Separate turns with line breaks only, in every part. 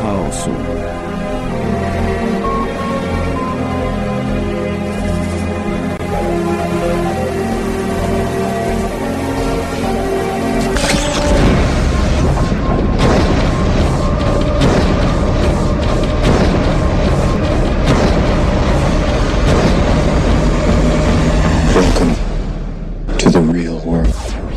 chaosu.
Welcome to the real world.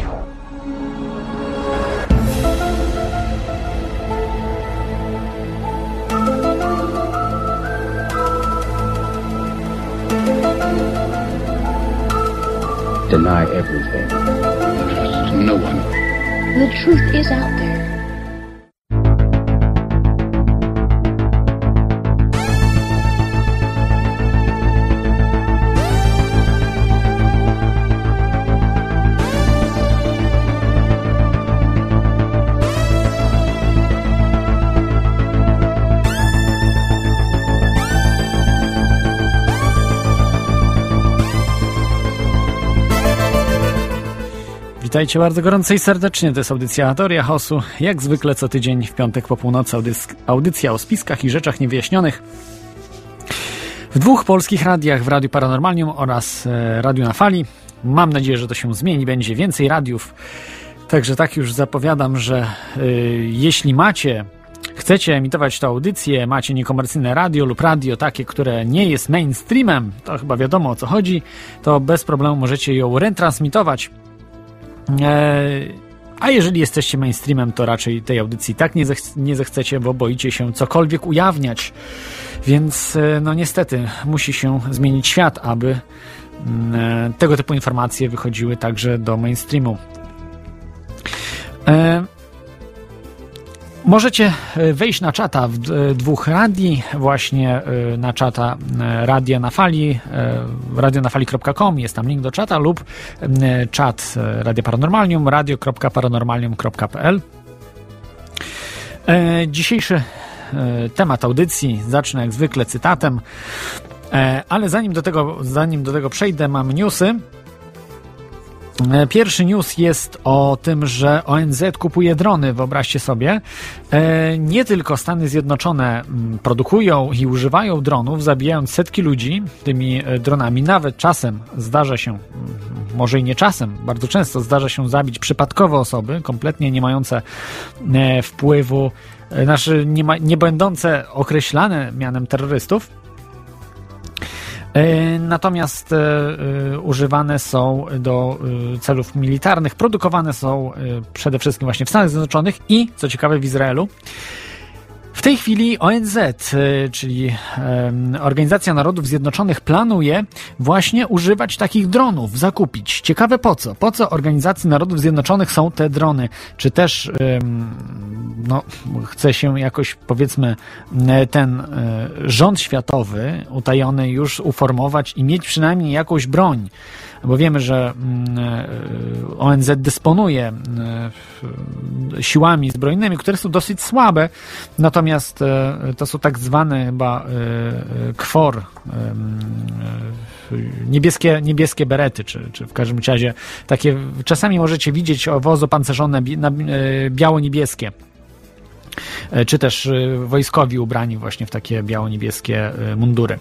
Deny everything.
Trust no one.
The truth is out there.
Witajcie bardzo gorąco i serdecznie, to jest audycja Teoria Chaosu. Jak zwykle co tydzień w piątek po północy audycja o spiskach i rzeczach niewyjaśnionych w dwóch polskich radiach, w Radiu Paranormalium oraz Radiu na Fali. Mam nadzieję, że to się zmieni, będzie więcej radiów. Także tak już zapowiadam, że jeśli chcecie emitować tę audycję, macie niekomercyjne radio lub radio takie, które nie jest mainstreamem, to chyba wiadomo o co chodzi, to bez problemu możecie ją retransmitować. A jeżeli jesteście mainstreamem, to raczej tej audycji tak nie zechcecie, bo boicie się cokolwiek ujawniać. Więc no niestety musi się zmienić świat, aby tego typu informacje wychodziły także do mainstreamu. Możecie wejść na czata w dwóch radii, właśnie na czata Radia na Fali, radionafali.com, jest tam link do czata, lub czat Radia Paranormalium, radio.paranormalium.pl. Dzisiejszy temat audycji zacznę jak zwykle cytatem, ale zanim do tego przejdę, mam newsy. Pierwszy news jest o tym, że ONZ kupuje drony, wyobraźcie sobie. Nie tylko Stany Zjednoczone produkują i używają dronów, zabijając setki ludzi tymi dronami. Nawet czasem zdarza się, może i nie czasem, bardzo często zdarza się zabić przypadkowe osoby, kompletnie nie mające wpływu, nie będące określane mianem terrorystów. Natomiast używane są do celów militarnych, produkowane są przede wszystkim właśnie w Stanach Zjednoczonych i, co ciekawe, w Izraelu. W tej chwili ONZ, czyli Organizacja Narodów Zjednoczonych, planuje właśnie używać takich dronów, zakupić. Ciekawe po co? Po co Organizacji Narodów Zjednoczonych są te drony? Czy też chce się jakoś, powiedzmy, ten rząd światowy utajony już uformować i mieć przynajmniej jakąś broń? Bo wiemy, że ONZ dysponuje siłami zbrojnymi, które są dosyć słabe, natomiast to są tak zwane chyba KFOR, niebieskie berety, czy w każdym razie takie, czasami możecie widzieć wozy opancerzone biało-niebieskie, czy też wojskowi ubrani właśnie w takie biało-niebieskie mundury.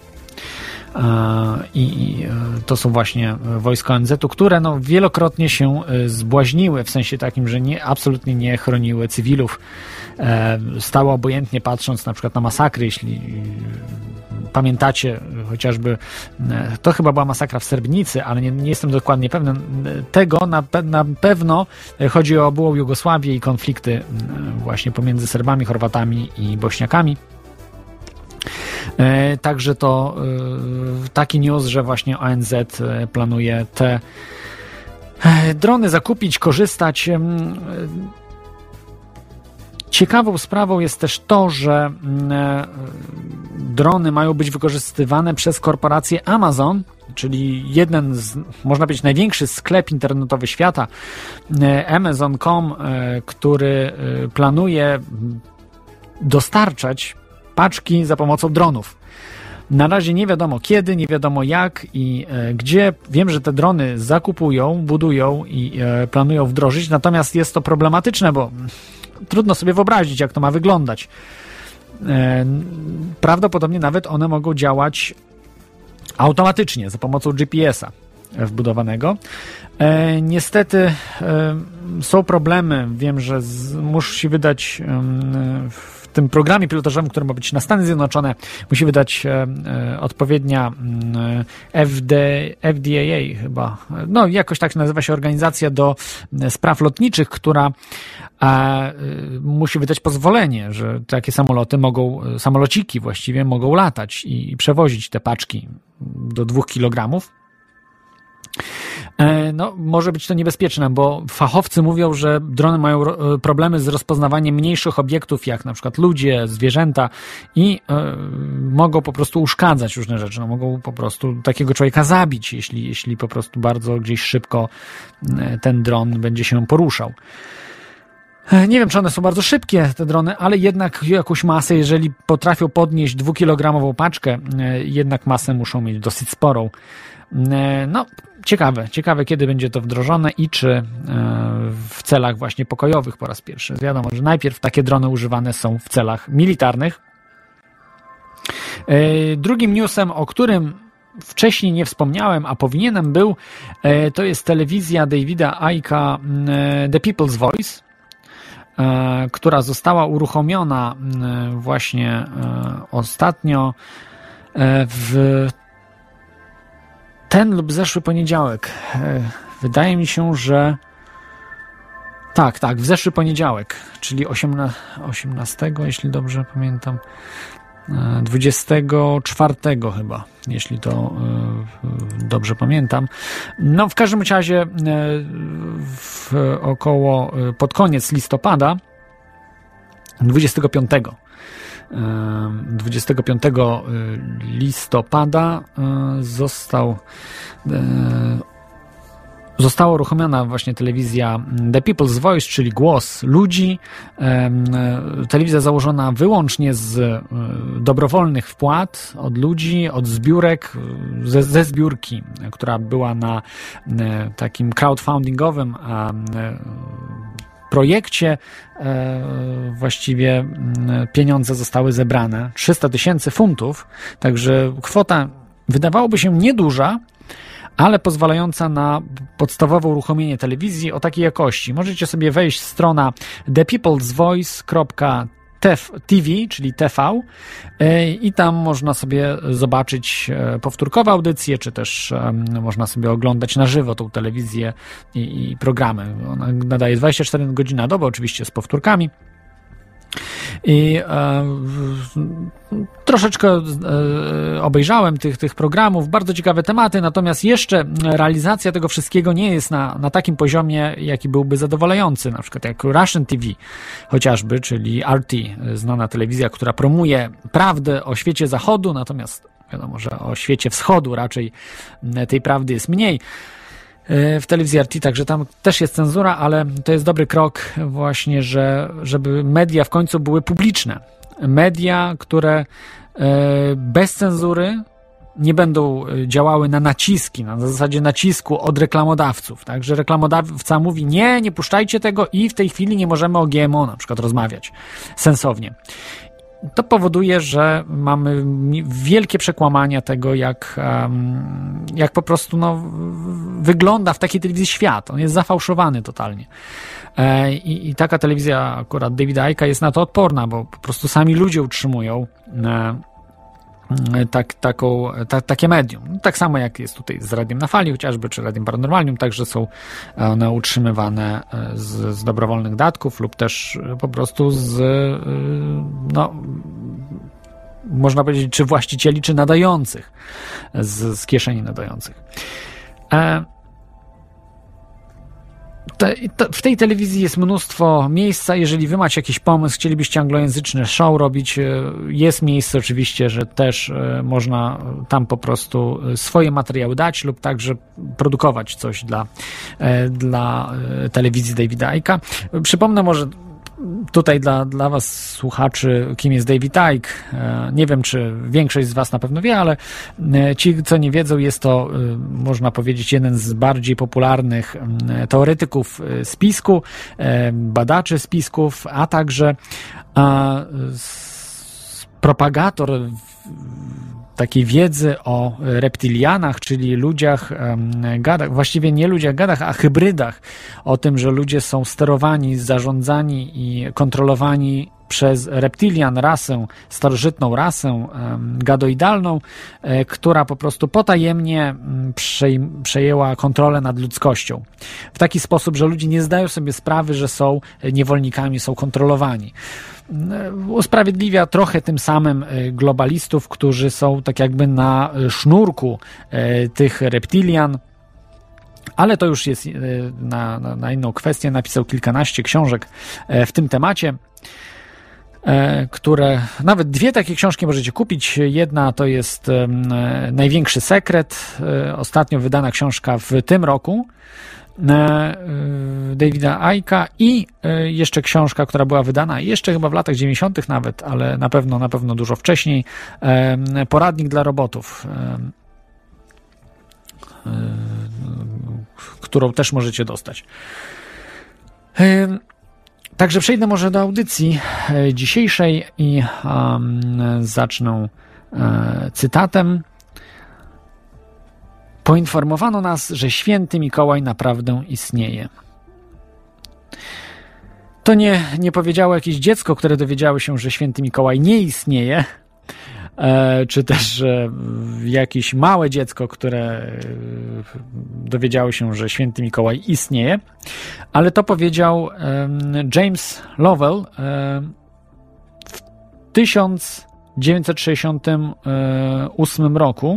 I to są właśnie wojska ONZ-u, które wielokrotnie się zbłaźniły, w sensie takim, że absolutnie nie chroniły cywilów, stały obojętnie patrząc na przykład na masakry. Jeśli pamiętacie chociażby, to chyba była masakra w Srebrenicy, ale nie jestem dokładnie pewien tego, na pewno chodzi o byłą Jugosławię i konflikty właśnie pomiędzy Serbami, Chorwatami i Bośniakami. Także to taki news, że właśnie ONZ planuje te drony zakupić, korzystać. Ciekawą sprawą jest też to, że drony mają być wykorzystywane przez korporację Amazon, czyli jeden z, można powiedzieć, największy sklep internetowy świata, Amazon.com, który planuje dostarczać paczki za pomocą dronów. Na razie nie wiadomo kiedy, nie wiadomo jak i gdzie. Wiem, że te drony zakupują, budują i planują wdrożyć, natomiast jest to problematyczne, bo trudno sobie wyobrazić, jak to ma wyglądać. Prawdopodobnie nawet one mogą działać automatycznie za pomocą GPS-a wbudowanego. Niestety są problemy. Wiem, że musi wydać w tym programie pilotażowym, który ma być na Stany Zjednoczone, musi wydać odpowiednia FDAA chyba. No, jakoś tak nazywa się organizacja do spraw lotniczych, która musi wydać pozwolenie, że takie samolociki właściwie mogą latać i przewozić te paczki do 2 kg. No, może być to niebezpieczne, bo fachowcy mówią, że drony mają problemy z rozpoznawaniem mniejszych obiektów, jak na przykład ludzie, zwierzęta i mogą po prostu uszkadzać różne rzeczy. No, mogą po prostu takiego człowieka zabić, jeśli po prostu bardzo gdzieś szybko ten dron będzie się poruszał. Nie wiem, czy one są bardzo szybkie, te drony, ale jednak jakąś masę, jeżeli potrafią podnieść 2-kilogramową paczkę, jednak masę muszą mieć dosyć sporą. No, ciekawe, kiedy będzie to wdrożone i czy w celach właśnie pokojowych po raz pierwszy. Wiadomo, że najpierw takie drony używane są w celach militarnych. Drugim newsem, o którym wcześniej nie wspomniałem, a powinienem był, to jest telewizja Davida Icke'a The People's Voice, która została uruchomiona właśnie ostatnio w ten lub zeszły poniedziałek. Wydaje mi się, że tak, w zeszły poniedziałek, czyli 18, jeśli dobrze pamiętam, 24 chyba, jeśli to dobrze pamiętam. No, w każdym razie pod koniec listopada 25 listopada została uruchomiona właśnie telewizja The People's Voice, czyli głos ludzi. Telewizja założona wyłącznie z dobrowolnych wpłat od ludzi, od zbiórek, ze zbiórki, która była na takim crowdfundingowym projekcie. Właściwie pieniądze zostały zebrane 300 000 funtów, także kwota wydawałoby się nieduża, ale pozwalająca na podstawowe uruchomienie telewizji o takiej jakości. Możecie sobie wejść w stronę thepeoplesvoice.tv, czyli TV, i tam można sobie zobaczyć powtórkowe audycje, czy też można sobie oglądać na żywo tą telewizję i programy. Ona nadaje 24 godziny na dobę, oczywiście z powtórkami. I troszeczkę obejrzałem tych programów, bardzo ciekawe tematy, natomiast jeszcze realizacja tego wszystkiego nie jest na takim poziomie, jaki byłby zadowalający, na przykład jak Russian TV chociażby, czyli RT, znana telewizja, która promuje prawdę o świecie zachodu, natomiast wiadomo, że o świecie wschodu raczej tej prawdy jest mniej. W telewizji RT, także tam też jest cenzura, ale to jest dobry krok właśnie, żeby media w końcu były publiczne. Media, które bez cenzury nie będą działały na naciski, na zasadzie nacisku od reklamodawców. Także reklamodawca mówi, nie puszczajcie tego i w tej chwili nie możemy o GMO na przykład rozmawiać sensownie. To powoduje, że mamy wielkie przekłamania tego, jak po prostu wygląda w takiej telewizji świat. On jest zafałszowany totalnie. I taka telewizja, akurat Davida Icke'a, jest na to odporna, bo po prostu sami ludzie utrzymują takie medium. Tak samo jak jest tutaj z Radiem na Fali chociażby, czy Radiem Paranormalium, także są one utrzymywane z dobrowolnych datków lub też po prostu można powiedzieć, czy właścicieli, czy nadających, z kieszeni nadających. W tej telewizji jest mnóstwo miejsca. Jeżeli wy macie jakiś pomysł, chcielibyście anglojęzyczny show robić, jest miejsce oczywiście, że też można tam po prostu swoje materiały dać lub także produkować coś dla telewizji Davida Icke'a. Przypomnę może tutaj dla was, słuchaczy, kim jest David Icke. Nie wiem, czy większość z was na pewno wie, ale ci, co nie wiedzą, jest to, można powiedzieć, jeden z bardziej popularnych teoretyków spisku, badaczy spisków, a także propagator takiej wiedzy o reptilianach, czyli ludziach gadach, właściwie nie ludziach gadach, a hybrydach, o tym, że ludzie są sterowani, zarządzani i kontrolowani przez reptilian, rasę, starożytną rasę gadoidalną, która po prostu potajemnie przejęła kontrolę nad ludzkością. W taki sposób, że ludzie nie zdają sobie sprawy, że są niewolnikami, są kontrolowani. Usprawiedliwia trochę tym samym globalistów, którzy są tak jakby na sznurku tych reptilian, ale to już jest na inną kwestię. Napisał kilkanaście książek w tym temacie, które, nawet 2 takie książki możecie kupić. Jedna to jest Największy sekret, ostatnio wydana książka w tym roku, Davida Icke'a, i jeszcze książka, która była wydana jeszcze chyba w latach 90. nawet, ale na pewno dużo wcześniej, Poradnik dla robotów, którą też możecie dostać. Także przejdę może do audycji dzisiejszej i zacznę cytatem. Poinformowano nas, że święty Mikołaj naprawdę istnieje. To nie powiedziało jakieś dziecko, które dowiedziało się, że święty Mikołaj nie istnieje, czy też jakieś małe dziecko, które dowiedziało się, że święty Mikołaj istnieje, ale to powiedział James Lovell w 1968 roku.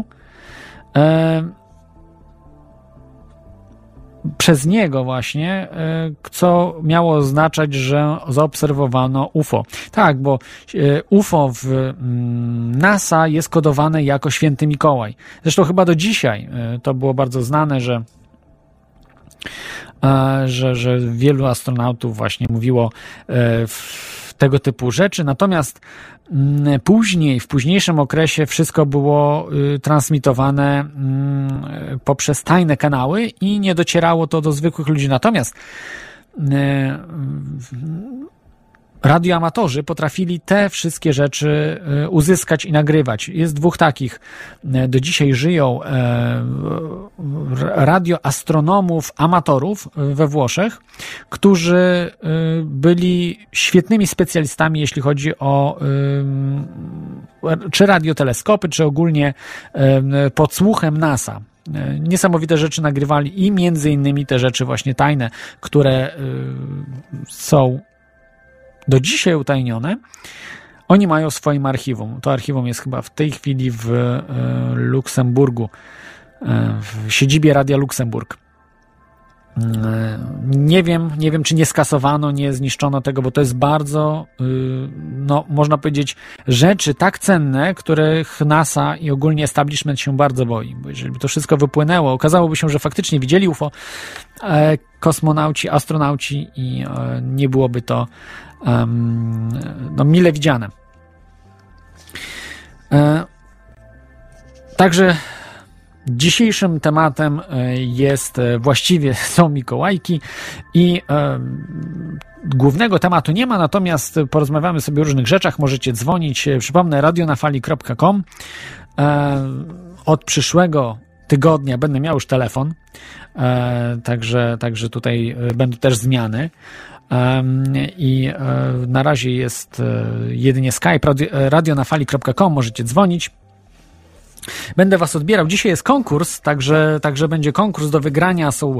Przez niego właśnie, co miało oznaczać, że zaobserwowano UFO. Tak, bo UFO w NASA jest kodowane jako święty Mikołaj. Zresztą chyba do dzisiaj to było bardzo znane, że wielu astronautów właśnie mówiło tego typu rzeczy. Natomiast później, w późniejszym okresie wszystko było transmitowane poprzez tajne kanały i nie docierało to do zwykłych ludzi. Natomiast radioamatorzy potrafili te wszystkie rzeczy uzyskać i nagrywać. Jest 2 takich. Do dzisiaj żyją radioastronomów, amatorów we Włoszech, którzy byli świetnymi specjalistami, jeśli chodzi o czy radioteleskopy, czy ogólnie podsłuchem NASA. Niesamowite rzeczy nagrywali i między innymi te rzeczy właśnie tajne, które są do dzisiaj utajnione. Oni mają w swoim archiwum. To archiwum jest chyba w tej chwili w Luksemburgu, w siedzibie Radia Luksemburg. Nie wiem, czy nie skasowano, nie zniszczono tego, bo to jest bardzo, można powiedzieć, rzeczy tak cenne, których NASA i ogólnie establishment się bardzo boi. Bo jeżeli by to wszystko wypłynęło, okazałoby się, że faktycznie widzieli UFO kosmonauci, astronauci i nie byłoby to mile widziane. Także dzisiejszym tematem właściwie są Mikołajki i głównego tematu nie ma, natomiast porozmawiamy sobie o różnych rzeczach, możecie dzwonić. Przypomnę, radionafali.com. Od przyszłego tygodnia będę miał już telefon, także tutaj będą też zmiany. I na razie jest jedynie Skype, radionafali.com, możecie dzwonić. Będę was odbierał. Dzisiaj jest konkurs, także będzie konkurs do wygrania. Są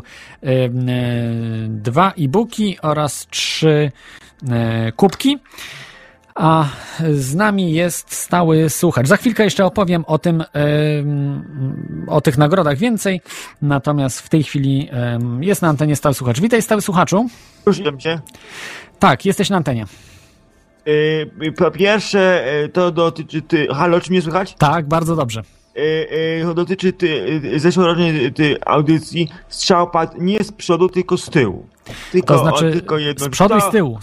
2 e-booki oraz 3 kubki. A z nami jest stały słuchacz. Za chwilkę jeszcze opowiem o tych nagrodach więcej. Natomiast w tej chwili jest na antenie stały słuchacz. Witaj, stały słuchaczu.
Słyszę cię.
Tak, jesteś na antenie.
Po pierwsze, to dotyczy halo, czy mnie słychać?
Tak, bardzo dobrze.
To dotyczy zeszłorocznej audycji. Strzał padł nie z przodu, tylko z tyłu.
To znaczy
tylko jedno.
Z przodu i z tyłu.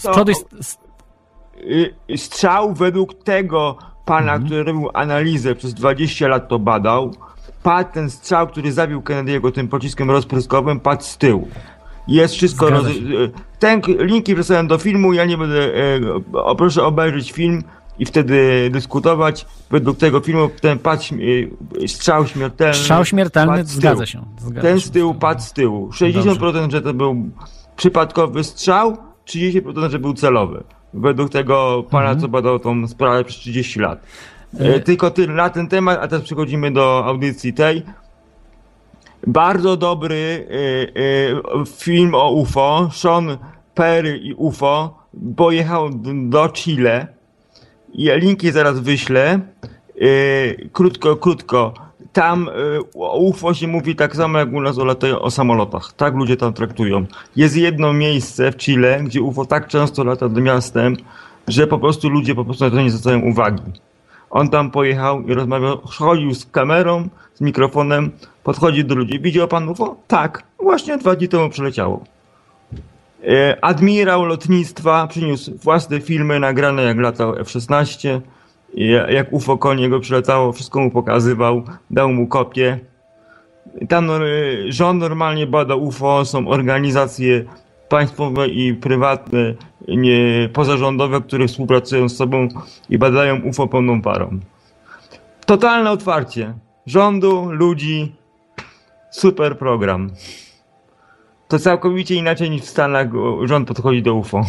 Strzał według tego pana, który robił analizę, przez 20 lat to badał, padł ten strzał, który zabił Kennedy'ego tym pociskiem rozpryskowym, padł z tyłu. Jest wszystko... Linki wrzucałem do filmu, ja nie będę... proszę obejrzeć film. i wtedy dyskutować. Według tego filmu ten strzał śmiertelny.
Strzał śmiertelny, zgadza się.
Ten z tyłu padł z tyłu. 60%, że to był przypadkowy strzał, 30%, że był celowy. Według tego pana, co badał tą sprawę przez 30 lat. Tylko tyle na ten temat, a teraz przechodzimy do audycji tej. Bardzo dobry film o UFO. Sean Perry i UFO pojechał do Chile. Linki zaraz wyślę. Krótko. Tam o UFO się mówi tak samo jak u nas o samolotach. Tak ludzie tam traktują. Jest jedno miejsce w Chile, gdzie UFO tak często lata nad miastem, że po prostu ludzie na to nie zwracają uwagi. On tam pojechał i rozmawiał, chodził z kamerą, z mikrofonem, podchodzi do ludzi. Widział pan UFO? Tak. Właśnie 2 dni temu przyleciało. Admirał lotnictwa przyniósł własne filmy nagrane, jak latał F-16, jak UFO koło niego przyletało, wszystko mu pokazywał, dał mu kopię. Tam rząd normalnie bada UFO, są organizacje państwowe i prywatne, pozarządowe, które współpracują z sobą i badają UFO pełną parą. Totalne otwarcie rządu, ludzi, super program. To całkowicie inaczej niż w Stanach rząd podchodzi do UFO.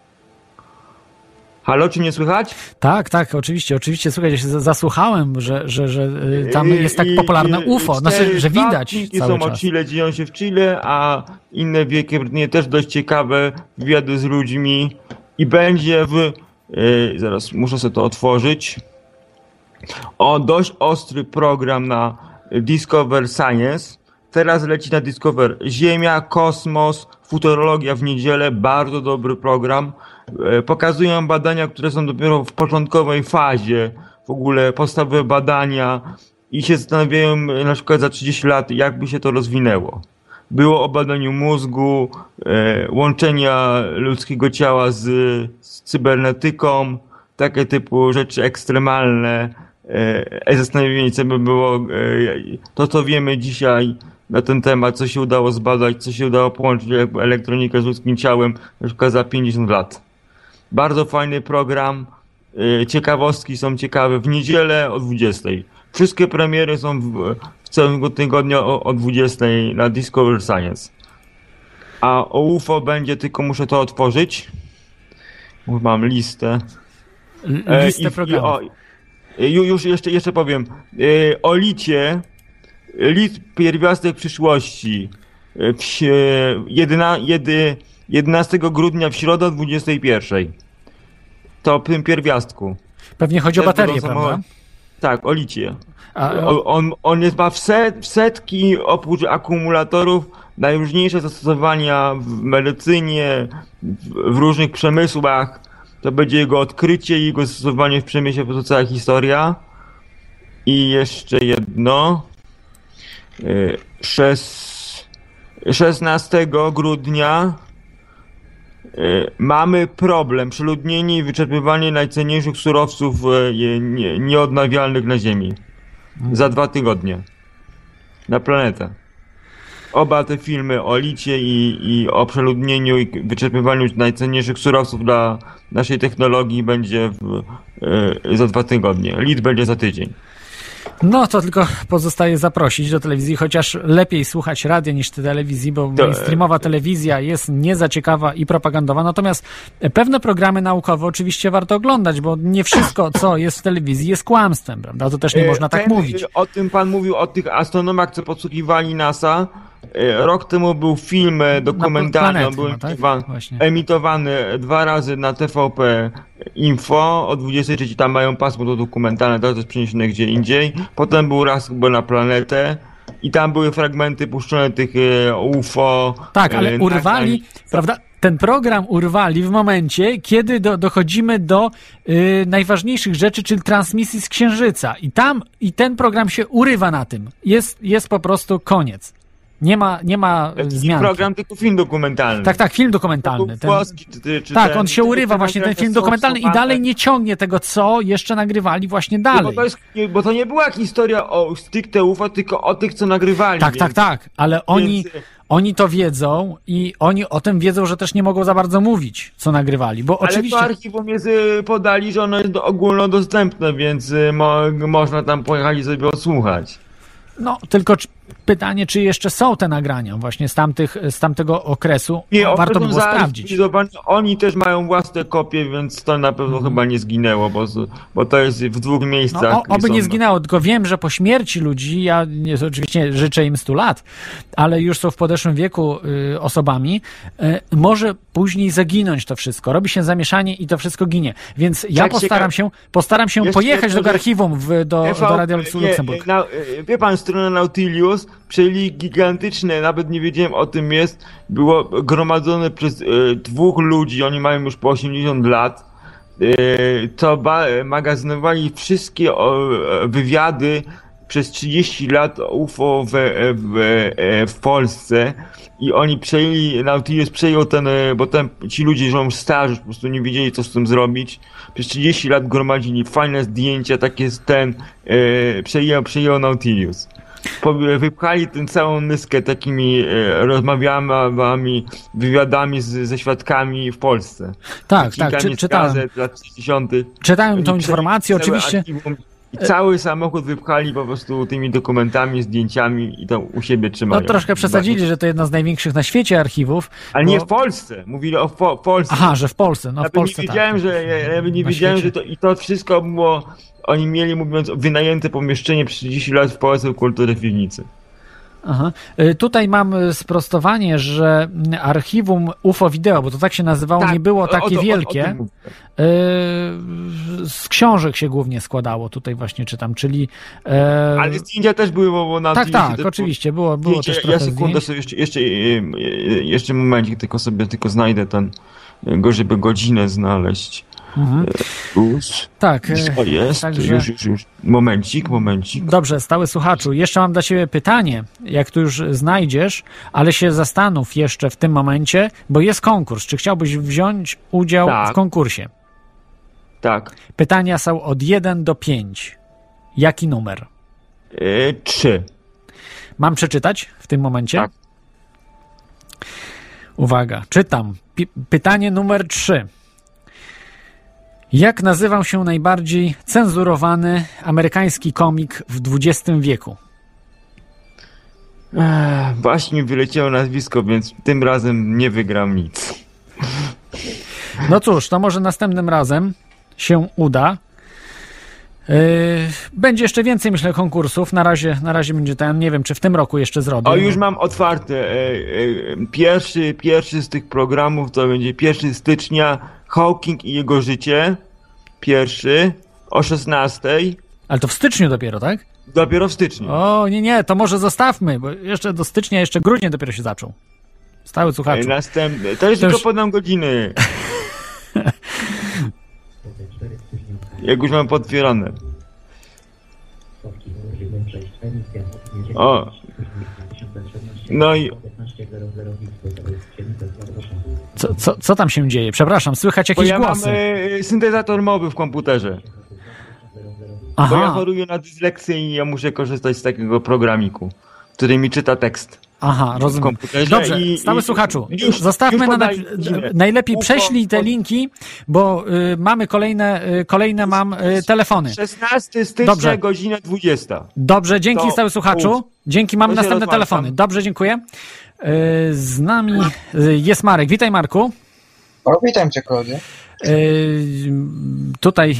Halo, czy nie słychać?
Tak, oczywiście. Słuchaj, ja się zasłuchałem, że tam jest tak popularne UFO. Znaczy, że widać cały
czas. Są o Chile, dzieją się w Chile, a inne Wielkie Brytanie też dość ciekawe wywiady z ludźmi. I będzie zaraz muszę sobie to otworzyć. Dość ostry program na Discover Science. Teraz leci na Discover Ziemia, kosmos, futurologia w niedzielę. Bardzo dobry program. Pokazują badania, które są dopiero w początkowej fazie. W ogóle podstawowe badania i się zastanawiają na przykład za 30 lat, jak by się to rozwinęło. Było o badaniu mózgu, łączenia ludzkiego ciała z cybernetyką, takie typu rzeczy ekstremalne. Zastanowienie, co by było to, co wiemy dzisiaj na ten temat, co się udało zbadać, co się udało połączyć elektronikę z ludzkim ciałem, na przykład za 50 lat. Bardzo fajny program, ciekawostki są ciekawe w niedzielę o 20. Wszystkie premiery są w całym tygodniu o 20 na Discover Science. A o UFO będzie, tylko muszę to otworzyć. Mam listę.
Listę programów.
Już jeszcze powiem. O licie, lit pierwiastek przyszłości. 11 grudnia w środę o 21. To w tym pierwiastku.
Pewnie chodzi o baterię, prawda?
Tak, o licie. On ma w setki, oprócz akumulatorów, najróżniejsze zastosowania w medycynie, w różnych przemysłach. To będzie jego odkrycie i jego zastosowanie w przemyśle, po to cała historia. I jeszcze jedno. 16 grudnia mamy problem, przeludnienie i wyczerpywanie najcenniejszych surowców nieodnawialnych na Ziemi. Za 2 tygodnie. Na planetę. Oba te filmy o licie i o przeludnieniu i wyczerpywaniu najcenniejszych surowców dla naszej technologii będzie za 2 tygodnie. Lit będzie za tydzień.
No to tylko pozostaje zaprosić do telewizji, chociaż lepiej słuchać radia niż telewizji, bo mainstreamowa telewizja jest nie za ciekawa i propagandowa, natomiast pewne programy naukowe oczywiście warto oglądać, bo nie wszystko, co jest w telewizji, jest kłamstwem, prawda? To też nie można tak mówić.
O tym pan mówił, o tych astronomach, co podsłuchiwali NASA. Rok temu był film dokumentalny, on był emitowany 2 razy na TVP Info, o 23 tam mają pasmo to dokumentalne, teraz jest przeniesione gdzie indziej. Potem był raz chyba na Planetę i tam były fragmenty puszczone tych UFO.
Tak, ale urwali, prawda? Ten program urwali w momencie, kiedy dochodzimy do najważniejszych rzeczy, czyli transmisji z Księżyca. I ten program się urywa na tym. Jest po prostu koniec. Nie ma zmian.
Program, tylko film dokumentalny.
Tak, film dokumentalny.
Włoski,
tak, on się urywa właśnie, ten film dokumentalny i dalej nie ciągnie tego, co jeszcze nagrywali właśnie dalej.
Bo to nie była historia o stricte UFO, tylko o tych, co nagrywali.
Tak, ale oni to wiedzą i oni o tym wiedzą, że też nie mogą za bardzo mówić, co nagrywali, bo oczywiście...
Ale to archiwum jest, podali, że ono jest ogólnodostępne, więc można tam pojechać i sobie odsłuchać.
No, tylko pytanie, czy jeszcze są te nagrania właśnie z tamtego okresu.
Nie,
warto by było sprawdzić.
Oni też mają własne kopie, więc to na pewno chyba nie zginęło, bo to jest w 2 miejscach.
No, oby nie zginęło, tylko wiem, że po śmierci ludzi, ja oczywiście życzę im 100 lat, ale już są w podeszłym wieku osobami, może później zaginąć to wszystko. Robi się zamieszanie i to wszystko ginie. Więc ja postaram się pojechać do archiwum do Radioleksu Luksemburg.
Wie pan, strona Nautilus, czyli gigantyczne, nawet nie wiedziałem o tym było gromadzone przez 2 ludzi, oni mają już po 80 lat, to magazynowali wszystkie wywiady przez 30 lat o UFO w Polsce i oni Nautilus przejął bo ci ludzie, że już starzy, po prostu nie wiedzieli, co z tym zrobić. Przez 30 lat gromadzili fajne zdjęcia, takie przejął Nautilus. Wypchali tę całą nyskę takimi rozmowami, wywiadami ze świadkami w Polsce.
Tak, czytałem.
Lat 60.
Czytałem tą informację, oczywiście.
I cały samochód wypchali po prostu tymi dokumentami, zdjęciami i to u siebie trzymają.
No troszkę przesadzili, że to jedno z największych na świecie archiwów.
Ale nie w Polsce. Mówili o Polsce.
Aha, że w Polsce. No w Polsce
nie wiedziałem, że to wszystko było... Oni mieli, mówiąc, wynajęte pomieszczenie przez 30 lat w Pałacu Kultury w Piwnicy.
Aha. Tutaj mam sprostowanie, że archiwum UFO Video, bo to tak się nazywało, nie było takie wielkie. Z książek się głównie składało, tutaj właśnie czytam, czyli...
Ale zdjęcia też były, bo na
Tak, oczywiście, było też trochę
sekundę sobie jeszcze momencik, tylko znajdę żeby godzinę znaleźć. Tak. Co jest?
Także...
Już. Momencik.
Dobrze, stały słuchaczu. Jeszcze mam dla ciebie pytanie, jak tu już znajdziesz, ale się zastanów jeszcze w tym momencie, bo jest konkurs. Czy chciałbyś wziąć udział w konkursie?
Tak.
Pytania są od 1 do 5. Jaki numer?
3.
Mam przeczytać w tym momencie?
Tak.
Uwaga, czytam. Pytanie numer 3. Jak nazywał się najbardziej cenzurowany amerykański komik w XX wieku?
Właśnie wyleciało nazwisko, więc tym razem nie wygram nic.
No cóż, to może następnym razem się uda. Będzie jeszcze więcej, myślę, konkursów. Na razie będzie nie wiem, czy w tym roku jeszcze zrobię.
Już mam otwarte. Pierwszy z tych programów to będzie 1 stycznia. Hawking i jego życie. Pierwszy o 16.
Ale to w styczniu dopiero, tak?
Dopiero w styczniu.
O, nie, to może zostawmy, bo jeszcze do stycznia, jeszcze grudzień dopiero się zaczął. Stały słuchaczu.
Następny. To już tylko podam godziny. Jak już mam potwierane. O. No i...
Co tam się dzieje? Przepraszam, słychać jakieś głosy.
Bo ja mam syntezator mowy w komputerze.
Aha.
Bo ja choruję na dysleksję i ja muszę korzystać z takiego programiku, który mi czyta tekst.
Aha, rozumiem. Dobrze, stały słuchaczu, zostawmy najlepiej prześlij te linki, bo mamy kolejne mam telefony.
16 stycznia, godzina 20.
Dobrze, dzięki stały słuchaczu. Dzięki, mamy następne telefony. Dobrze, dziękuję. Z nami jest Marek. Witaj, Marku.
O, witam cię, Klaudia.
Tutaj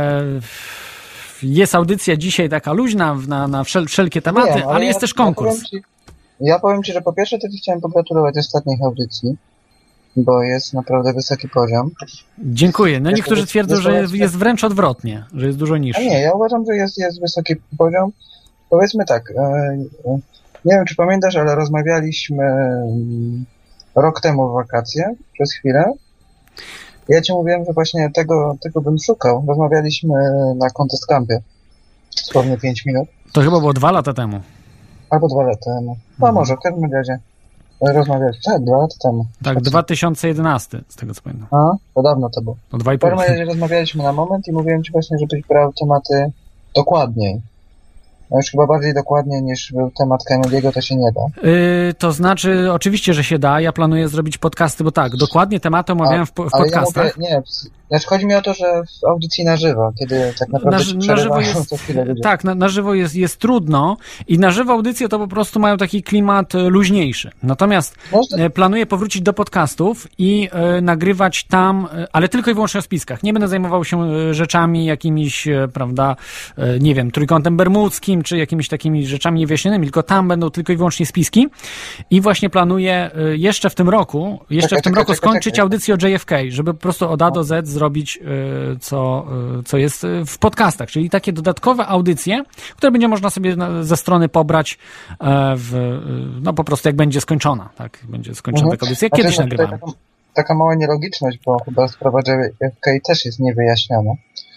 jest audycja dzisiaj taka luźna na wszelkie tematy,
Wiem,
ale jest też konkurs.
Ja powiem ci, że po pierwsze to ci chciałem pogratulować ostatnich audycji, bo jest naprawdę wysoki poziom.
Dziękuję. No niektórzy twierdzą, że jest wręcz odwrotnie, że jest dużo niższy.
A nie, ja uważam, że jest wysoki poziom. Powiedzmy tak, nie wiem czy pamiętasz, ale rozmawialiśmy rok temu w wakacje przez chwilę. Ja ci mówiłem, że właśnie tego bym szukał. Rozmawialiśmy na Contest Campie. Dosłownie 5 minut.
To chyba było 2 lata temu.
Albo 2 lata temu. No może, w każdym razie rozmawialiśmy. Tak, 2 lata temu.
Tak, 2011, z tego co pamiętam.
A, to dawno to było.
No
W każdym
2,5.
razie rozmawialiśmy na moment i mówiłem ci właśnie, żebyś brał tematy dokładniej. No już chyba bardziej dokładnie niż był temat Kennedy'ego, to się nie da.
To znaczy, oczywiście, że się da. Ja planuję zrobić podcasty, bo tak, dokładnie tematy omawiałem w
Ale
podcastach.
ja mówię, nie, znaczy chodzi mi o to, że w audycji na żywo, kiedy tak naprawdę ci
Na żywo
przerywają
jest,
co chwilę ludzie.
tak, na żywo jest trudno i na żywo audycje to po prostu mają taki klimat luźniejszy. Natomiast
Można-
planuję powrócić do podcastów i nagrywać tam, ale tylko i wyłącznie o spiskach. Nie będę zajmował się rzeczami jakimiś, prawda, nie wiem, trójkątem bermudzkim, czy jakimiś takimi rzeczami niewyjaśnionymi, tylko tam będą tylko i wyłącznie spiski i właśnie planuję jeszcze w tym roku skończyć audycję o JFK, żeby po prostu od A do Z zrobić co jest w podcastach, czyli takie dodatkowe audycje, które będzie można sobie ze strony pobrać no po prostu jak będzie skończona, tak, będzie skończona taka audycja. Kiedyś
Znaczy,
nagrywałem.
Taka mała nielogiczność, bo chyba sprawa JFK też jest niewyjaśniona.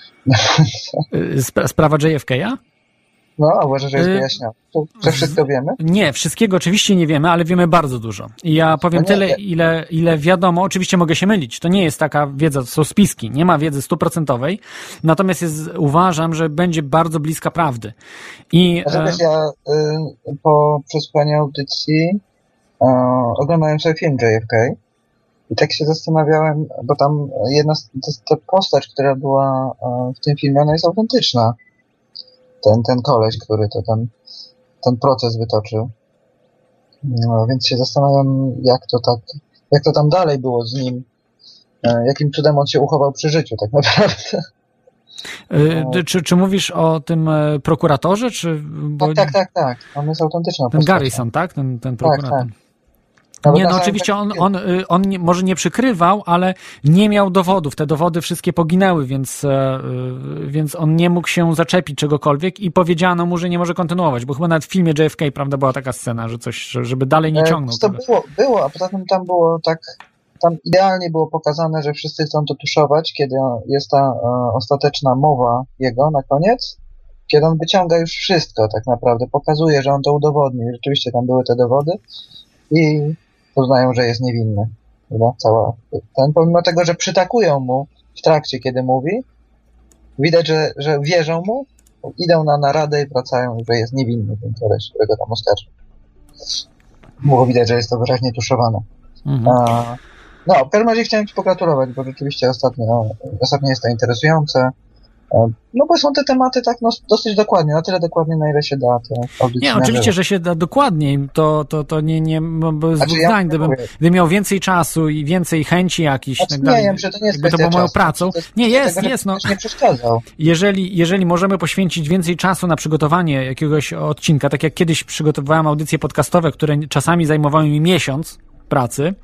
Sprawa JFK-a?
No, a uważasz, że jest wyjaśniona. To wszystko wiemy?
Nie, wszystkiego oczywiście nie wiemy, ale wiemy bardzo dużo. I ja powiem
No nie,
tyle, ile wiadomo. Oczywiście mogę się mylić. To nie jest taka wiedza, to są spiski. Nie ma wiedzy 100%. Natomiast uważam, że będzie bardzo bliska prawdy. I
Natomiast ja po przesłuchaniu audycji oglądałem sobie film JFK i tak się zastanawiałem, bo tam ta postać, która była w tym filmie, ona jest autentyczna. Ten koleś, który to ten proces wytoczył. No, więc się zastanawiam, jak to tam dalej było z nim, jakim cudem on się uchował przy życiu tak naprawdę.
Czy mówisz o tym prokuratorze? Czy, bo
Tak. On jest autentyczną
ten
postacią.
Garrison, tak? Ten prokurator.
Tak. Nawet
Nie,
na
no
samym
oczywiście
takim-
on może nie przykrywał, ale nie miał dowodów. Te dowody wszystkie poginęły, więc on nie mógł się zaczepić czegokolwiek i powiedziano mu, że nie może kontynuować, bo chyba nawet w filmie JFK, prawda, była taka scena, że coś, żeby dalej nie ciągnął
To
tego.
było, a poza tym tam było tak, tam idealnie było pokazane, że wszyscy chcą to tuszować, kiedy jest ta ostateczna mowa jego na koniec, kiedy on wyciąga już wszystko tak naprawdę, pokazuje, że on to udowodnił. Rzeczywiście tam były te dowody i uznają, że jest niewinny. Chyba pomimo tego, że przytakują mu w trakcie, kiedy mówi, widać, że wierzą mu, idą na naradę i wracają, że jest niewinny ten koleś, którego tam oskarżą. Było widać, że jest to wyraźnie tuszowane.
Mhm.
No, w każdym razie chciałem ci pogratulować, bo rzeczywiście ostatnio jest to interesujące. No bo są te tematy tak dosyć dokładnie, na tyle dokładnie, na ile się da.
Nie, oczywiście, że się da dokładniej. To nie bez
Znaczy,
dwóch
ja
zdań.
mówię.
Gdybym miał więcej czasu i więcej chęci jakichś,
Znaczy,
tak dalej,
nie wiem, że to nie jest
jakby to
kwestia
było moją
czasu.
pracą.
To jest
Nie,
kwestia tego,
jest.
że
No.
ktoś nie przeszkadzał.
Jeżeli możemy poświęcić więcej czasu na przygotowanie jakiegoś odcinka, tak jak kiedyś przygotowywałem audycje podcastowe, które czasami zajmowały mi miesiąc pracy,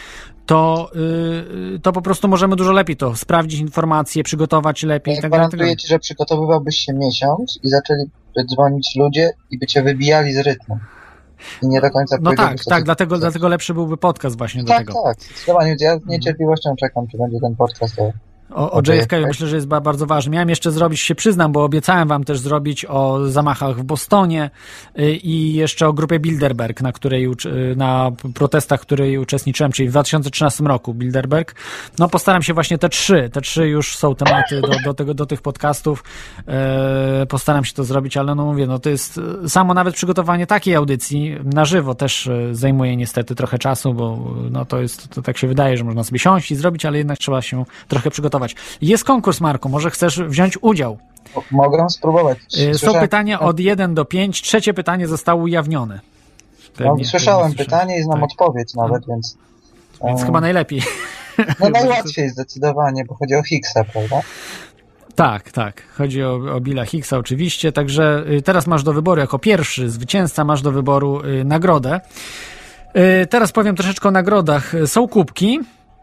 to po prostu możemy dużo lepiej to sprawdzić informacje, przygotować lepiej i tak dalej.
Gwarantuję ci, że przygotowywałbyś się miesiąc i zaczęli dzwonić ludzie i by cię wybijali z rytmu. I nie do końca
No
powiedziałbyś, co
tak,
ty
dlatego lepszy byłby podcast właśnie do tego.
Tak, zdecydowanie. Ja z niecierpliwością czekam, czy będzie ten podcast.
O JFK myślę, że jest bardzo ważny. Miałem jeszcze zrobić, się przyznam, bo obiecałem wam też zrobić o zamachach w Bostonie i jeszcze o grupie Bilderberg, na protestach, w której uczestniczyłem, czyli w 2013 roku Bilderberg. No postaram się właśnie te trzy już są tematy do tych podcastów. Postaram się to zrobić, ale no mówię, no to jest samo nawet przygotowanie takiej audycji na żywo też zajmuje niestety trochę czasu, bo no to tak się wydaje, że można sobie siąść i zrobić, ale jednak trzeba się trochę przygotować. Jest konkurs, Marku, może chcesz wziąć udział?
Mogę spróbować.
Są pytania od 1 do 5, trzecie pytanie zostało ujawnione.
Słyszałem pytanie i znam odpowiedź nawet, więc
chyba najlepiej.
No najłatwiej zdecydowanie, bo chodzi o Higgsa, prawda?
Tak. Chodzi o Billa Higgsa oczywiście, także teraz masz do wyboru, jako pierwszy zwycięzca masz do wyboru nagrodę. Teraz powiem troszeczkę o nagrodach. Są kubki.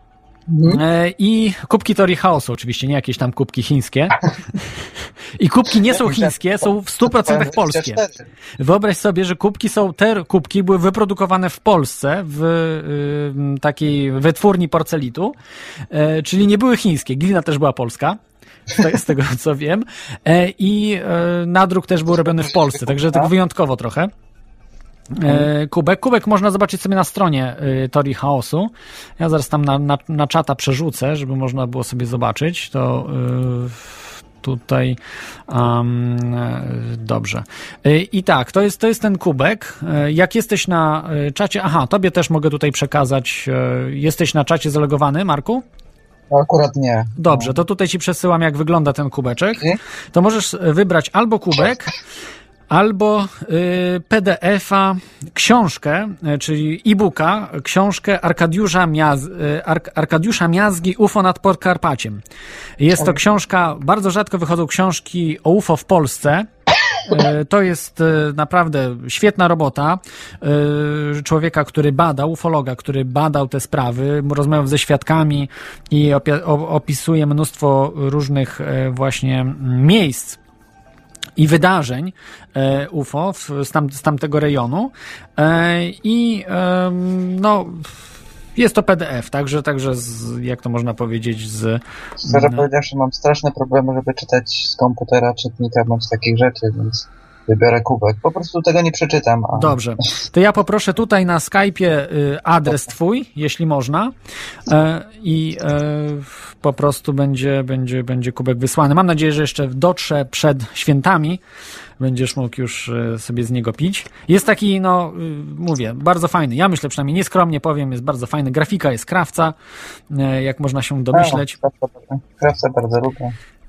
I kubki Teorii Chaosu, oczywiście, nie jakieś tam kubki chińskie. I kubki nie są chińskie, są w 100% polskie. Wyobraź sobie, że te kubki były wyprodukowane w Polsce w takiej wytwórni porcelitu, czyli nie były chińskie. Glina też była polska, z tego co wiem. I nadruk też był robiony w Polsce, także tak wyjątkowo trochę. Kubek można zobaczyć sobie na stronie Teorii Chaosu. Ja zaraz tam na czata przerzucę, żeby można było sobie zobaczyć. To tutaj dobrze. I tak, to jest ten kubek. Jak jesteś na czacie, tobie też mogę tutaj przekazać. Jesteś na czacie zalogowany, Marku?
Akurat nie.
Dobrze, to tutaj ci przesyłam, jak wygląda ten kubeczek. To możesz wybrać albo kubek, albo PDF-a, książkę, czyli e-booka, książkę Arkadiusza Miazgi UFO nad Podkarpaciem. Jest to książka, bardzo rzadko wychodzą książki o UFO w Polsce. To jest naprawdę świetna robota człowieka, który badał, ufologa, który badał te sprawy, rozmawiał ze świadkami i opisuje mnóstwo różnych właśnie miejsc i wydarzeń UFO z tamtego rejonu i no jest to PDF, także jak to można powiedzieć
Szczerze powiedziawszy, mam straszne problemy, żeby czytać z komputera czytnika bądź takich rzeczy, więc wybiorę kubek. Po prostu tego nie przeczytam.
Dobrze. To ja poproszę tutaj na Skype'ie adres twój, jeśli można, i po prostu będzie kubek wysłany. Mam nadzieję, że jeszcze dotrze przed świętami. Będziesz mógł już sobie z niego pić. Jest taki, no mówię, bardzo fajny. Ja myślę, przynajmniej nieskromnie powiem, jest bardzo fajny. Grafika jest Krawca, jak można się domyśleć.
Krawca bardzo lubię.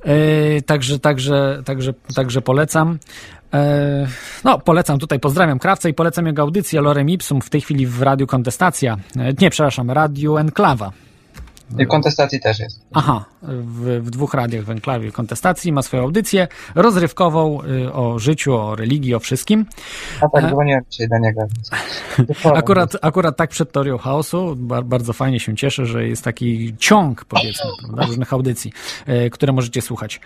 Także polecam. No, polecam tutaj, pozdrawiam Krawca i polecam jego audycję Lorem Ipsum w tej chwili w Radiu Kontestacja. Nie, przepraszam, Radiu Enklawa.
I Kontestacji też jest.
W dwóch radiach w Enklawie Kontestacji ma swoją audycję rozrywkową o życiu, o religii, o wszystkim.
A tak, dzwoniłem dzisiaj do niego.
Akurat tak przed Teorią Chaosu, bardzo fajnie się cieszę, że jest taki ciąg, powiedzmy, prawda, różnych audycji, które możecie słuchać.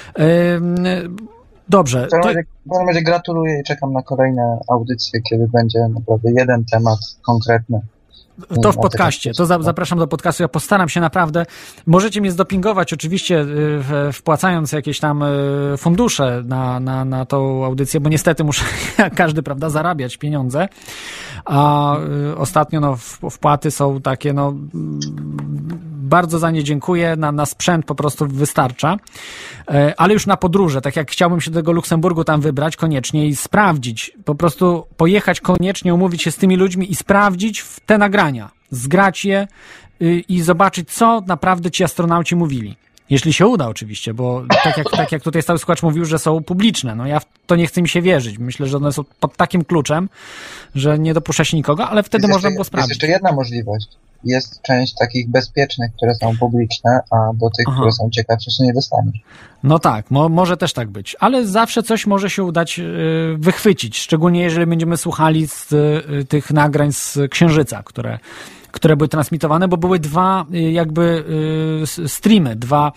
Dobrze.
W każdym razie gratuluję i czekam na kolejne audycje, kiedy będzie naprawdę jeden temat konkretny.
To w podcaście, to zapraszam do podcastu, ja postaram się naprawdę, możecie mnie zdopingować oczywiście wpłacając jakieś tam fundusze na tą audycję, bo niestety muszę, jak każdy, prawda, zarabiać pieniądze, a ostatnio no wpłaty są takie, no bardzo za nie dziękuję, na sprzęt po prostu wystarcza, ale już na podróże, tak jak chciałbym się do tego Luksemburgu tam wybrać koniecznie i sprawdzić, po prostu pojechać koniecznie, umówić się z tymi ludźmi i sprawdzić te nagrania, zgrać je i zobaczyć, co naprawdę ci astronauci mówili. Jeśli się uda oczywiście, bo tak jak tutaj stały słuchacz mówił, że są publiczne, no ja w to nie chcę mi się wierzyć. Myślę, że one są pod takim kluczem, że nie dopuszcza się nikogo, ale wtedy można było sprawdzić.
Jest jeszcze jedna możliwość. Jest część takich bezpiecznych, które są publiczne, a do tych, które są ciekawsze, się nie dostaniesz.
No tak, może też tak być, ale zawsze coś może się udać wychwycić, szczególnie jeżeli będziemy słuchali z tych nagrań z Księżyca, które były transmitowane, bo były dwa jakby streamy,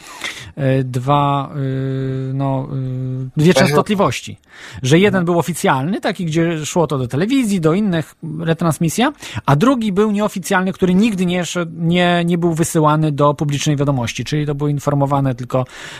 dwie częstotliwości. Że jeden był oficjalny, taki, gdzie szło to do telewizji, do innych retransmisja, a drugi był nieoficjalny, który nigdy nie był wysyłany do publicznej wiadomości, czyli to było informowane tylko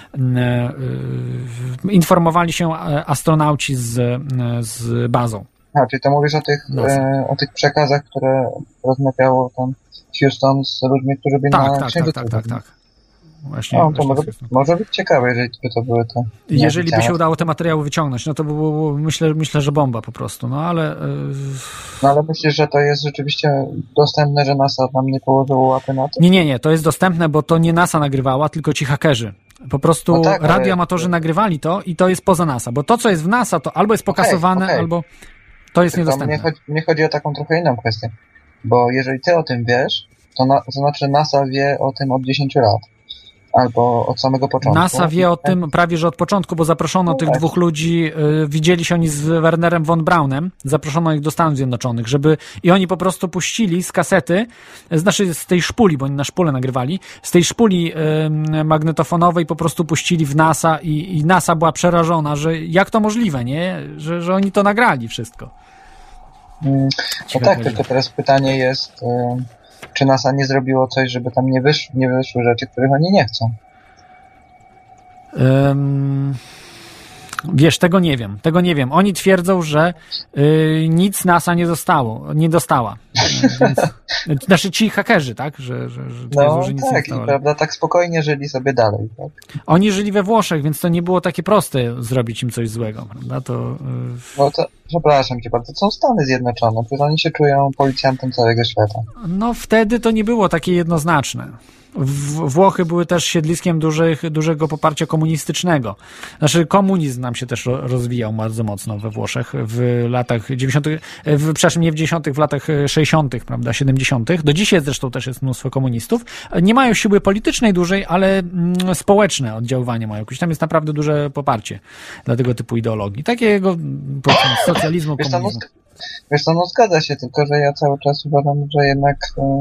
informowali się astronauci z bazą.
Czyli to mówisz o tych przekazach, które rozmawiało tam Houston z ludźmi, którzy byli na Księżycu. Tak. Właśnie, no, to może być ciekawe, jeżeli by to były te...
Jeżeli by się udało te materiały wyciągnąć, no to by było, myślę, że bomba po prostu, no ale...
No ale myślisz, że to jest rzeczywiście dostępne, że NASA nam nie położyło łapy na to?
Nie, to jest dostępne, bo to nie NASA nagrywała, tylko ci hakerzy. Po prostu radioamatorzy nagrywali to i to jest poza NASA, bo to, co jest w NASA, to albo jest pokasowane, albo... To jest niedostępne.
Mnie chodzi o taką trochę inną kwestię, bo jeżeli ty o tym wiesz, to znaczy NASA wie o tym od 10 lat, albo od samego początku.
NASA wie o tym prawie, że od początku, bo zaproszono tych dwóch ludzi, widzieli się oni z Wernerem von Braunem, zaproszono ich do Stanów Zjednoczonych, i oni po prostu puścili z kasety, znaczy z tej szpuli, bo oni na szpulę nagrywali, z tej szpuli magnetofonowej po prostu puścili w NASA i NASA była przerażona, że jak to możliwe, nie? Że oni to nagrali wszystko.
No tak, tylko teraz pytanie jest, czy NASA nie zrobiło coś, żeby tam nie wyszły rzeczy, których oni nie chcą?
Wiesz, tego nie wiem. Oni twierdzą, że nic NASA nie dostała. Więc, znaczy ci hakerzy, tak? Że twierdzą, że nic nie
tak,
dostała.
i prawda, tak spokojnie żyli sobie dalej, tak?
Oni żyli we Włoszech, więc to nie było takie proste zrobić im coś złego, prawda?
No to, przepraszam cię bardzo, to są Stany Zjednoczone, przecież oni się czują policjantem całego świata.
No wtedy to nie było takie jednoznaczne. Włochy były też siedliskiem dużego poparcia komunistycznego. Znaczy komunizm nam się też rozwijał bardzo mocno we Włoszech w latach 90., przepraszam, nie w 10., w latach 60., prawda, 70. Do dzisiaj zresztą też jest mnóstwo komunistów. Nie mają siły politycznej dużej, ale społeczne oddziaływanie mają. Tam jest naprawdę duże poparcie dla tego typu ideologii. Takiego socjalizmu, komunizmu.
Wiesz co, no zgadza się, tylko że ja cały czas uważam, że jednak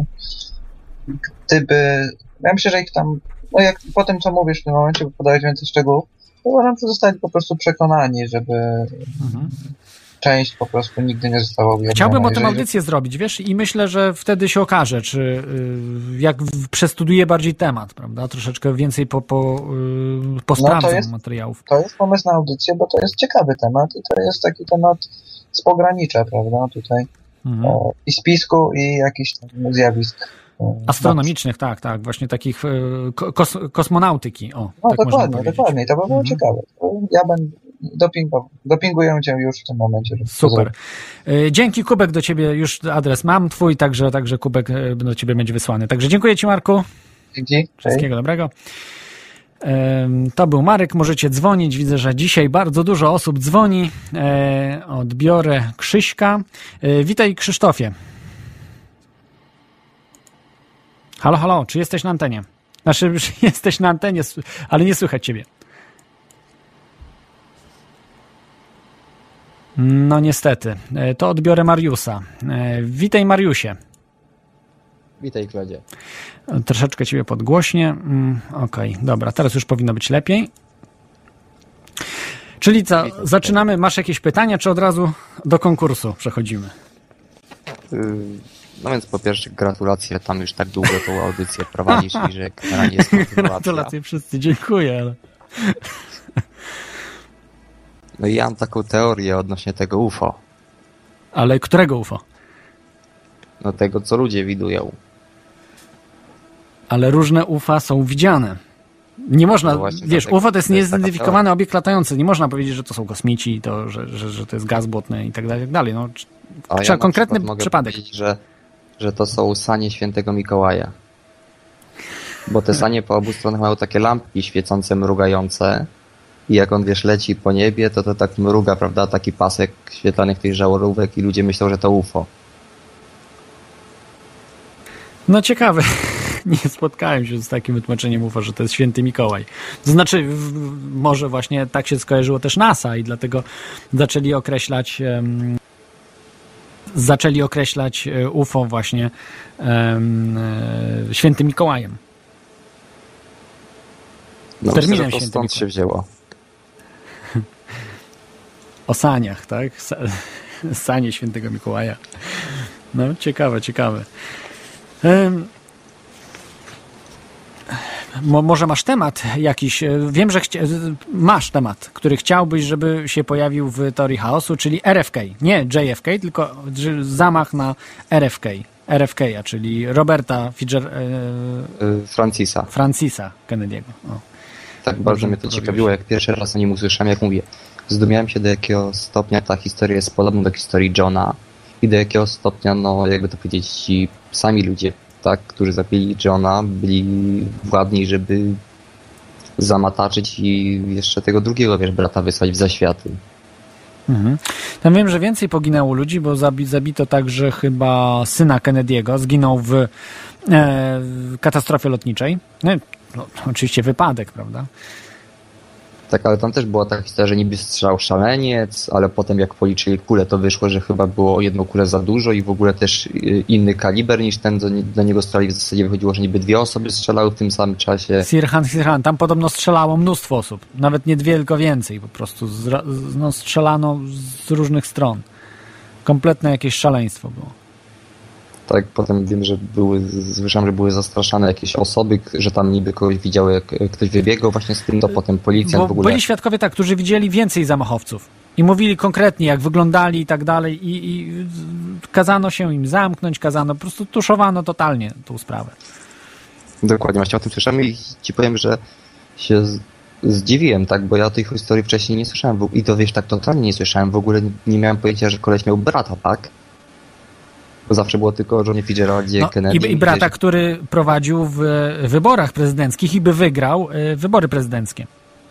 gdyby... Ja myślę, że ich tam, no jak po tym, co mówisz w tym momencie, bo podałeś więcej szczegółów, to uważam, że zostali po prostu przekonani, żeby część po prostu nigdy nie została ujawniona.
Chciałbym o tym audycję zrobić, wiesz, i myślę, że wtedy się okaże, czy jak przestudiuję bardziej temat, prawda, troszeczkę więcej posprawdzam materiałów.
To jest pomysł na audycję, bo to jest ciekawy temat i to jest taki temat z pogranicza, prawda, tutaj i spisku, i jakichś tam zjawisk
astronomicznych, tak, właśnie takich kosmonautyki. O,
no
tak
dokładnie, i to by było ciekawe. Ja dopinguję cię już w tym momencie.
Super. Dzięki, Kubek, do ciebie już adres mam twój, także Kubek do ciebie będzie wysłany. Także dziękuję ci, Marku.
Dzięki.
Wszystkiego dobrego. To był Marek, możecie dzwonić. Widzę, że dzisiaj bardzo dużo osób dzwoni. Odbiorę Krzyśka. Witaj, Krzysztofie. Halo, czy jesteś na antenie? Znaczy, jesteś na antenie, ale nie słychać ciebie. No niestety. To odbiorę Mariusza. Witaj, Mariusie.
Witaj, Klodzie.
Troszeczkę ciebie podgłośnie. Okej, dobra, teraz już powinno być lepiej. Czyli co, zaczynamy? Masz jakieś pytania, czy od razu do konkursu przechodzimy?
No więc po pierwsze gratulacje, tam już tak długo tą audycję prowadzisz i że generalnie jest kontynuacja.
Gratulacje wszyscy, dziękuję. Ale...
No i ja mam taką teorię odnośnie tego UFO.
Ale którego UFO?
No tego, co ludzie widują.
Ale różne UFA są widziane. Nie można, no wiesz, UFO to jest niezidentyfikowany obiekt latający. Nie można powiedzieć, że to są kosmici, to, że to jest gaz błotny i tak dalej. No, trzeba konkretny przypadek.
Mogę powiedzieć, że to są sanie świętego Mikołaja. Bo te sanie po obu stronach mają takie lampki świecące, mrugające. I jak on, wiesz, leci po niebie, to tak mruga, prawda? Taki pasek świetlanych tych żarówek i ludzie myślą, że to UFO.
No ciekawe. Nie spotkałem się z takim wytłumaczeniem UFO, że to jest święty Mikołaj. To znaczy, może właśnie tak się skojarzyło też NASA i dlatego zaczęli określać UFO właśnie świętym Mikołajem.
No, terminem myślę, że to stąd się wzięło.
O saniach, tak? Sanie świętego Mikołaja. No, ciekawe. Może masz temat jakiś, wiem, że masz temat, który chciałbyś, żeby się pojawił w Teorii Chaosu, czyli RFK. Nie JFK, tylko zamach na RFK, czyli Roberta Francisa Kennedy'ego.
Tak, bardzo mnie to ciekawiło, jak pierwszy raz o nim usłyszałem, jak mówię. Zdumiałem się, do jakiego stopnia ta historia jest podobna do historii Johna i do jakiego stopnia, no jakby to powiedzieć, ci sami ludzie, tak, którzy zabili Johna, byli władni, żeby zamataczyć i jeszcze tego drugiego, wiesz, brata wysłać w zaświaty.
Tam wiem, że więcej poginęło ludzi, bo zabito także chyba syna Kennedy'ego, zginął w katastrofie lotniczej. No, oczywiście wypadek, prawda?
Tak, ale tam też była taka historia, że niby strzelał szaleniec, ale potem jak policzyli kulę, to wyszło, że chyba było o jedną kulę za dużo i w ogóle też inny kaliber niż ten, do niego strzelali. W zasadzie wychodziło, że niby 2 osoby strzelały w tym samym czasie.
Sirhan, tam podobno strzelało mnóstwo osób. Nawet nie 2, tylko więcej. Po prostu strzelano z różnych stron. Kompletne jakieś szaleństwo było.
Tak, potem wiem, że słyszałem, że były zastraszane jakieś osoby, że tam niby kogoś widziały, jak ktoś wybiegał właśnie z tym, to potem policjant
Bo
w ogóle...
byli świadkowie, tak, którzy widzieli więcej zamachowców i mówili konkretnie, jak wyglądali i tak dalej i kazano się im zamknąć, po prostu tuszowano totalnie tą sprawę.
Dokładnie, właśnie o tym słyszałem i ci powiem, że się zdziwiłem, tak, bo ja o tej historii wcześniej nie słyszałem i to wiesz, tak totalnie nie słyszałem, w ogóle nie miałem pojęcia, że koleś miał brata, tak? Bo zawsze było tylko o Johnie Fitzgeraldzie, Kennedy.
I brata, który prowadził w wyborach prezydenckich i by wygrał wybory prezydenckie.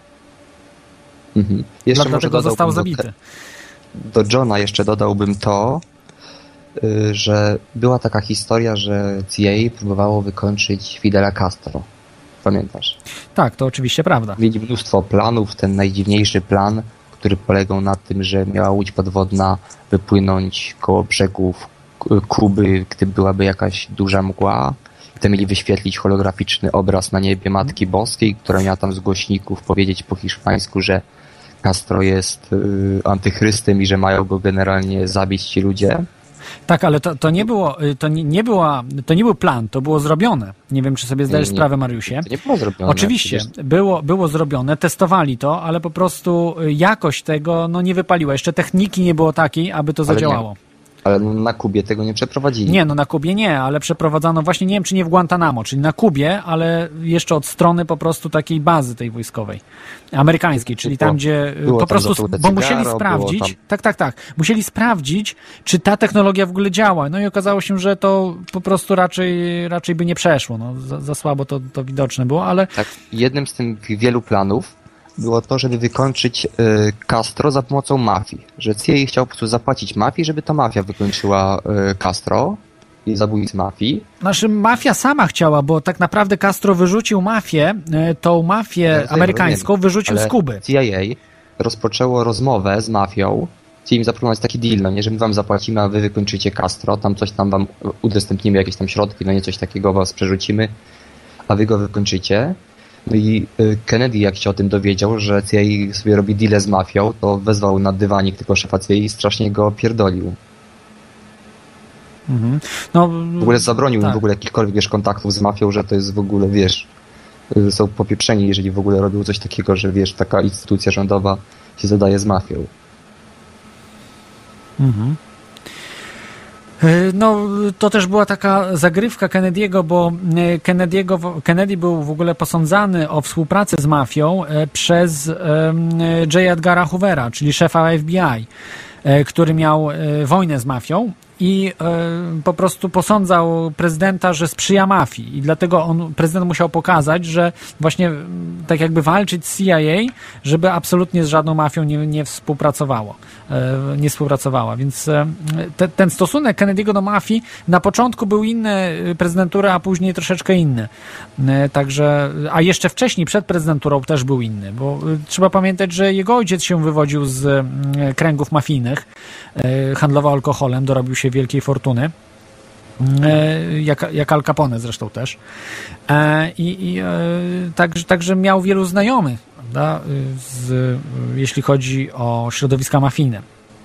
Mhm. Jeszcze może
Dlatego został zabity.
Do Johna jeszcze dodałbym to, że była taka historia, że CIA próbowało wykończyć Fidela Castro. Pamiętasz?
Tak, to oczywiście prawda.
Mieli mnóstwo planów. Ten najdziwniejszy plan, który polegał na tym, że miała łódź podwodna wypłynąć koło brzegów Kuby, gdy byłaby jakaś duża mgła. I to mieli wyświetlić holograficzny obraz na niebie Matki Boskiej, która miała tam z głośników powiedzieć po hiszpańsku, że Castro jest antychrystem i że mają go generalnie zabić ci ludzie.
Tak, ale to nie był plan, to było zrobione. Nie wiem, czy sobie zdajesz sprawę, Mariusie.
To nie było zrobione.
Oczywiście, było zrobione, testowali to, ale po prostu jakość tego nie wypaliła. Jeszcze techniki nie było takiej, aby to zadziałało.
Ale na Kubie tego nie przeprowadzili.
Nie, na Kubie nie, ale przeprowadzano właśnie, nie wiem, czy nie w Guantanamo, czyli na Kubie, ale jeszcze od strony po prostu takiej bazy tej wojskowej, amerykańskiej, czyli tam, gdzie po prostu, bo musieli sprawdzić, tak, musieli sprawdzić, czy ta technologia w ogóle działa. No i okazało się, że to po prostu raczej by nie przeszło. Za słabo to widoczne było, ale... Tak,
jednym z tych wielu planów było to, żeby wykończyć Castro za pomocą mafii. Że CIA chciał po prostu zapłacić mafii, żeby ta mafia wykończyła Castro i zabójcy mafii.
Mafia sama chciała, bo tak naprawdę Castro wyrzucił tą mafię amerykańską wyrzucił z Kuby.
CIA rozpoczęło rozmowę z mafią, chcieli im zaproponować taki deal, że my wam zapłacimy, a wy wykończycie Castro, tam coś tam wam udostępnimy, jakieś tam środki, nie coś takiego was przerzucimy, a wy go wykończycie. No i Kennedy, jak się o tym dowiedział, że CIA sobie robi deale z mafią, to wezwał na dywanik tego szefa CIA i strasznie go pierdolił.
Mhm.
W ogóle zabronił im w ogóle jakichkolwiek kontaktów z mafią, że to jest w ogóle, są popieprzeni, jeżeli w ogóle robią coś takiego, że taka instytucja rządowa się zadaje z mafią.
Mhm. To też była taka zagrywka Kennedy'ego, bo Kennedy był w ogóle posądzany o współpracę z mafią przez J. Edgara Hoovera, czyli szefa FBI, który miał wojnę z mafią i po prostu posądzał prezydenta, że sprzyja mafii i dlatego prezydent musiał pokazać, że właśnie tak jakby walczyć z CIA, żeby absolutnie z żadną mafią nie współpracowała, więc ten stosunek Kennedy'ego do mafii na początku był inny prezydentury, a później troszeczkę inny. Także, a jeszcze wcześniej, przed prezydenturą też był inny, bo trzeba pamiętać, że jego ojciec się wywodził z kręgów mafijnych, handlował alkoholem, dorobił się wielkiej fortuny, jak Al Capone zresztą też. Także miał wielu znajomych, prawda, jeśli chodzi o środowiska mafijne.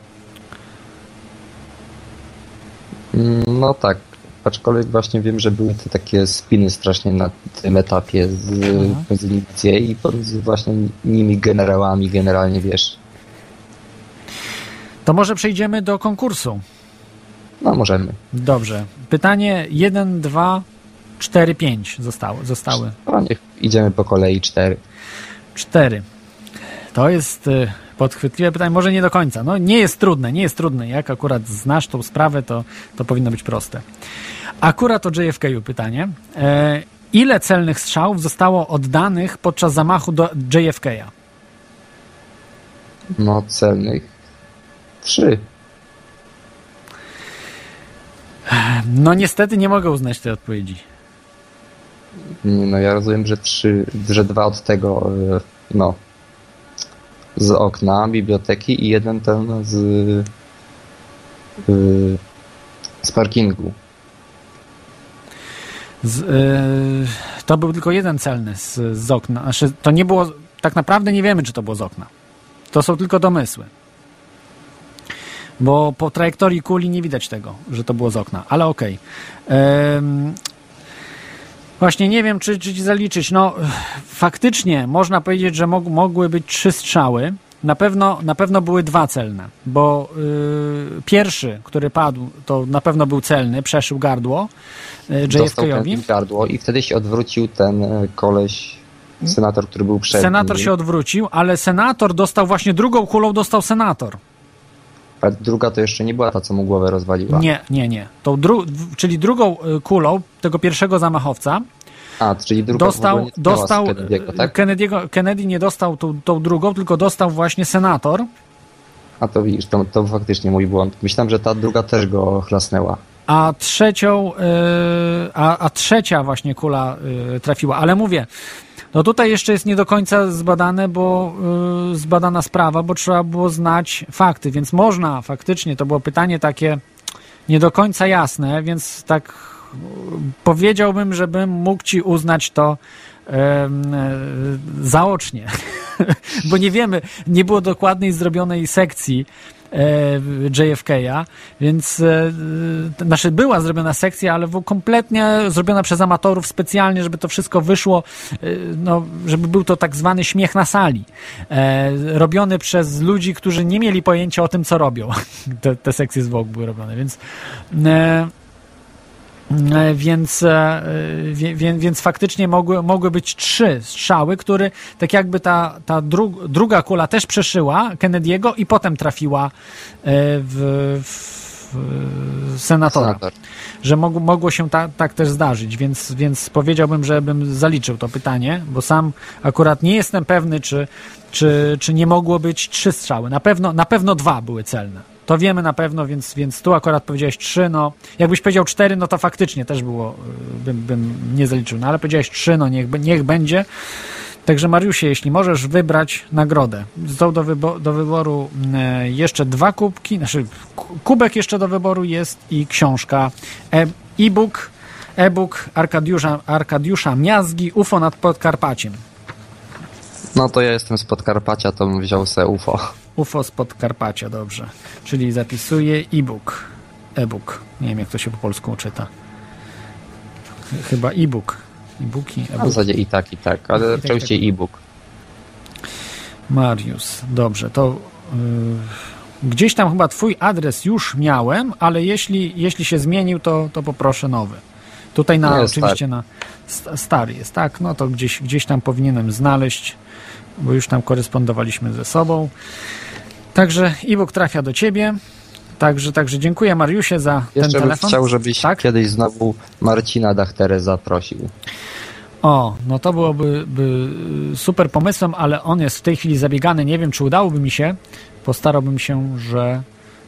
No tak, aczkolwiek właśnie wiem, że były te takie spiny strasznie na tym etapie z CIA i z właśnie nimi generałami generalnie,
To może przejdziemy do konkursu.
No, możemy.
Dobrze. Pytanie 1, 2, 4, 5 zostały.
No, niech idziemy po kolei 4.
4. To jest podchwytliwe pytanie, może nie do końca. No, nie jest trudne. Jak akurat znasz tą sprawę, to powinno być proste. Akurat o JFK-u pytanie. Ile celnych strzałów zostało oddanych podczas zamachu do JFK-a?
No, celnych 3.
No niestety nie mogę uznać tej odpowiedzi.
No ja rozumiem, że 2 od tego, z okna biblioteki i 1 ten z parkingu.
To był tylko 1 celny z okna. Znaczy, to nie było, tak naprawdę nie wiemy, czy to było z okna. To są tylko domysły. Bo po trajektorii kuli nie widać tego, że to było z okna, ale okej. Właśnie nie wiem, czy ci zaliczyć. No, faktycznie można powiedzieć, że mogły być 3 strzały. Na pewno były 2 celne, bo pierwszy, który padł, to na pewno był celny, przeszył gardło JFK-owi.
Dostał gardło i wtedy się odwrócił ten koleś, senator, który był przed
Senator
nim.
się odwrócił, ale senator dostał właśnie drugą kulą, dostał senator.
A druga to jeszcze nie była ta, co mu głowę rozwaliła.
Nie. Czyli drugą kulą tego pierwszego zamachowca
Czyli druga
dostał
Kennedy'ego, tak?
Kennedy nie dostał tą drugą, tylko dostał właśnie senator.
A to widzisz, to faktycznie mój błąd. Myślałem, że ta druga też go chlasnęła.
A trzecia właśnie kula trafiła. Ale mówię, no tutaj jeszcze jest nie do końca zbadana sprawa, bo trzeba było znać fakty, więc można faktycznie, to było pytanie takie nie do końca jasne, więc tak powiedziałbym, żebym mógł ci uznać to zaocznie, bo nie wiemy, nie było dokładnej zrobionej sekcji JFK-a, więc była zrobiona sekcja, ale kompletnie zrobiona przez amatorów specjalnie, żeby to wszystko wyszło, no, żeby był to tak zwany śmiech na sali. Robiony przez ludzi, którzy nie mieli pojęcia o tym, co robią. Te sekcje zwłok były robione, więc faktycznie mogły być 3 strzały, które tak jakby ta druga kula też przeszyła Kennedy'ego i potem trafiła w senatora.
Senator.
Że mogło się tak też zdarzyć, więc powiedziałbym, żebym zaliczył to pytanie, bo sam akurat nie jestem pewny, czy nie mogło być 3 strzały. Na pewno 2 były celne. To wiemy na pewno, więc tu akurat powiedziałeś 3, no jakbyś powiedział 4, no to faktycznie też było, bym nie zaliczył, no ale powiedziałeś 3, no niech będzie. Także Mariusie, jeśli możesz wybrać nagrodę. Są do wyboru jeszcze 2 kubki, znaczy kubek jeszcze do wyboru jest i książka, e-book Arkadiusza Miazgi, UFO nad Podkarpaciem.
No to ja jestem z Podkarpacia, to bym wziął se UFO.
UFO z Podkarpacia, dobrze. Czyli zapisuję e-book. E-book. Nie wiem, jak to się po polsku czyta. Chyba e-book. E-booki,
W zasadzie i tak, ale oczywiście e-book.
Mariusz, dobrze, to gdzieś tam chyba twój adres już miałem, ale jeśli się zmienił, to poproszę nowy. Tutaj oczywiście na stary jest, tak? No to gdzieś tam powinienem znaleźć, bo już tam korespondowaliśmy ze sobą. Także e-book trafia do ciebie. Także dziękuję Mariusie za ten telefon.
Jeszcze bym chciał, żebyś kiedyś znowu Marcina Dachterę zaprosił.
O, no to byłoby super pomysłem, ale on jest w tej chwili zabiegany. Nie wiem, czy udałoby mi się. Postarałbym się, że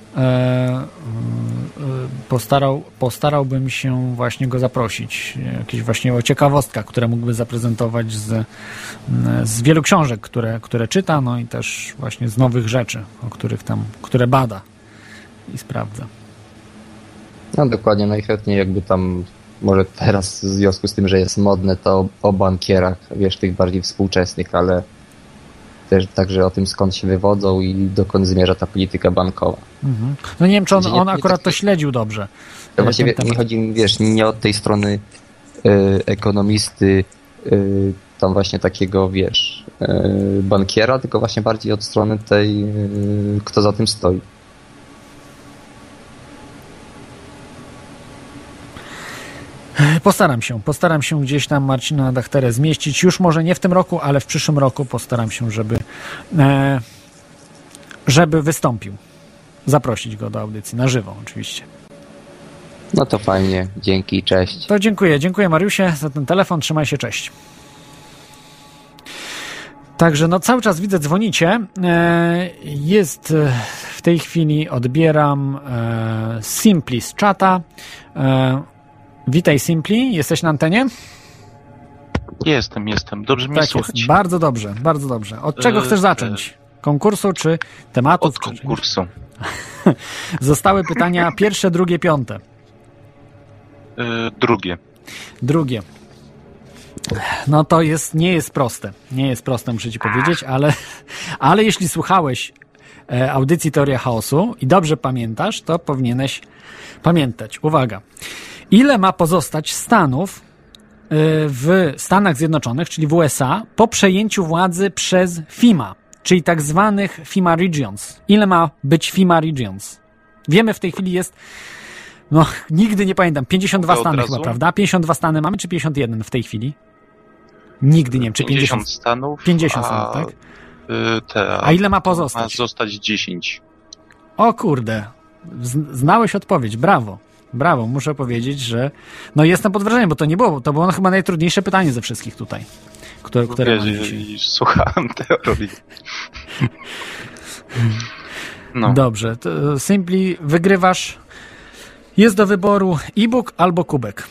postarałbym się właśnie go zaprosić. Jakieś właśnie o ciekawostkach, które mógłby zaprezentować z wielu książek, które czyta, no i też właśnie z nowych rzeczy, które bada i sprawdza.
No dokładnie, najchętniej jakby tam może teraz w związku z tym, że jest modne, to o bankierach, wiesz, tych bardziej współczesnych, ale też także o tym, skąd się wywodzą i dokąd zmierza ta polityka bankowa.
Mhm. No nie wiem, czy on akurat to śledził dobrze.
To właściwie nie chodzi, wiesz, nie od tej strony ekonomisty, tam właśnie takiego, wiesz, bankiera, tylko właśnie bardziej od strony tej, kto za tym stoi.
Postaram się gdzieś tam Marcina Dachterę zmieścić. Już może nie w tym roku, ale w przyszłym roku postaram się, żeby wystąpił. Zaprosić go do audycji, na żywo oczywiście.
No to fajnie, dzięki, cześć.
To dziękuję Mariusie za ten telefon, trzymaj się, cześć. Także no cały czas widzę, dzwonicie. Jest w tej chwili, odbieram Simpli z czata. Witaj Simpli, jesteś na antenie?
Jestem. Dobrze mnie słuchać?
Jest. Bardzo dobrze. Od czego chcesz zacząć? Konkursu czy tematów?
Od konkursu.
Zostały pytania pierwsze, drugie, piąte. Drugie. No to nie jest proste. Nie jest proste, muszę ci powiedzieć, ale jeśli słuchałeś audycji Teoria Chaosu i dobrze pamiętasz, to powinieneś pamiętać. Uwaga. Ile ma pozostać stanów w Stanach Zjednoczonych, czyli w USA, po przejęciu władzy przez FEMA, czyli tak zwanych FEMA Regions? Ile ma być FEMA Regions? Wiemy, w tej chwili jest, no nigdy nie pamiętam, 52 stany chyba, prawda? 52 stany mamy, czy 51 w tej chwili? Nigdy nie wiem, czy
50 stanów.
50 stanów, tak? A ile ma pozostać?
Ma zostać 10.
O kurde, znałeś odpowiedź, brawo. Brawo, muszę powiedzieć, że no jestem pod wrażeniem, bo to było chyba najtrudniejsze pytanie ze wszystkich tutaj, które mam dzisiaj.
Słuchałem teorii. No.
Dobrze, to Simply wygrywasz. Jest do wyboru e-book albo kubek.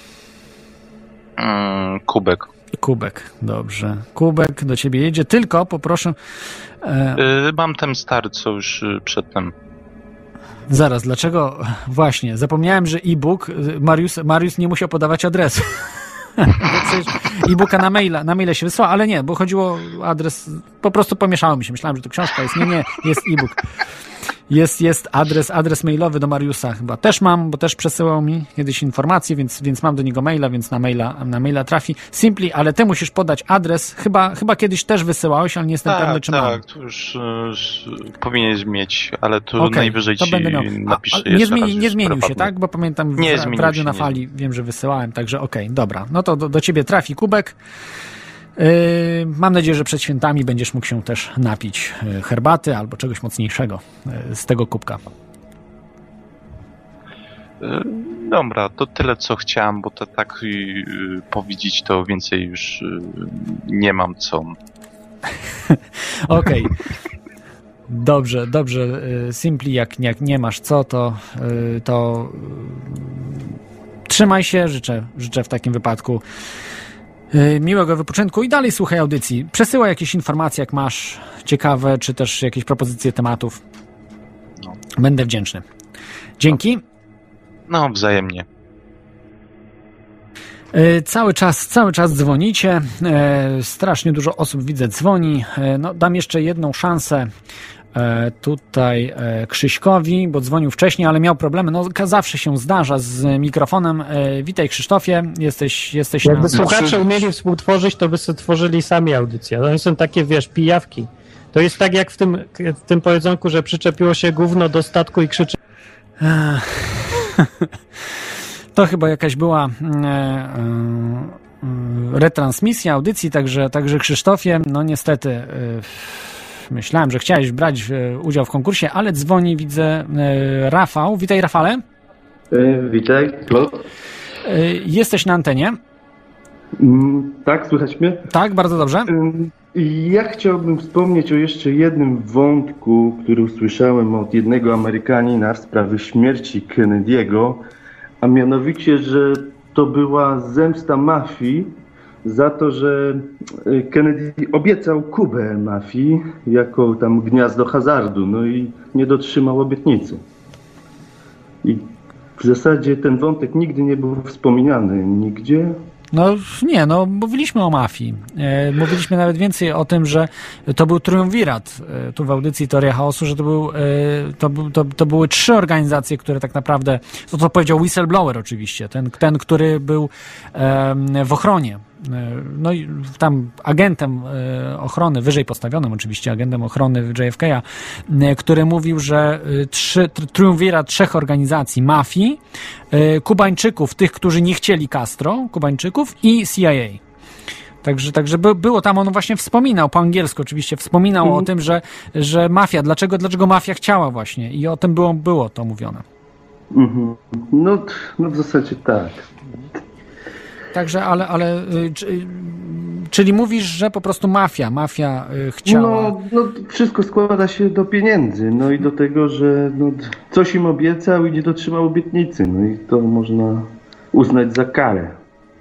Kubek.
Kubek, dobrze. Kubek do ciebie jedzie, tylko poproszę...
Mam ten stary, co już przedtem.
Zaraz, dlaczego? Właśnie, zapomniałem, że e-book, Mariusz nie musiał podawać adresu. E-booka na maila się wysłał, ale nie, bo chodziło o adres, po prostu pomieszało mi się. Myślałem, że to książka jest. Nie, jest e-book. Jest adres mailowy do Mariusza chyba. Też mam, bo też przesyłał mi kiedyś informacje, więc mam do niego maila, więc na maila trafi. Simply, ale ty musisz podać adres. Chyba kiedyś też wysyłałeś, ale nie jestem pewny, czy mam.
Tak, to już powinieneś mieć, ale tu najwyżej
to
ci
będę miał.
napiszę
Nie zmienił się, tak? Bo pamiętam w Radiu na Fali wiem, że wysyłałem, także dobra. No to do ciebie trafi kubek. Mam nadzieję, że przed świętami będziesz mógł się też napić herbaty albo czegoś mocniejszego z tego kubka.
Dobra, to tyle co chciałem, bo to tak powiedzieć to więcej już nie mam co.
Okej. Dobrze. Simply, jak nie masz co, to trzymaj się, życzę w takim wypadku miłego wypoczynku i dalej słuchaj audycji. Przesyłaj jakieś informacje, jak masz ciekawe, czy też jakieś propozycje tematów.
No.
Będę wdzięczny. Dzięki.
No, wzajemnie.
Cały czas dzwonicie. Strasznie dużo osób widzę dzwoni. No, dam jeszcze jedną szansę tutaj Krzyśkowi, bo dzwonił wcześniej, ale miał problemy. No, zawsze się zdarza z mikrofonem. Witaj, Krzysztofie. Jesteś
Jakby słuchacze umieli współtworzyć, to by sobie tworzyli sami audycję. One są takie, pijawki. To jest tak jak w tym powiedzonku, że przyczepiło się gówno do statku i krzyczy.
To chyba jakaś była retransmisja audycji, także Krzysztofie, no niestety myślałem, że chciałeś brać udział w konkursie, ale dzwoni, widzę, Rafał. Witaj, Rafale.
Witaj.
Jesteś na antenie.
Tak, słychać mnie?
Tak, bardzo dobrze.
Ja chciałbym wspomnieć o jeszcze jednym wątku, który usłyszałem od jednego Amerykanina w sprawie śmierci Kennedy'ego, a mianowicie, że to była zemsta mafii za to, że Kennedy obiecał Kubę mafii jako tam gniazdo hazardu, no i nie dotrzymał obietnicy. I w zasadzie ten wątek nigdy nie był wspominany nigdzie.
No mówiliśmy o mafii. Mówiliśmy nawet więcej o tym, że to był triumvirat tu w audycji Teoria Chaosu, że to były 3 organizacje, które tak naprawdę, to powiedział whistleblower oczywiście, ten który był w ochronie. No i tam agentem ochrony, wyżej postawionym oczywiście agentem ochrony JFK-a, który mówił, że triumvirat 3 organizacji mafii, Kubańczyków, tych, którzy nie chcieli Castro, Kubańczyków i CIA. Także było tam, on właśnie wspominał, po angielsku oczywiście, wspominał o tym, że mafia, dlaczego mafia chciała właśnie i o tym było to mówione.
No w zasadzie tak.
Także, czyli mówisz, że po prostu mafia chciała...
No wszystko składa się do pieniędzy, no i do tego, że coś im obiecał i nie dotrzymał obietnicy, no i to można uznać za karę.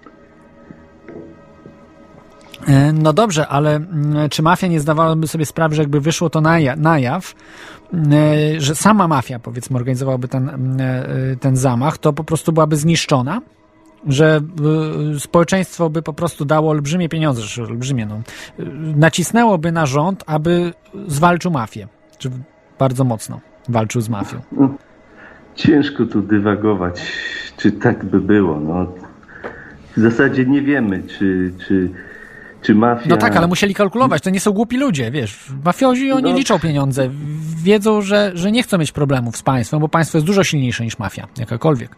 No dobrze, ale czy mafia nie zdawałaby sobie sprawy, że jakby wyszło to na jaw, że sama mafia, powiedzmy, organizowałaby ten zamach, to po prostu byłaby zniszczona? Że społeczeństwo by po prostu dało olbrzymie pieniądze, nacisnęłoby na rząd, aby zwalczył mafię. bardzo mocno walczył z mafią.
No, ciężko tu dywagować, czy tak by było. No, w zasadzie nie wiemy, czy mafia...
No tak, ale musieli kalkulować, to nie są głupi ludzie, wiesz. Mafiozi, oni liczą pieniądze, wiedzą, że nie chcą mieć problemów z państwem, bo państwo jest dużo silniejsze niż mafia, jakakolwiek.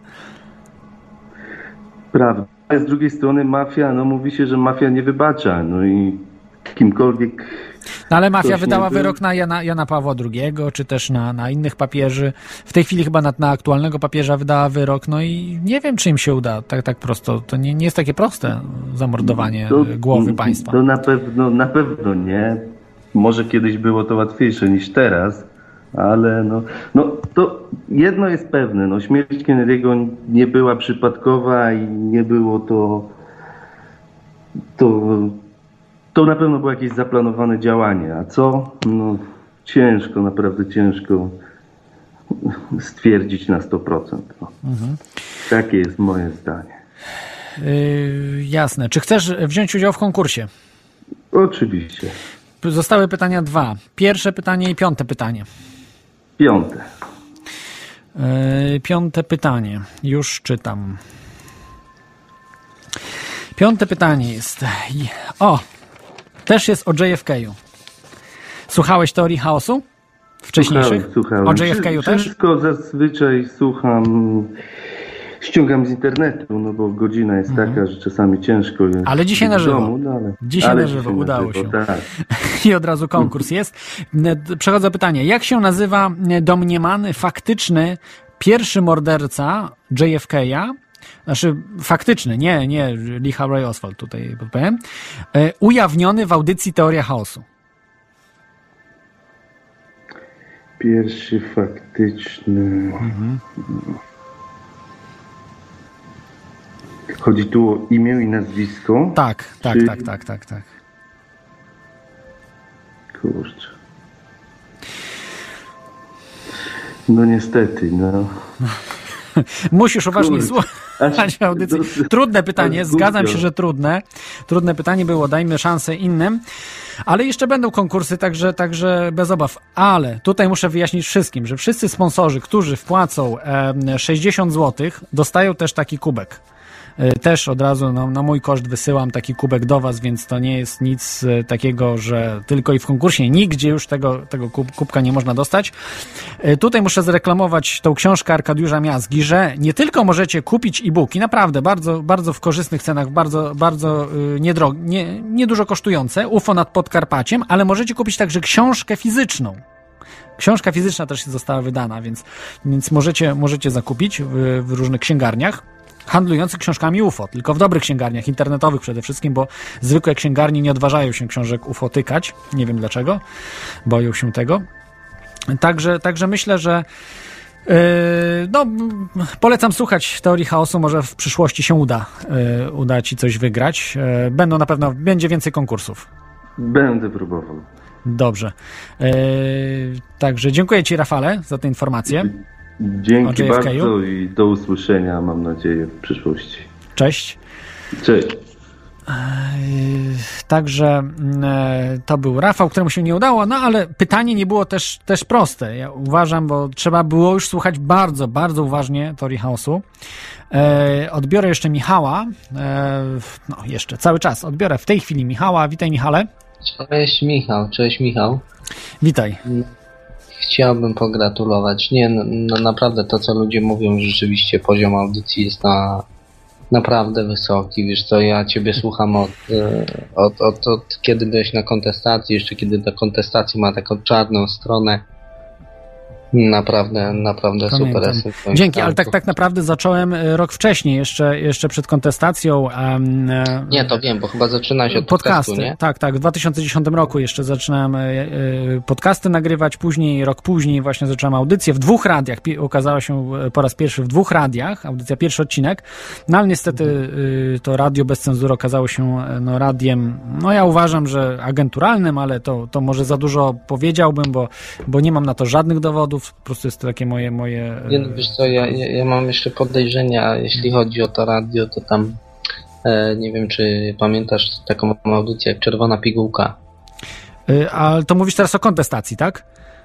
Prawda. Z drugiej strony mafia, no mówi się, że mafia nie wybacza, no i kimkolwiek...
No ale mafia wydała
był...
wyrok na Jana Pawła II, czy też na innych papieży. W tej chwili chyba na aktualnego papieża wydała wyrok, no i nie wiem, czy im się uda tak prosto. To nie jest takie proste zamordowanie głowy państwa.
To na pewno nie. Może kiedyś było to łatwiejsze niż teraz, ale no to jedno jest pewne, no śmierć Kennedy'ego nie była przypadkowa i nie było to na pewno było jakieś zaplanowane działanie, a co? No ciężko, naprawdę ciężko stwierdzić na 100%. No. Takie jest moje zdanie.
Jasne. Czy chcesz wziąć udział w konkursie?
Oczywiście.
Zostały pytania 2. Pierwsze pytanie i 5. pytanie.
5.
5. pytanie. Już czytam. 5. pytanie jest... też jest o JFK-u. Słuchałeś teorii chaosu? Wcześniejszych?
Słuchałem.
O JFK-u też?
Wszystko zazwyczaj słucham, ściągam z internetu, no bo godzina jest taka, że czasami ciężko jest.
Ale dzisiaj na żywo.
Domu, no
dzisiaj na żywo, udało się.
Tak.
I od razu konkurs jest. Przechodzę do pytania. Jak się nazywa domniemany, faktyczny pierwszy morderca JFK-a? Znaczy faktyczny, nie Lee Harvey Oswald, tutaj powiem, ujawniony w audycji Teoria Chaosu.
Pierwszy faktyczny. Chodzi tu o imię i nazwisko?
Tak.
Kurczę. No niestety, no.
Musisz uważnie słuchać audycji. Trudne pytanie, zgadzam się, że trudne. Trudne pytanie było, dajmy szansę innym. Ale jeszcze będą konkursy, także bez obaw. Ale tutaj muszę wyjaśnić wszystkim, że wszyscy sponsorzy, którzy wpłacą 60 zł, dostają też taki kubek. Też od razu na mój koszt wysyłam taki kubek do was, więc to nie jest nic takiego, że tylko i w konkursie nigdzie już tego kubka nie można dostać. Tutaj muszę zareklamować tą książkę Arkadiusza Miazgi, że nie tylko możecie kupić e-booki, naprawdę bardzo, bardzo w korzystnych cenach, bardzo niedużo kosztujące, UFO nad Podkarpaciem, ale możecie kupić także książkę fizyczną. Książka fizyczna też została wydana, więc możecie zakupić w różnych księgarniach handlujących książkami UFO, tylko w dobrych księgarniach, internetowych przede wszystkim, bo zwykłe księgarnie nie odważają się książek UFO tykać. Nie wiem dlaczego. Boją się tego. Także myślę, że polecam słuchać Teorii Chaosu. Może w przyszłości się uda ci coś wygrać. Będzie więcej konkursów.
Będę próbował.
Dobrze. Także dziękuję ci, Rafale, za tę informację.
Dzięki bardzo i do usłyszenia, mam nadzieję, w przyszłości.
Cześć.
Cześć.
Także to był Rafał, któremu się nie udało, no ale pytanie nie było też proste. Ja uważam, bo trzeba było już słuchać bardzo, bardzo uważnie Teorii Chaosu. Odbiorę jeszcze Michała. Jeszcze cały czas odbiorę w tej chwili Michała. Witaj, Michale.
Cześć Michał.
Witaj.
Chciałbym pogratulować. Naprawdę to, co ludzie mówią, że rzeczywiście poziom audycji jest naprawdę wysoki. Wiesz co, ja ciebie słucham od kiedy byłeś na kontestacji, jeszcze kiedy ta kontestacja ma taką czarną stronę. Naprawdę super.
Dzięki, ale tak naprawdę zacząłem rok wcześniej, jeszcze przed kontestacją.
Nie, to wiem, bo chyba zaczynałeś od podcastu, nie?
Tak, w 2010 roku jeszcze zaczynałem podcasty nagrywać, rok później właśnie zacząłem audycję w 2 radiach, ukazała się po raz pierwszy w 2 radiach, audycja pierwszy odcinek, no ale niestety to radio bez cenzury okazało się radiem, ja uważam, że agenturalnym, ale to może za dużo powiedziałbym, bo nie mam na to żadnych dowodów. Po prostu jest to takie moje...
Nie, wiesz co, ja mam jeszcze podejrzenia, jeśli chodzi o to radio, to tam nie wiem, czy pamiętasz taką audycję jak Czerwona Pigułka.
Ale to mówisz teraz o kontestacji, tak?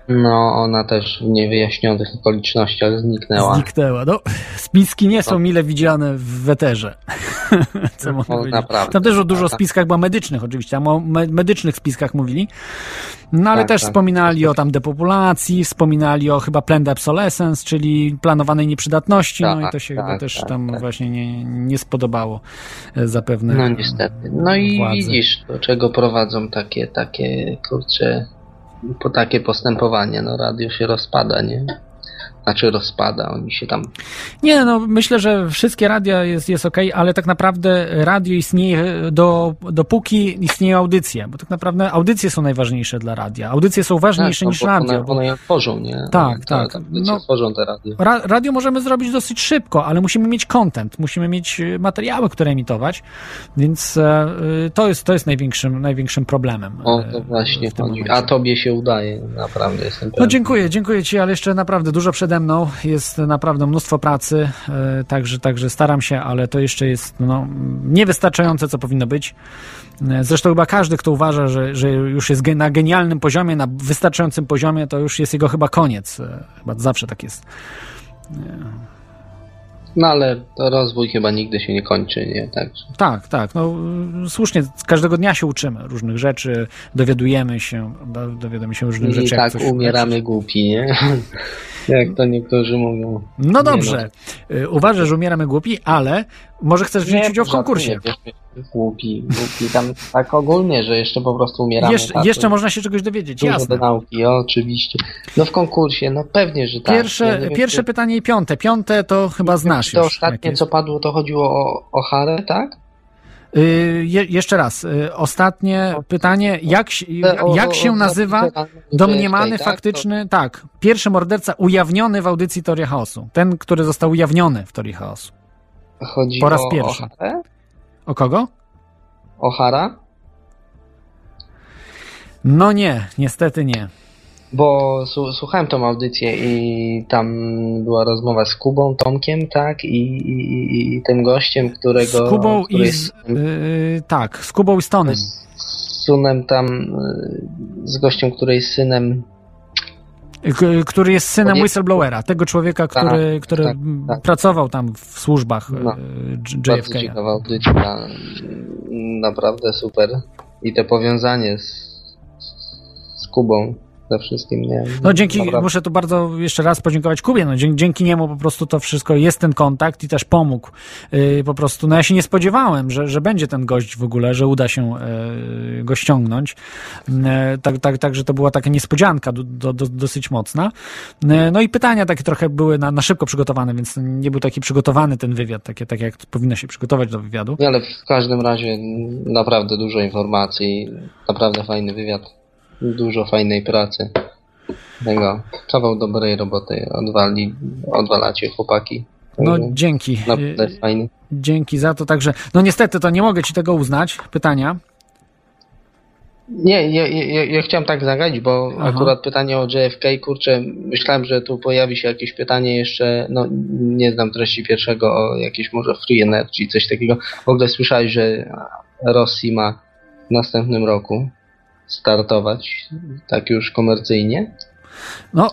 No, ona też w niewyjaśnionych okolicznościach zniknęła.
No, spiski nie są mile widziane w eterze. Co można powiedzieć?
Naprawdę.
Tam też o dużo spiskach, bo medycznych oczywiście, tam o medycznych spiskach mówili. No ale też wspominali o tam depopulacji, wspominali o chyba planned obsolescence, czyli planowanej nieprzydatności, no i to się chyba też tam właśnie nie spodobało zapewne.
No niestety. No i
władzy.
widzisz, do czego prowadzą takie kurcze, po takie postępowanie. No radio się rozpada, nie? Znaczy rozpada, oni się tam...
Nie, no myślę, że wszystkie radia jest okej, ale tak naprawdę radio istnieje dopóki istnieją audycje, bo tak naprawdę audycje są najważniejsze dla radia. Audycje są ważniejsze niż radio.
One je tworzą, nie?
Tak.
Audycje tworzą te radio.
Radio możemy zrobić dosyć szybko, ale musimy mieć content, musimy mieć materiały, które emitować, więc to jest największym problemem.
O, to właśnie chodzi. A tobie się udaje, naprawdę jestem pewien.
No dziękuję ci, ale jeszcze naprawdę dużo przede mną, jest naprawdę mnóstwo pracy, także staram się, ale to jeszcze jest niewystarczające, co powinno być. Zresztą chyba każdy, kto uważa, że już jest na genialnym poziomie, na wystarczającym poziomie, to już jest jego chyba koniec. Chyba zawsze tak jest.
No ale to rozwój chyba nigdy się nie kończy, nie?
Tak. No, słusznie, każdego dnia się uczymy różnych rzeczy, dowiadujemy się różnych rzeczy.
I tak umieramy głupi, nie? Jak to niektórzy mówią.
No dobrze. Uważasz, że umieramy głupi, ale może chcesz wziąć udział w konkursie.
Głupi. Tam tak ogólnie, że jeszcze po prostu umieramy.
Jeszcze można się czegoś dowiedzieć, jasne.
Do nauki, oczywiście. No w konkursie, no pewnie, że tak.
Pierwsze pytanie i piąte. Piąte to chyba znasz
to
już.
Ostatnie, co padło, to chodziło o Harę, tak?
Jeszcze raz. Ostatnie pytanie. Jak się nazywa domniemany, faktyczny... Tak. Pierwszy morderca ujawniony w audycji Teoria Chaosu. Ten, który został ujawniony w Teorii Chaosu.
Chodzi
po raz pierwszy.
O Harę?
O kogo?
O Hara?
No nie, niestety nie.
Bo słuchałem tą audycję i tam była rozmowa z Kubą, Tomkiem, tak? I tym gościem, którego...
Z Kubą z Kubą i Stonem.
Z synem tam, z gościem, który jest synem...
Który jest synem whistleblowera, tego człowieka, który pracował tam w służbach JFK.
Bardzo ciekawa audycja, naprawdę super. I to powiązanie z Kubą ze wszystkim, nie?
No muszę tu bardzo jeszcze raz podziękować Kubie, no dzięki niemu po prostu to wszystko jest ten kontakt i też pomógł. Po prostu, ja się nie spodziewałem, że będzie ten gość w ogóle, że uda się go ściągnąć. Także to była taka niespodzianka dosyć mocna. No i pytania takie trochę były na szybko przygotowane, więc nie był taki przygotowany ten wywiad, tak jak powinno się przygotować do wywiadu.
Ale w każdym razie naprawdę dużo informacji, naprawdę fajny wywiad. Dużo fajnej pracy. Kawał dobrej roboty odwalacie, chłopaki.
No dzięki.
Naprawdę fajny.
Dzięki za to. Także, no niestety to nie mogę ci tego uznać. Pytania?
Nie, ja chciałem tak zagrać, bo akurat pytanie o JFK, kurczę, myślałem, że tu pojawi się jakieś pytanie jeszcze, no nie znam treści pierwszego, o jakieś może Free Energy, coś takiego. W ogóle słyszałeś, że Rosji ma w następnym roku startować tak już komercyjnie?
No,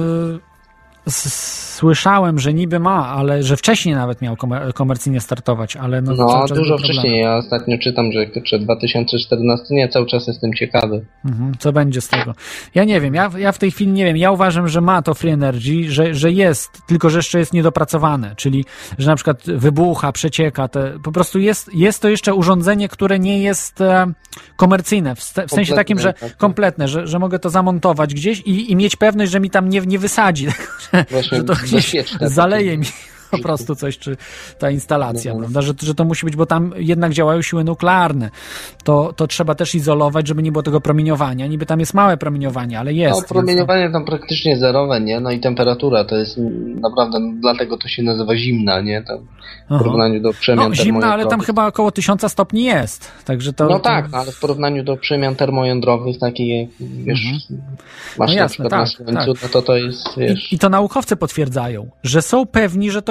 słyszałem, że niby ma, ale że wcześniej nawet miał komercyjnie startować, ale
no dużo wcześniej. Ja ostatnio czytam, że 2014, nie, cały czas jestem ciekawy.
Co będzie z tego? Ja nie wiem, ja w tej chwili nie wiem. Ja uważam, że ma to Free Energy, że jest, tylko że jeszcze jest niedopracowane, czyli że na przykład wybucha, przecieka, po prostu jest to jeszcze urządzenie, które nie jest komercyjne, w sensie takim, że kompletne, że mogę to zamontować gdzieś i mieć pewność, że mi tam nie wysadzi, że to zaleje mi po prostu coś, czy ta instalacja, prawda? Że to musi być, bo tam jednak działają siły nuklearne. To trzeba też izolować, żeby nie było tego promieniowania. Niby tam jest małe promieniowanie, ale jest.
No, promieniowanie tam praktycznie zerowe, nie? No i temperatura to jest naprawdę, dlatego to się nazywa zimna, nie? Tam w porównaniu do przemian termojądrowych.
Zimna, ale tam chyba około 1000 stopni jest. Także
ale w porównaniu do przemian termojądrowych, takie, wiesz, masz na przykład na Słońcu, no to jest, wiesz...
I to naukowcy potwierdzają, że są pewni, że to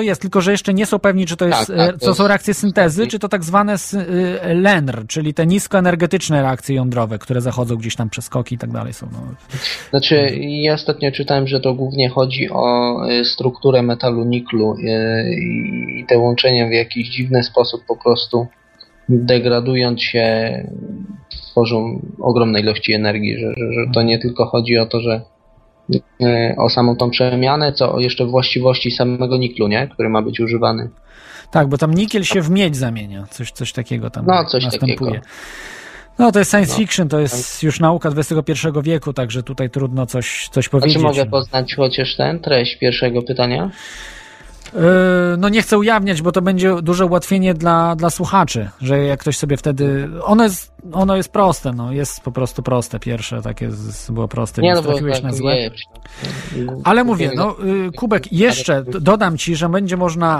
jest, tylko że jeszcze nie są pewni, czy to jest, co są reakcje syntezy, czy to tak zwane LENR, czyli te niskoenergetyczne reakcje jądrowe, które zachodzą gdzieś tam przez skoki i tak dalej są. No.
Znaczy, ja ostatnio czytałem, że to głównie chodzi o strukturę metalu niklu i te łączenia w jakiś dziwny sposób po prostu degradując się tworzą ogromne ilości energii, że to nie tylko chodzi o to, że o samą tą przemianę, co jeszcze właściwości samego niklu, nie? Który ma być używany.
Tak, bo tam nikiel się w miedź zamienia. Coś takiego tam następuje.
Takiego.
No to jest science fiction, to jest już nauka XXI wieku, także tutaj trudno coś powiedzieć.
A czy mogę poznać chociaż treść pierwszego pytania?
No nie chcę ujawniać, bo to będzie duże ułatwienie dla słuchaczy, że jak ktoś sobie wtedy... Ono jest proste, no jest po prostu proste. Pierwsze takie było proste,
nie,
więc
no
trafiłeś
tak,
na złe. Ale mówię, Kubek, jeszcze dodam ci, że będzie można...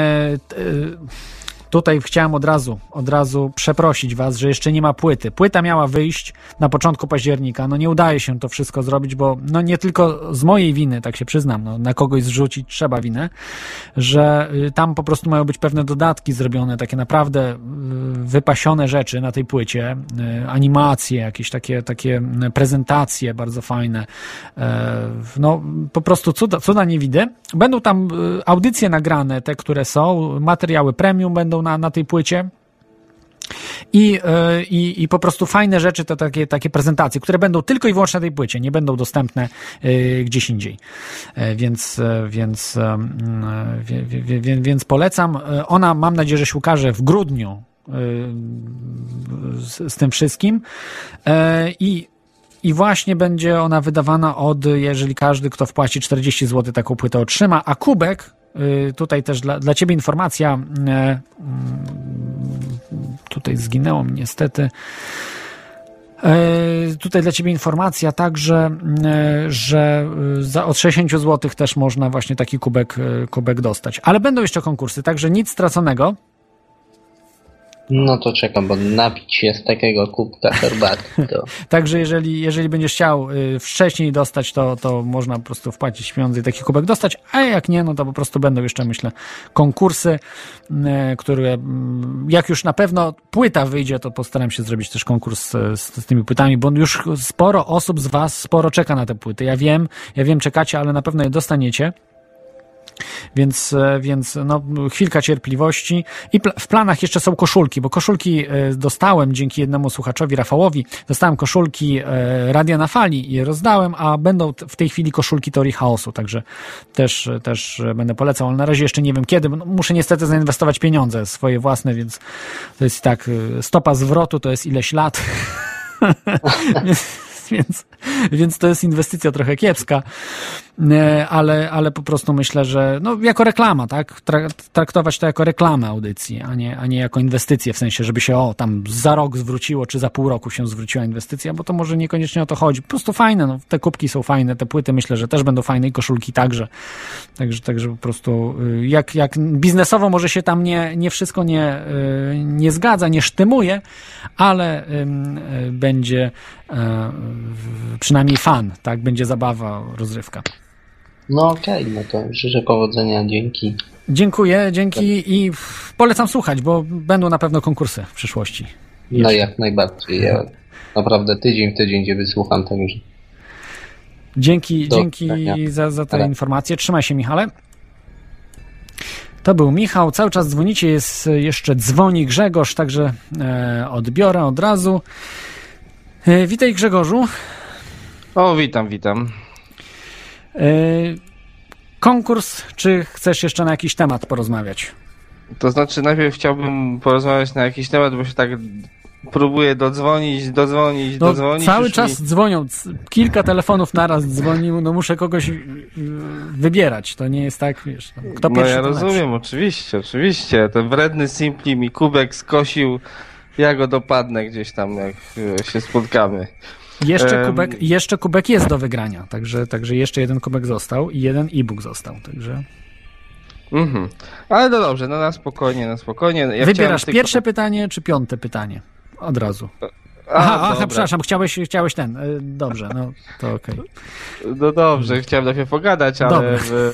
Tutaj chciałem od razu przeprosić was, że jeszcze nie ma płyty. Płyta miała wyjść na początku października. No nie udaje się to wszystko zrobić, bo no nie tylko z mojej winy, tak się przyznam, no na kogoś zrzucić trzeba winę, że tam po prostu mają być pewne dodatki zrobione, takie naprawdę wypasione rzeczy na tej płycie, animacje, jakieś takie prezentacje bardzo fajne. No po prostu cuda nie widzę. Będą tam audycje nagrane, te, które są, materiały premium będą na tej płycie i po prostu fajne rzeczy, to takie prezentacje, które będą tylko i wyłącznie na tej płycie, nie będą dostępne gdzieś indziej. Więc polecam. Ona, mam nadzieję, że się ukaże w grudniu z tym wszystkim i właśnie będzie ona wydawana jeżeli każdy, kto wpłaci 40 zł, taką płytę otrzyma, a Kubek, tutaj też dla ciebie informacja, tutaj zginęło mi niestety, tutaj dla ciebie informacja także, że od 60 zł też można właśnie taki kubek dostać. Ale będą jeszcze konkursy, także nic straconego.
No to czekam, bo napić się z takiego kubka herbaty.
Także jeżeli będziesz chciał wcześniej dostać, to można po prostu wpłacić pieniądze i taki kubek dostać, a jak nie, no to po prostu będą jeszcze, myślę, konkursy, które jak już na pewno płyta wyjdzie, to postaram się zrobić też konkurs z tymi płytami, bo już sporo osób z was czeka na te płyty. Ja wiem, czekacie, ale na pewno je dostaniecie. Więc no, chwilka cierpliwości. I w planach jeszcze są koszulki, bo koszulki dostałem dzięki jednemu słuchaczowi, Rafałowi. Dostałem koszulki Radia na Fali i je rozdałem, a będą w tej chwili koszulki Teorii Chaosu, także też będę polecał, ale na razie jeszcze nie wiem kiedy, bo muszę niestety zainwestować pieniądze swoje własne, więc to jest tak, stopa zwrotu to jest ileś lat. Więc to jest inwestycja trochę kiepska, ale po prostu myślę, że no, jako reklama, tak? Traktować to jako reklamę audycji, a nie jako inwestycję, w sensie, żeby się tam za rok zwróciło, czy za pół roku się zwróciła inwestycja, bo to może niekoniecznie o to chodzi. Po prostu fajne, no, te kubki są fajne, te płyty myślę, że też będą fajne i koszulki także. Także po prostu jak biznesowo może się tam nie wszystko nie zgadza, nie sztymuje, ale będzie przynajmniej fan, tak? Będzie zabawa, rozrywka.
No okej, no to życzę powodzenia, dzięki.
Dziękuję, dzięki i polecam słuchać, bo będą na pewno konkursy w przyszłości.
No jak najbardziej, ja naprawdę tydzień w tydzień cię wysłucham, także.
Dzięki za tę informację. Trzymaj się, Michale. To był Michał. Cały czas dzwonicie, jeszcze dzwoni Grzegorz, także odbiorę od razu. Witaj, Grzegorzu.
O, witam.
Konkurs, czy chcesz jeszcze na jakiś temat porozmawiać?
To znaczy, najpierw chciałbym porozmawiać na jakiś temat, bo się tak próbuję dodzwonić.
Cały czas dzwonią, kilka telefonów naraz dzwoni, no muszę kogoś wybierać, to nie jest tak, wiesz, kto pierwszy.
No ja rozumiem, oczywiście, ten wredny Simpli mi kubek skosił, ja go dopadnę gdzieś tam, jak się spotkamy.
Jeszcze kubek jest do wygrania, także jeszcze jeden kubek został i jeden e-book został, także...
Ale no dobrze, no na spokojnie. Ja
wybierasz pierwsze pytanie czy piąte pytanie? Od razu. Aha, przepraszam, chciałeś ten. Dobrze, no to okej.
No dobrze, chciałem najpierw pogadać, ale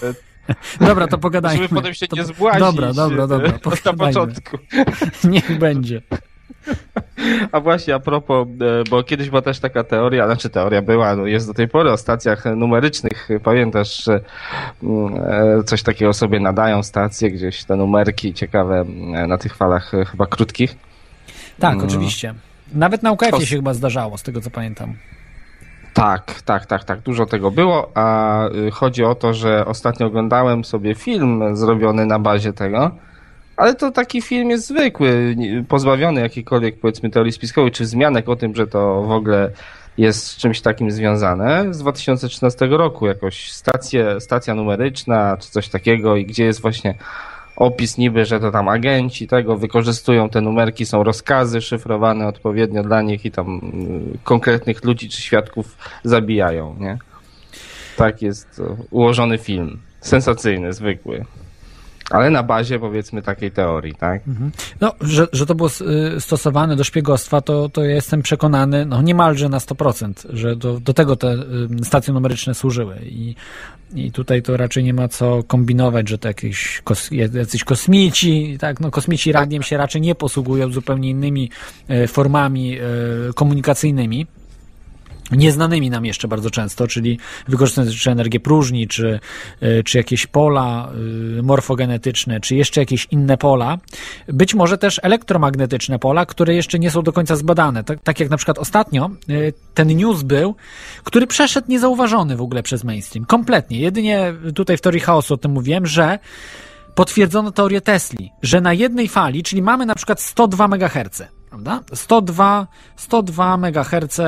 Dobra, to pogadajmy.
Żeby potem się nie zbłazić.
Dobra.
Na początku.
Niech będzie.
A właśnie a propos, bo kiedyś była też taka teoria, jest do tej pory o stacjach numerycznych. Pamiętasz, że coś takiego sobie nadają stacje, gdzieś te numerki ciekawe na tych falach chyba krótkich?
Tak, oczywiście. Nawet na UKF-ie się chyba zdarzało, z tego co pamiętam.
Tak. Dużo tego było, a chodzi o to, że ostatnio oglądałem sobie film zrobiony na bazie tego, ale to taki film jest zwykły, pozbawiony jakiejkolwiek, powiedzmy, teorii spiskowej czy wzmianek o tym, że to w ogóle jest z czymś takim związane. Z 2013 roku jakoś stacja numeryczna czy coś takiego i gdzie jest właśnie opis niby, że to tam agenci tego wykorzystują te numerki, są rozkazy szyfrowane odpowiednio dla nich i tam konkretnych ludzi czy świadków zabijają, nie? Tak jest ułożony film. Sensacyjny, zwykły. Ale na bazie, powiedzmy, takiej teorii, tak?
No, że to było stosowane do szpiegostwa, to ja jestem przekonany, no niemalże na 100%, że do tego te stacje numeryczne służyły. I tutaj to raczej nie ma co kombinować, że to jacyś kosmici, tak? No kosmici radiem się raczej nie posługują zupełnie innymi formami komunikacyjnymi. Nieznanymi nam jeszcze bardzo często, czyli wykorzystując czy energię próżni, czy jakieś pola morfogenetyczne, czy jeszcze jakieś inne pola, być może też elektromagnetyczne pola, które jeszcze nie są do końca zbadane. Tak jak na przykład ostatnio ten news był, który przeszedł niezauważony w ogóle przez mainstream. Kompletnie. Jedynie tutaj w teorii chaosu o tym mówiłem, że potwierdzono teorię Tesli, że na jednej fali, czyli mamy na przykład 102 MHz, prawda? 102 MHz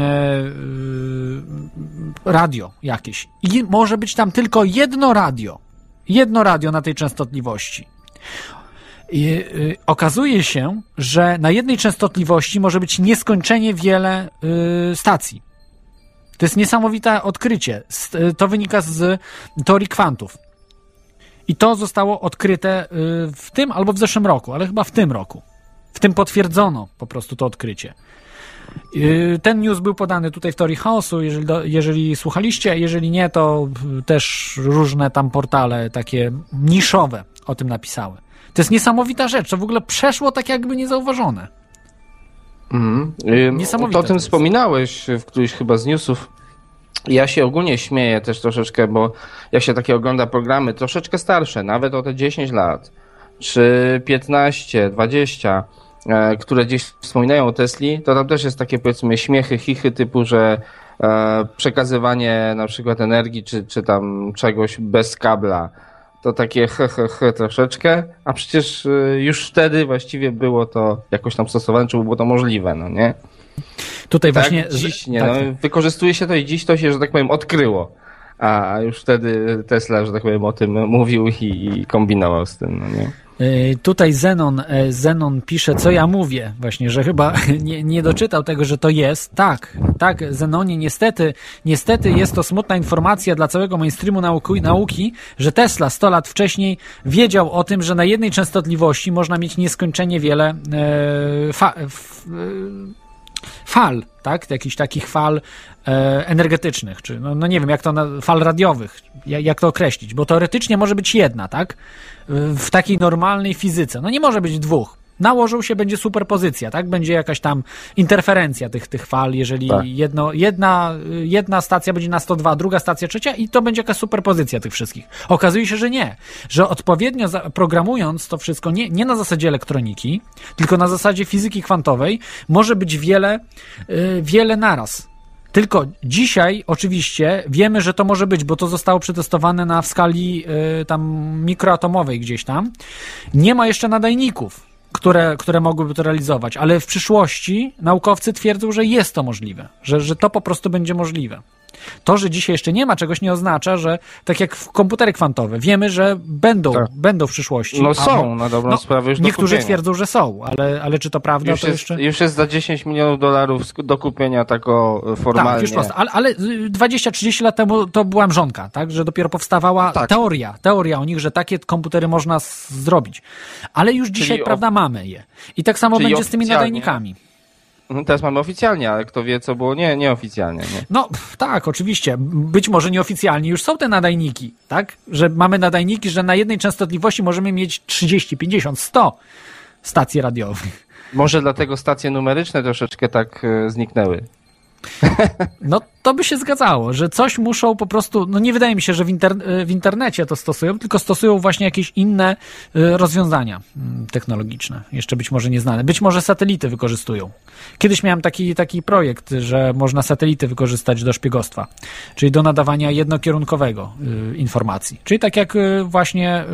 radio jakieś. I może być tam tylko jedno radio na tej częstotliwości. I okazuje się, że na jednej częstotliwości może być nieskończenie wiele stacji. To jest niesamowite odkrycie. To wynika z teorii kwantów. I to zostało odkryte w tym albo w zeszłym roku, ale chyba w tym roku. W tym potwierdzono po prostu to odkrycie. Ten news był podany tutaj w teorii chaosu, jeżeli słuchaliście, jeżeli nie, to też różne tam portale takie niszowe o tym napisały. To jest niesamowita rzecz, to w ogóle przeszło tak jakby niezauważone.
Niesamowite. O tym wspominałeś w którymś chyba z newsów. Ja się ogólnie śmieję też troszeczkę, bo jak się takie ogląda programy troszeczkę starsze, nawet o te 10 lat, czy 15, 20, które gdzieś wspominają o Tesli, to tam też jest takie, powiedzmy, śmiechy, chichy typu, że przekazywanie na przykład energii czy tam czegoś bez kabla, to takie troszeczkę, a przecież już wtedy właściwie było to jakoś tam stosowane, czy było to możliwe, no nie?
Tutaj
tak,
właśnie...
dziś nie,
tak.
No, wykorzystuje się to i dziś to się, że tak powiem, odkryło. A już wtedy Tesla, że tak powiem, o tym mówił i kombinował z tym, no nie?
Tutaj Zenon pisze, co ja mówię, właśnie, że chyba nie doczytał tego, że to jest. Tak, Zenonie, niestety jest to smutna informacja dla całego mainstreamu nauki, że Tesla 100 lat wcześniej wiedział o tym, że na jednej częstotliwości można mieć nieskończenie wiele fal, tak? Jakichś takich fal energetycznych, czy no nie wiem, jak to fal radiowych, jak to określić, bo teoretycznie może być jedna, tak? W takiej normalnej fizyce. No nie może być dwóch. Nałożył się, będzie superpozycja, tak? Będzie jakaś tam interferencja tych fal, jeżeli tak. Jedna stacja będzie na 102, druga stacja trzecia i to będzie jakaś superpozycja tych wszystkich. Okazuje się, że nie. Że odpowiednio programując to wszystko nie na zasadzie elektroniki, tylko na zasadzie fizyki kwantowej może być wiele naraz. Tylko dzisiaj oczywiście wiemy, że to może być, bo to zostało przetestowane w skali tam mikroatomowej gdzieś tam. Nie ma jeszcze nadajników, które mogłyby to realizować, ale w przyszłości naukowcy twierdzą, że jest to możliwe, że to po prostu będzie możliwe. To, że dzisiaj jeszcze nie ma czegoś, nie oznacza, że tak jak w komputery kwantowe, wiemy, że będą w przyszłości.
No są, na dobrą sprawę już do
niektórzy
kupienia.
Twierdzą, że są, ale czy to prawda, to jeszcze...
Już jest za $10 milionów do kupienia tako formalnie.
Tak, już prosto, ale 20-30 lat temu to była mrzonka, tak, że dopiero powstawała teoria o nich, że takie komputery można zrobić. Ale już dzisiaj, prawda, mamy je. I tak samo będzie z tymi nadajnikami.
Teraz mamy oficjalnie, ale kto wie, co było nieoficjalnie. Nie?
No tak, oczywiście. Być może nieoficjalnie już są te nadajniki, tak? Że mamy nadajniki, że na jednej częstotliwości możemy mieć 30, 50, 100 stacji radiowych.
Może dlatego stacje numeryczne troszeczkę tak zniknęły.
No to by się zgadzało, że coś muszą po prostu, no nie wydaje mi się, że w internecie to stosują, tylko stosują właśnie jakieś inne rozwiązania technologiczne, jeszcze być może nieznane. Być może satelity wykorzystują. Kiedyś miałem taki projekt, że można satelity wykorzystać do szpiegostwa, czyli do nadawania jednokierunkowego informacji. Czyli tak jak właśnie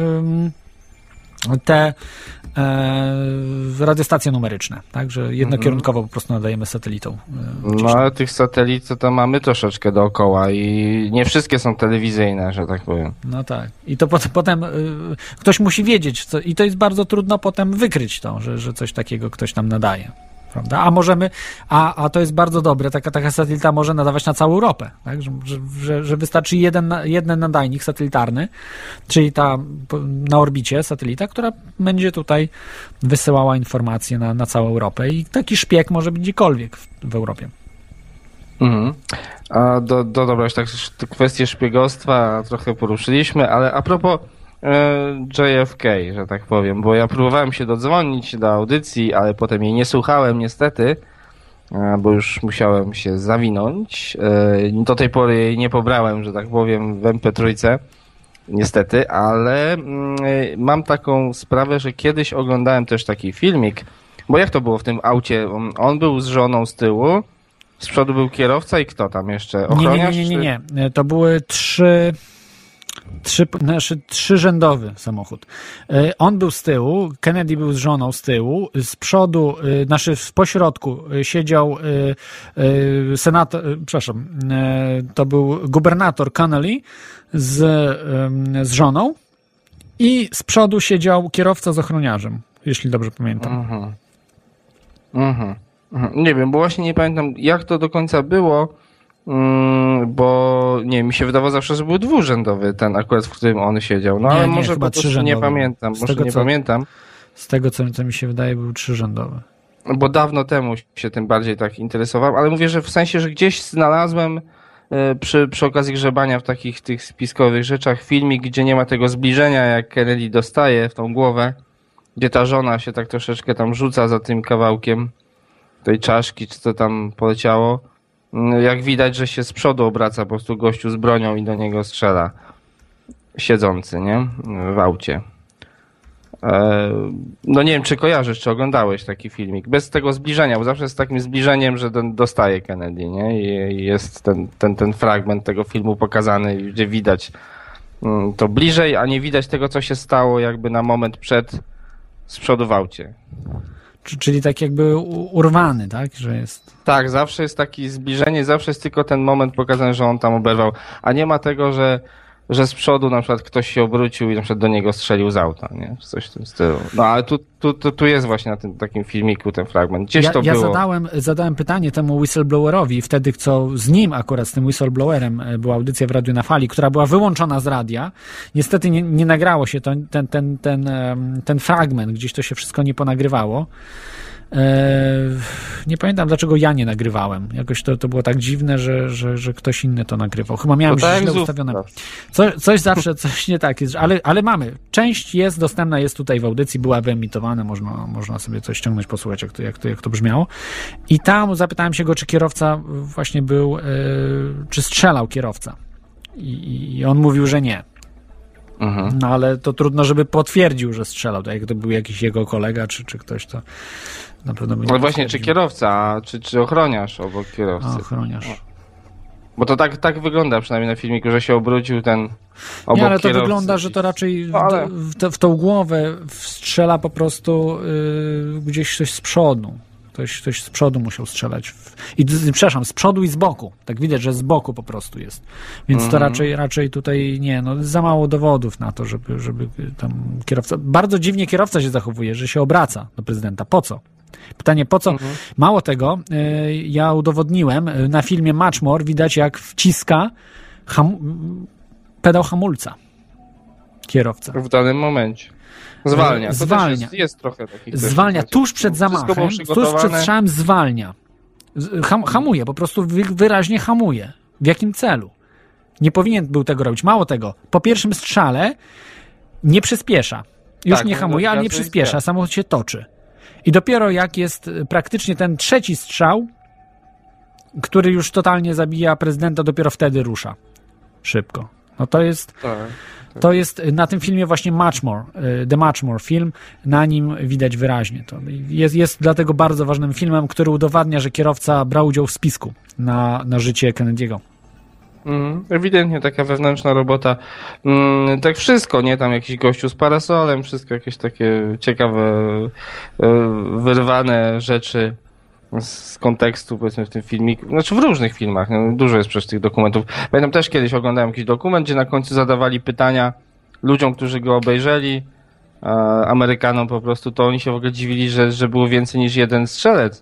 te radiostacje numeryczne, tak, że jednokierunkowo po prostu nadajemy satelitą.
No ale tych satelit to mamy troszeczkę dookoła i nie wszystkie są telewizyjne, że tak powiem.
No tak. I to potem ktoś musi wiedzieć, i to jest bardzo trudno potem wykryć to, że coś takiego ktoś nam nadaje. Prawda? A możemy, a to jest bardzo dobre, taka satelita może nadawać na całą Europę, tak? Że wystarczy jeden nadajnik satelitarny, czyli ta na orbicie satelita, która będzie tutaj wysyłała informacje na całą Europę i taki szpieg może być gdziekolwiek w Europie.
Mhm. A dobra, już tak kwestię szpiegostwa trochę poruszyliśmy, ale a propos JFK, że tak powiem, bo ja próbowałem się dodzwonić do audycji, ale potem jej nie słuchałem niestety, bo już musiałem się zawinąć. Do tej pory jej nie pobrałem, że tak powiem, w MP3 niestety, ale mam taką sprawę, że kiedyś oglądałem też taki filmik, bo jak to było w tym aucie? On był z żoną z tyłu, z przodu był kierowca i kto tam jeszcze? Ochroniarz?
Nie. To były trzyrzędowy samochód. On był z tyłu, Kennedy był z żoną z tyłu, z przodu, po środku siedział to był gubernator Connolly z żoną i z przodu siedział kierowca z ochroniarzem, jeśli dobrze pamiętam.
Nie wiem, bo właśnie nie pamiętam, jak to do końca było, bo nie, mi się wydawało zawsze, że był dwurzędowy ten akurat, w którym on siedział. No ale może po prostu nie pamiętam. Pamiętam.
Z tego, co mi się wydaje, był trzyrzędowy.
Bo dawno temu się tym bardziej tak interesowałem, ale mówię, że w sensie, że gdzieś znalazłem przy okazji grzebania w takich tych spiskowych rzeczach filmik, gdzie nie ma tego zbliżenia, jak Kennedy dostaje w tą głowę, gdzie ta żona się tak troszeczkę tam rzuca za tym kawałkiem tej czaszki, czy co tam poleciało. Jak widać, że się z przodu obraca po prostu gościu z bronią i do niego strzela. Siedzący, nie? W aucie. No nie wiem, czy kojarzysz, czy oglądałeś taki filmik. Bez tego zbliżenia, bo zawsze z takim zbliżeniem, że dostaje Kennedy, nie? I jest ten fragment tego filmu pokazany, gdzie widać to bliżej, a nie widać tego, co się stało jakby na moment przed z przodu w aucie.
Czyli tak jakby urwany, tak? Że jest...
Tak, zawsze jest takie zbliżenie, zawsze jest tylko ten moment pokazany, że on tam oberwał, a nie ma tego, że z przodu na przykład ktoś się obrócił i na przykład do niego strzelił z auta, nie? Coś w tym stylu. No ale tu jest właśnie na tym takim filmiku ten fragment. Gdzieś to było.
Ja zadałem pytanie temu whistleblowerowi, wtedy co z nim akurat, z tym whistleblowerem była audycja w Radiu na Fali, która była wyłączona z radia. Niestety nie nagrało się ten fragment, gdzieś to się wszystko nie ponagrywało. Nie pamiętam, dlaczego ja nie nagrywałem. Jakoś to było tak dziwne, że ktoś inny to nagrywał. Chyba miałem źle ustawione. Coś zawsze, coś nie tak jest, ale mamy. Część jest dostępna, jest tutaj w audycji, była wyemitowana, można sobie coś ściągnąć, posłuchać, jak to brzmiało. I tam zapytałem się go, czy kierowca właśnie był, czy strzelał kierowca. I on mówił, że nie. No ale to trudno, żeby potwierdził, że strzelał. Tak jak to był jakiś jego kolega, czy ktoś, to na pewno by nie
ale właśnie, czy kierowca, czy ochroniarz obok kierowcy?
Ochroniarz.
Bo to tak wygląda przynajmniej na filmiku, że się obrócił ten obok kierowcy.
Nie, ale to wygląda, że to raczej w tą głowę strzela po prostu gdzieś coś z przodu. Ktoś z przodu musiał strzelać. Przepraszam, z przodu i z boku. Tak widać, że z boku po prostu jest. Więc to raczej tutaj nie. No, za mało dowodów na to, żeby tam kierowca... Bardzo dziwnie kierowca się zachowuje, że się obraca do prezydenta. Po co? Pytanie, po co? Mało tego, ja udowodniłem, na filmie Muchmore widać, jak wciska pedał hamulca kierowca.
W danym momencie. Zwalnia.
Zwalnia.
Jest trochę takich.
Zwalnia tuż przed zamachem, tuż przed strzałem zwalnia. Hamuje, po prostu wyraźnie hamuje. W jakim celu? Nie powinien był tego robić. Mało tego, po pierwszym strzale nie przyspiesza. Już nie hamuje, ale nie przyspiesza. Samochód się toczy. I dopiero jak jest praktycznie ten trzeci strzał, który już totalnie zabija prezydenta, dopiero wtedy rusza. Szybko. No to jest... To jest na tym filmie właśnie Muchmore, The Muchmore film, na nim widać wyraźnie. To jest dlatego bardzo ważnym filmem, który udowadnia, że kierowca brał udział w spisku na życie Kennedy'ego.
Ewidentnie taka wewnętrzna robota. Tak wszystko, nie? Tam jakiś gościu z parasolem, wszystko jakieś takie ciekawe, wyrwane rzeczy z kontekstu, powiedzmy, w tym filmiku. Znaczy w różnych filmach. No, dużo jest przecież tych dokumentów. Pamiętam też kiedyś oglądałem jakiś dokument, gdzie na końcu zadawali pytania ludziom, którzy go obejrzeli, Amerykanom po prostu, to oni się w ogóle dziwili, że było więcej niż jeden strzelec.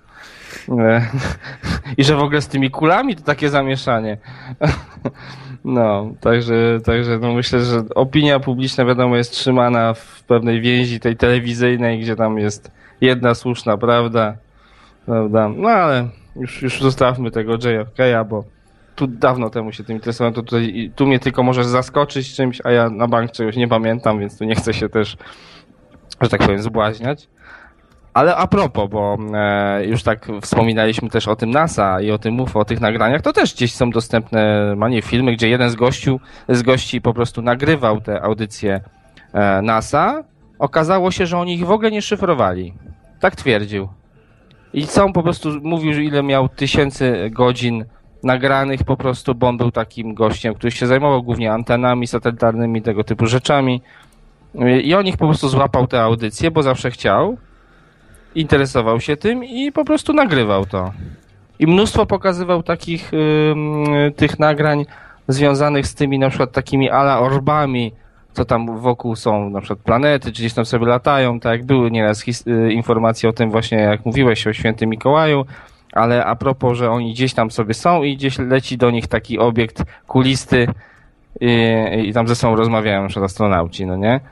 I że w ogóle z tymi kulami to takie zamieszanie. No, także no myślę, że opinia publiczna, wiadomo, jest trzymana w pewnej więzi tej telewizyjnej, gdzie tam jest jedna słuszna prawda. No ale już zostawmy tego JFK'a, bo tu dawno temu się tym interesowałem, to tu mnie tylko możesz zaskoczyć czymś, a ja na bank czegoś nie pamiętam, więc tu nie chcę się też, że tak powiem, zbłaźniać. Ale a propos, bo już tak wspominaliśmy też o tym NASA i o tym UFO, o tych nagraniach, to też gdzieś są dostępne filmy, gdzie jeden z gości po prostu nagrywał te audycje NASA. Okazało się, że oni ich w ogóle nie szyfrowali. Tak twierdził. I po prostu mówił, że ile miał 1000 godzin nagranych po prostu, bo on był takim gościem, który się zajmował głównie antenami satelitarnymi, tego typu rzeczami. I on ich po prostu złapał te audycje, bo zawsze chciał. Interesował się tym i po prostu nagrywał to. I mnóstwo pokazywał takich tych nagrań związanych z tymi na przykład takimi ala orbami, co tam wokół są na przykład planety, czy gdzieś tam sobie latają, tak jak były nieraz informacje o tym właśnie, jak mówiłeś o Świętym Mikołaju, ale a propos, że oni gdzieś tam sobie są i gdzieś leci do nich taki obiekt kulisty i tam ze sobą rozmawiają na przykład astronauci, no nie?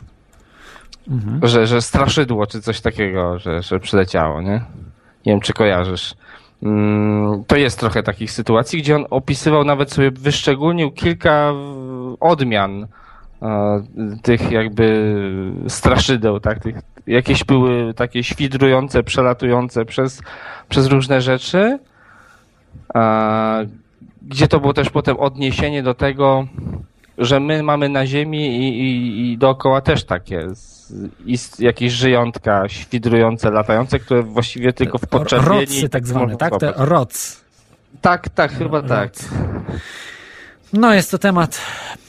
Że straszydło, czy coś takiego, że przyleciało, nie? Nie wiem, czy kojarzysz. To jest trochę takich sytuacji, gdzie on opisywał, nawet sobie wyszczególnił kilka odmian tych jakby straszydeł, tak? Jakieś były takie świdrujące, przelatujące przez różne rzeczy, gdzie to było też potem odniesienie do tego, że my mamy na Ziemi i dookoła też takie jakieś żyjątka świdrujące, latające, które właściwie tylko w podczerwieni...
Rocy tak zwane, tak? Te roc.
Tak, chyba tak.
No jest to temat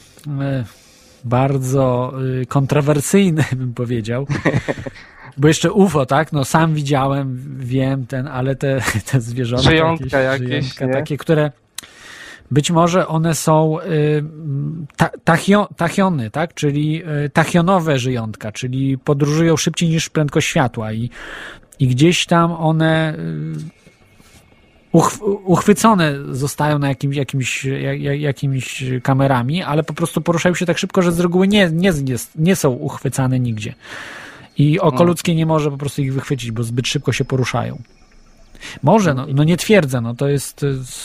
bardzo kontrowersyjny, bym powiedział. Bo jeszcze UFO, tak? No sam widziałem, wiem, ale te zwierzątka
żyjątka jakieś
takie, które być może one są tachiony, tak? Czyli tachionowe żyjątka, czyli podróżują szybciej niż prędkość światła i gdzieś tam one uchwycone zostają na jakimiś kamerami, ale po prostu poruszają się tak szybko, że z reguły nie są uchwycane nigdzie. I oko ludzkie nie może po prostu ich wychwycić, bo zbyt szybko się poruszają. Może, no nie twierdzę, no to jest...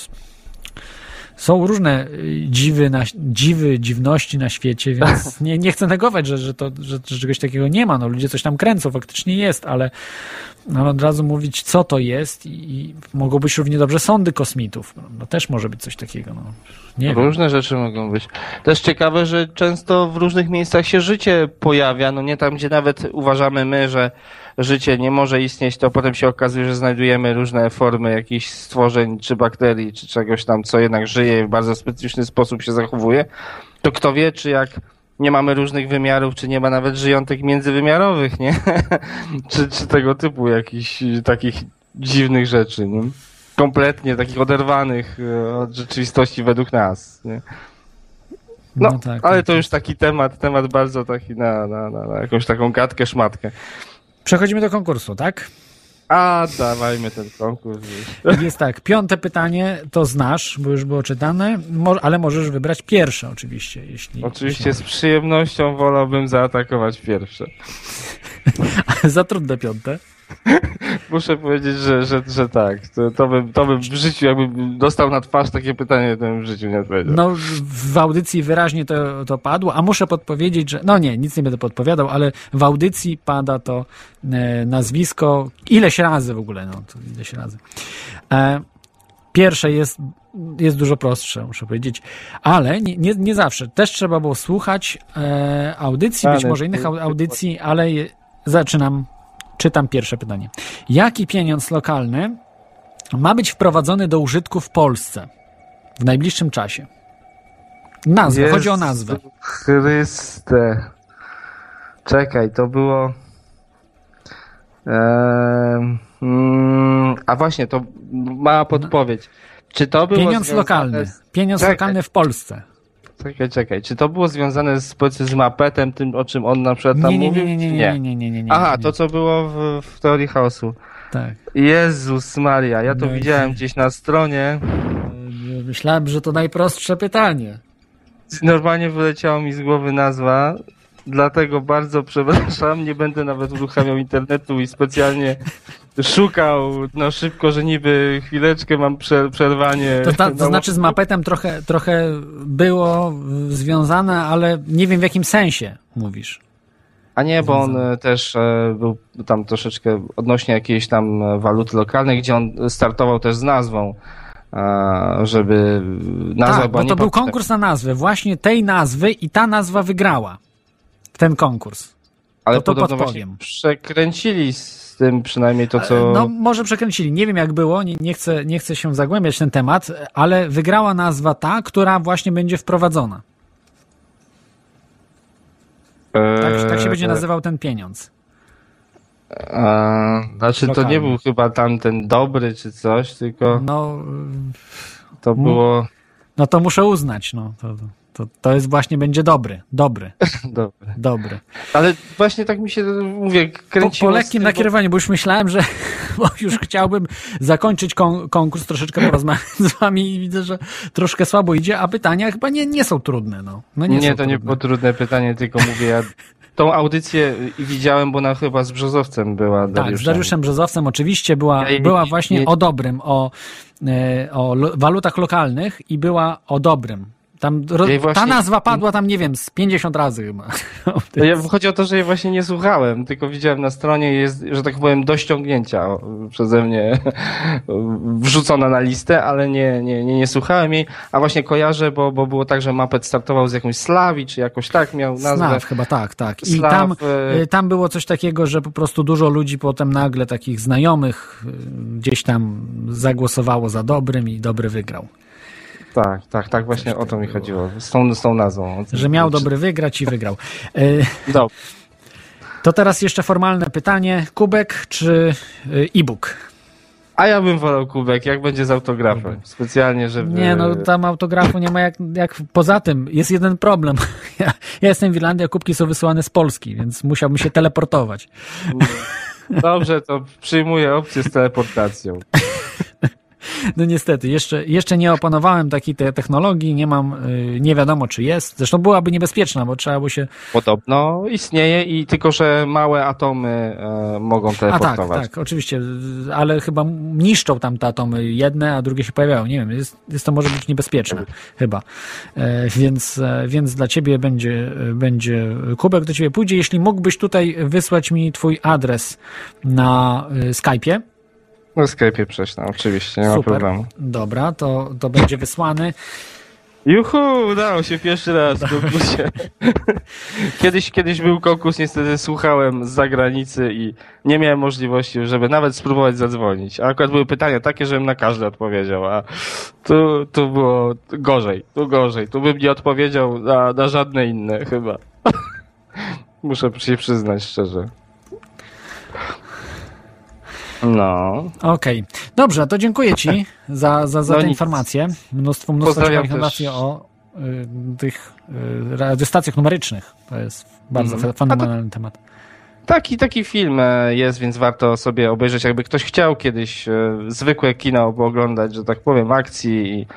Są różne dziwności na świecie, więc nie chcę negować, że czegoś takiego nie ma. No, ludzie coś tam kręcą, faktycznie jest, ale od razu mówić, co to jest i mogą być równie dobrze sondy kosmitów. No, też może być coś takiego. No, nie
różne rzeczy mogą być. Też ciekawe, że często w różnych miejscach się życie pojawia, no nie tam, gdzie nawet uważamy my, że życie nie może istnieć, to potem się okazuje, że znajdujemy różne formy jakichś stworzeń, czy bakterii, czy czegoś tam, co jednak żyje i w bardzo specyficzny sposób się zachowuje. To kto wie, czy jak nie mamy różnych wymiarów, czy nie ma nawet żyjątek międzywymiarowych, nie? czy tego typu jakichś takich dziwnych rzeczy, nie? Kompletnie takich oderwanych od rzeczywistości według nas, nie? No tak, ale to już taki temat bardzo taki na jakąś taką gadkę, szmatkę.
Przechodzimy do konkursu, tak?
Dawajmy ten konkurs.
Jest tak, 5. pytanie to znasz, bo już było czytane, ale możesz wybrać pierwsze oczywiście.
Oczywiście z przyjemnością wolałbym zaatakować pierwsze.
Za trudne 5.
muszę powiedzieć, że tak. To bym w życiu, jakbym dostał na twarz takie pytanie, to bym w życiu nie odpowiedział.
No, w audycji wyraźnie to padło, a muszę podpowiedzieć, że... No nie, nic nie będę podpowiadał, ale w audycji pada to nazwisko ileś razy w ogóle, no to ileś razy. Pierwsze jest dużo prostsze, muszę powiedzieć, ale nie zawsze. Też trzeba było słuchać audycji, być może innych audycji, ale czytam pierwsze pytanie. Jaki pieniądz lokalny ma być wprowadzony do użytku w Polsce w najbliższym czasie? Nazwę, chodzi o nazwę.
Chryste. Czekaj, to było... A właśnie, to mała podpowiedź. Czy to było
pieniądz lokalny. Pieniądz lokalny w Polsce.
Czekaj. Czy to było związane z Mappetem, tym o czym on na przykład tam mówił?
Nie.
Aha, to co było w teorii chaosu.
Tak.
Jezus Maria, ja to widziałem gdzieś na stronie.
Myślałem, że to najprostsze pytanie.
Normalnie wyleciała mi z głowy nazwa, dlatego bardzo przepraszam, nie będę nawet uruchamiał internetu i specjalnie szukał szybko, że niby chwileczkę mam przerwanie.
To znaczy z Mappetem trochę było związane, ale nie wiem w jakim sensie mówisz.
A nie, bo on też był tam troszeczkę odnośnie jakiejś tam waluty lokalnej, gdzie on startował też z nazwą, żeby nazwa była...
bo to był konkurs na nazwę. Właśnie tej nazwy i ta nazwa wygrała ten konkurs.
Ale
to
podobno
podpowiem.
Przekręcili z tym przynajmniej to, co...
No może przekręcili. Nie wiem jak było, nie chcę się zagłębiać w ten temat, ale wygrała nazwa ta, która właśnie będzie wprowadzona. Tak się będzie nazywał ten pieniądz.
Znaczy lokalny. To nie był chyba tamten dobry czy coś, tylko to było...
No to muszę uznać, to jest właśnie, będzie dobry. Dobry.
Ale właśnie tak mi się, mówię, kręciło...
Po lekkim nakierowaniu, bo już myślałem, że bo już chciałbym zakończyć konkurs, troszeczkę porozmawiać z wami i widzę, że troszkę słabo idzie, a pytania chyba nie są trudne.
Nie było trudne pytanie, tylko mówię, ja tą audycję widziałem, bo ona chyba z Brzozowcem była.
Tak, z Dariuszem Brzozowcem oczywiście była właśnie o dobrym, o walutach lokalnych i była o dobrym. Ta nazwa padła tam, nie wiem, z 50 razy chyba.
Chodzi o to, że jej właśnie nie słuchałem, tylko widziałem na stronie, jest, że tak powiem, do ściągnięcia przeze mnie wrzucona na listę, ale nie słuchałem jej, a właśnie kojarzę, bo było tak, że Muppet startował z jakąś Slawi, czy jakoś tak miał nazwę.
Slav chyba, tak. I tam było coś takiego, że po prostu dużo ludzi potem nagle, takich znajomych, gdzieś tam zagłosowało za dobrym i dobry wygrał.
Tak, właśnie o to mi chodziło. Z tą nazwą.
Że miał dobry wygrać i wygrał.
Dobrze.
To teraz jeszcze formalne pytanie. Kubek czy e-book?
A ja bym wolał kubek, jak będzie z autografem. Specjalnie, żeby...
Nie, tam autografu nie ma jak... Poza tym jest jeden problem. Ja jestem w Irlandii, a kubki są wysyłane z Polski, więc musiałbym się teleportować.
Dobrze, to przyjmuję opcję z teleportacją.
No niestety, jeszcze nie opanowałem takiej technologii, nie wiadomo czy jest. Zresztą byłaby niebezpieczna, bo trzeba by się...
Podobno istnieje i tylko, że małe atomy mogą teleportować. Tak,
oczywiście, ale chyba niszczą tam te atomy jedne, a drugie się pojawiają. Nie wiem, jest to może być niebezpieczne chyba. Więc dla ciebie będzie kubek, do ciebie pójdzie. Jeśli mógłbyś tutaj wysłać mi twój adres na Skype'ie.
No Skype'ie prześlę, oczywiście, nie ma problemu.
Dobra, to będzie wysłany.
Juhu, udało się pierwszy raz w konkursie. Kiedyś był konkurs, niestety słuchałem z zagranicy i nie miałem możliwości, żeby nawet spróbować zadzwonić. A akurat były pytania takie, żebym na każde odpowiedział, a tu było gorzej. Tu bym nie odpowiedział na żadne inne chyba. Muszę się przyznać szczerze. No.
Okej. Dobrze, to dziękuję ci za tę informację. Mnóstwo ciekawych informacji o tych radiostacjach numerycznych. To jest bardzo fenomenalny temat.
Taki film jest, więc warto sobie obejrzeć. Jakby ktoś chciał kiedyś zwykłe kino oglądać, że tak powiem, akcji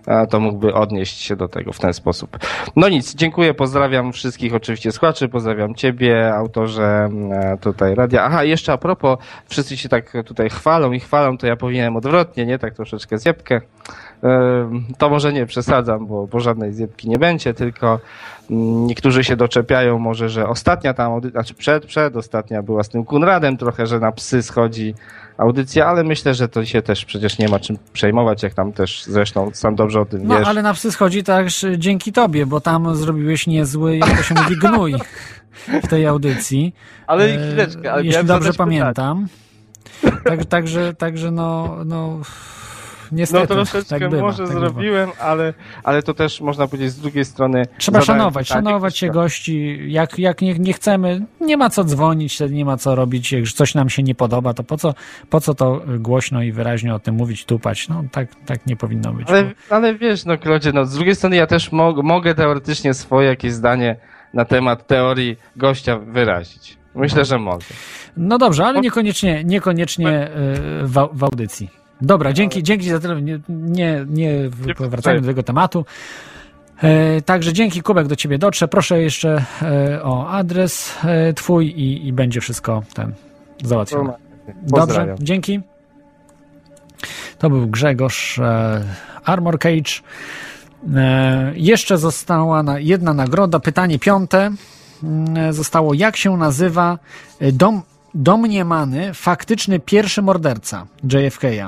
to mógłby odnieść się do tego w ten sposób. No nic, dziękuję, pozdrawiam wszystkich oczywiście słuchaczy, pozdrawiam ciebie, autorze tutaj radia. Aha, jeszcze a propos, wszyscy się tak tutaj chwalą, to ja powinienem odwrotnie, nie? Tak troszeczkę zjebkę. To może nie przesadzam, bo żadnej zjebki nie będzie, tylko niektórzy się doczepiają może, że ostatnia tam przedostatnia była z tym Kunradem trochę, że na psy schodzi audycja, ale myślę, że to się też przecież nie ma czym przejmować, jak tam też zresztą sam dobrze o tym wiesz.
No ale na psy schodzi też dzięki tobie, bo tam zrobiłeś niezły, jak to się mówi, gnój w tej audycji.
Ale chwileczkę. Ale
jeśli dobrze pamiętam. Także no niestety.
No troszeczkę
tak bywa,
może
tak
zrobiłem, ale to też można powiedzieć z drugiej strony.
Trzeba szanować się gości. Jak nie chcemy, nie ma co dzwonić, nie ma co robić. Jak coś nam się nie podoba, to po co to głośno i wyraźnie o tym mówić, tupać? No tak nie powinno być.
Ale wiesz, no Klodzie, no z drugiej strony ja też mogę teoretycznie swoje jakieś zdanie na temat teorii gościa wyrazić. Myślę, że mogę.
No dobrze, ale niekoniecznie w audycji. Dobra, dzięki za tyle. Nie wracajmy do tego tematu. Także dzięki, Kubek, do ciebie dotrze. Proszę jeszcze o adres twój i będzie wszystko załatwione. Dobrze, dzięki. To był Grzegorz Armor Cage. Jeszcze została jedna nagroda, pytanie 5. Zostało, jak się nazywa domniemany, faktyczny pierwszy morderca JFK-a.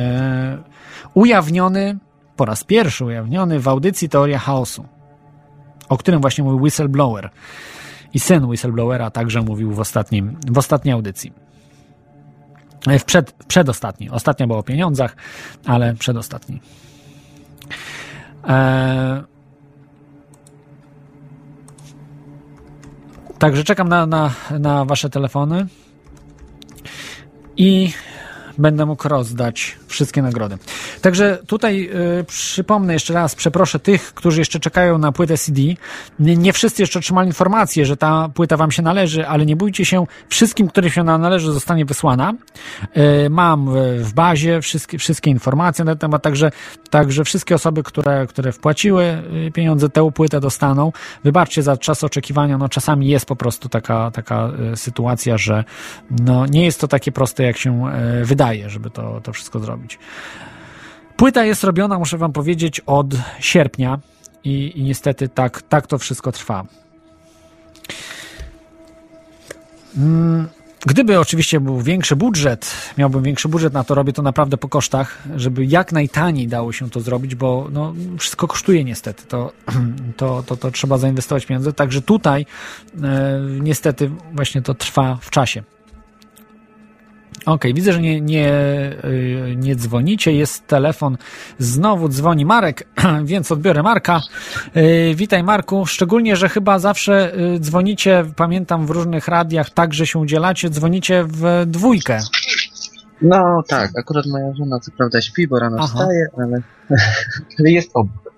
Po raz pierwszy ujawniony w audycji Teoria Chaosu, o którym właśnie mówił Whistleblower. I syn Whistleblowera także mówił w ostatniej audycji. Przedostatniej. Ostatnia była o pieniądzach, ale przedostatniej. Także czekam na wasze telefony i będę mógł rozdać wszystkie nagrody. Także tutaj przypomnę jeszcze raz, przeproszę tych, którzy jeszcze czekają na płytę CD. Nie wszyscy jeszcze otrzymali informację, że ta płyta wam się należy, ale nie bójcie się, wszystkim, którym się należy, zostanie wysłana. Mam w bazie wszystkie informacje na ten temat, także wszystkie osoby, które wpłaciły pieniądze, tę płytę dostaną. Wybaczcie za czas oczekiwania, no czasami jest po prostu taka sytuacja, że no nie jest to takie proste, jak się wydaje, żeby to wszystko zrobić. Płyta jest robiona, muszę wam powiedzieć, od sierpnia i niestety tak to wszystko trwa. Gdyby oczywiście był większy budżet, miałbym większy budżet na to, robię to naprawdę po kosztach, żeby jak najtaniej dało się to zrobić, bo no, wszystko kosztuje niestety, to trzeba zainwestować pieniądze, także tutaj niestety właśnie to trwa w czasie. Okej, widzę, że nie dzwonicie, jest telefon, znowu dzwoni Marek, więc odbiorę Marka. Witaj, Marku, szczególnie, że chyba zawsze dzwonicie, pamiętam w różnych radiach, tak, że się udzielacie, dzwonicie w dwójkę.
No tak, akurat moja żona co prawda śpi, bo rano wstaje, ale jest obok.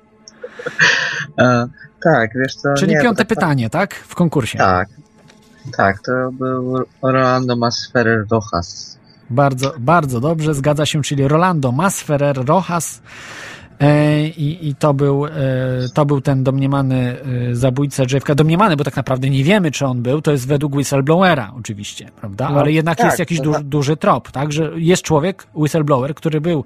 Tak, wiesz co...
Czyli piąte pytanie, tak? W konkursie.
Tak, to był Rolando Masferrer Rojas.
Bardzo, bardzo dobrze, zgadza się, czyli Rolando Masferrer Rojas i to był ten domniemany zabójca JFK. Domniemany, bo tak naprawdę nie wiemy, czy on był, to jest według Whistleblowera oczywiście, prawda?
No,
ale jednak
tak,
jest jakiś duży trop, tak? Że jest człowiek, Whistleblower, który był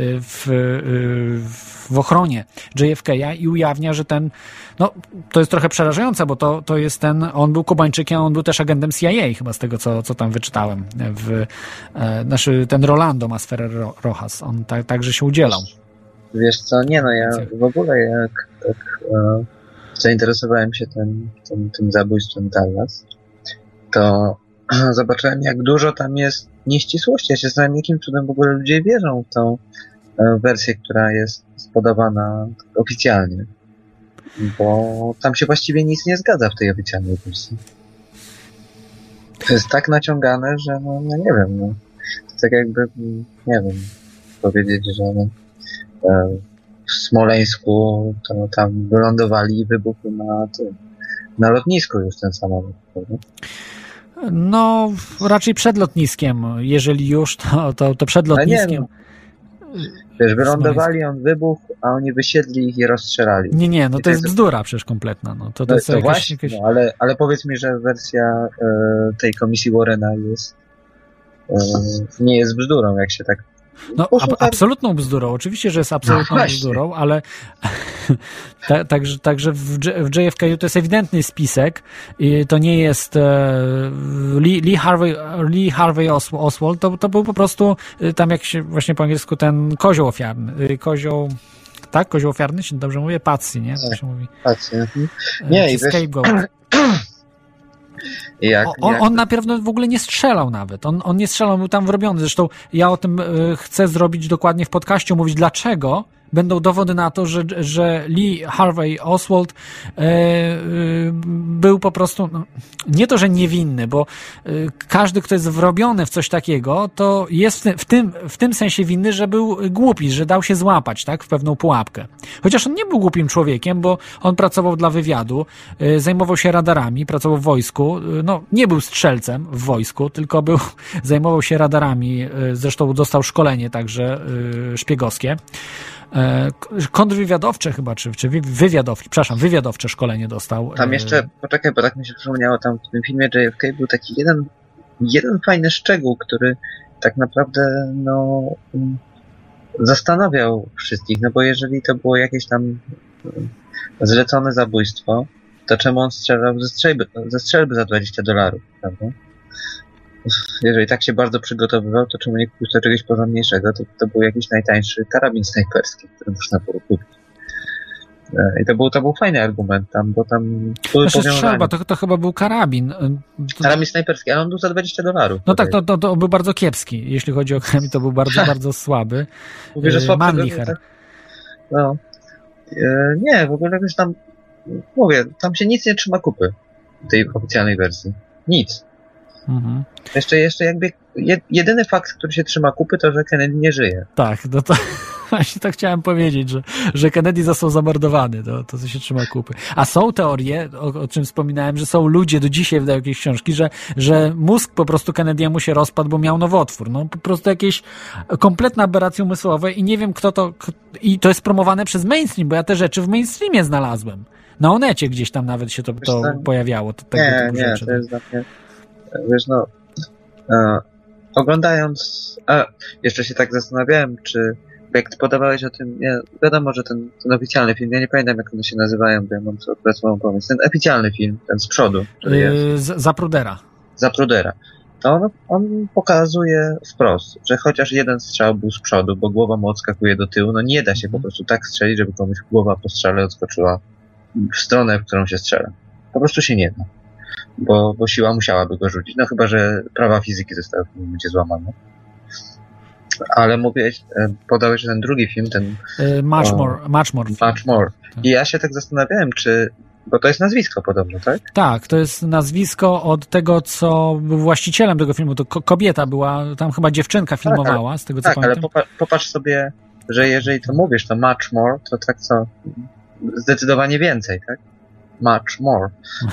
w ochronie JFK-a i ujawnia, że no to jest trochę przerażające, bo to jest on był Kubańczykiem, on był też agentem CIA, chyba z tego, co tam wyczytałem. Ten Rolando Masferrer Rojas, on także się udzielał.
Wiesz co, ja w ogóle jak zainteresowałem się tym zabójstwem Dallas, to zobaczyłem, jak dużo tam jest nieścisłości. Ja się zastanawiam, jakim cudem w ogóle ludzie wierzą w tą wersję, która jest podawana oficjalnie. Bo tam się właściwie nic nie zgadza w tej oficjalnej wersji. To jest tak naciągane, że no nie wiem, to tak jakby, nie wiem, powiedzieć, że w Smoleńsku to tam wylądowali i wybuchł na lotnisku już ten samolot, prawda?
No, raczej przed lotniskiem. Jeżeli już, to przed lotniskiem.
Wiesz, wylądowali, on wybuchł, a oni wysiedli ich i rozstrzelali.
Nie, no to jest bzdura przecież kompletna. No. To jest
to właśnie, no, ale powiedz mi, że wersja tej komisji Warrena nie jest bzdurą, jak się tak...
No, absolutną bzdurą. Oczywiście, że jest absolutną bzdurą, ale także w JFK to jest ewidentny spisek i to nie jest Lee Harvey Oswald, to był po prostu tam, jak się właśnie po angielsku, ten kozioł ofiarny. Kozioł ofiarny, czy dobrze mówię? Patsy, nie? To się mówi.
Patsy. Nie, i
scapegoat. On najpierw w ogóle nie strzelał nawet. On nie strzelał, był tam wrobiony. Zresztą ja o tym chcę zrobić dokładnie w podcaście, mówić dlaczego. Będą dowody na to, że Lee Harvey Oswald był po prostu, nie to, że niewinny, bo każdy, kto jest wrobiony w coś takiego, to jest w tym sensie winny, że był głupi, że dał się złapać, tak, w pewną pułapkę. Chociaż on nie był głupim człowiekiem, bo on pracował dla wywiadu, zajmował się radarami, pracował w wojsku, no nie był strzelcem w wojsku, tylko zajmował się radarami, zresztą dostał szkolenie także szpiegowskie. Kontrwywiadowcze chyba, czy wywiadowcze szkolenie dostał.
Tam jeszcze, poczekaj, bo tak mi się przypomniało, tam w tym filmie JFK był taki jeden fajny szczegół, który tak naprawdę, zastanawiał wszystkich, no bo jeżeli to było jakieś tam zlecone zabójstwo, to czemu on strzelał ze strzelby za $20, prawda? Jeżeli tak się bardzo przygotowywał, to czemu nie kupił to czegoś porządniejszego? To był jakiś najtańszy karabin snajperski, który można było kupić. I to był fajny argument tam, bo tam były
strzelba, to chyba był karabin.
Karabin snajperski, ale on był za $20.
No tak, to był bardzo kiepski. Jeśli chodzi o karabin, to był bardzo, bardzo słaby.
Mówię, że słaby.
Mannlicher.
Tak? No. Nie, w ogóle jakoś tam, mówię, tam się nic nie trzyma kupy tej oficjalnej wersji. Nic.
Mhm.
Jeszcze jakby jedyny fakt, który się trzyma kupy, to że Kennedy nie żyje.
Tak, no to właśnie to chciałem powiedzieć, że Kennedy został zamordowany, to się trzyma kupy. A są teorie, o czym wspominałem, że są ludzie, do dzisiaj wydają jakieś książki, że mózg po prostu Kennedy'emu się rozpadł, bo miał nowotwór. No po prostu jakieś kompletne aberracje umysłowe i nie wiem i to jest promowane przez mainstream, bo ja te rzeczy w mainstreamie znalazłem. Na Onecie gdzieś tam nawet się to pojawiało.
Nie, to jest takie... Wiesz, oglądając... jeszcze się tak zastanawiałem, czy jak ty podawałeś o tym, wiadomo, że ten oficjalny film, ja nie pamiętam, jak one się nazywają, bo ja mam opracowany pomysł. Ten oficjalny film, ten z przodu, który jest... Zaprudera. To on pokazuje wprost, że chociaż jeden strzał był z przodu, bo głowa mu odskakuje do tyłu, nie da się po prostu tak strzelić, żeby komuś głowa po strzale odskoczyła w stronę, w którą się strzela. Po prostu się nie da. Bo siła musiałaby go rzucić. No chyba, że prawa fizyki zostały w tym momencie złamane. Ale podałeś ten drugi film, ten...
Much More.
I ja się tak zastanawiałem, bo to jest nazwisko podobno, tak?
Tak, to jest nazwisko od tego, co był właścicielem tego filmu. To kobieta była, tam chyba dziewczynka filmowała, z tego co pamiętam.
Tak, ale popatrz sobie, że jeżeli to mówisz, to Much More, to tak co... Zdecydowanie więcej, tak? Much More.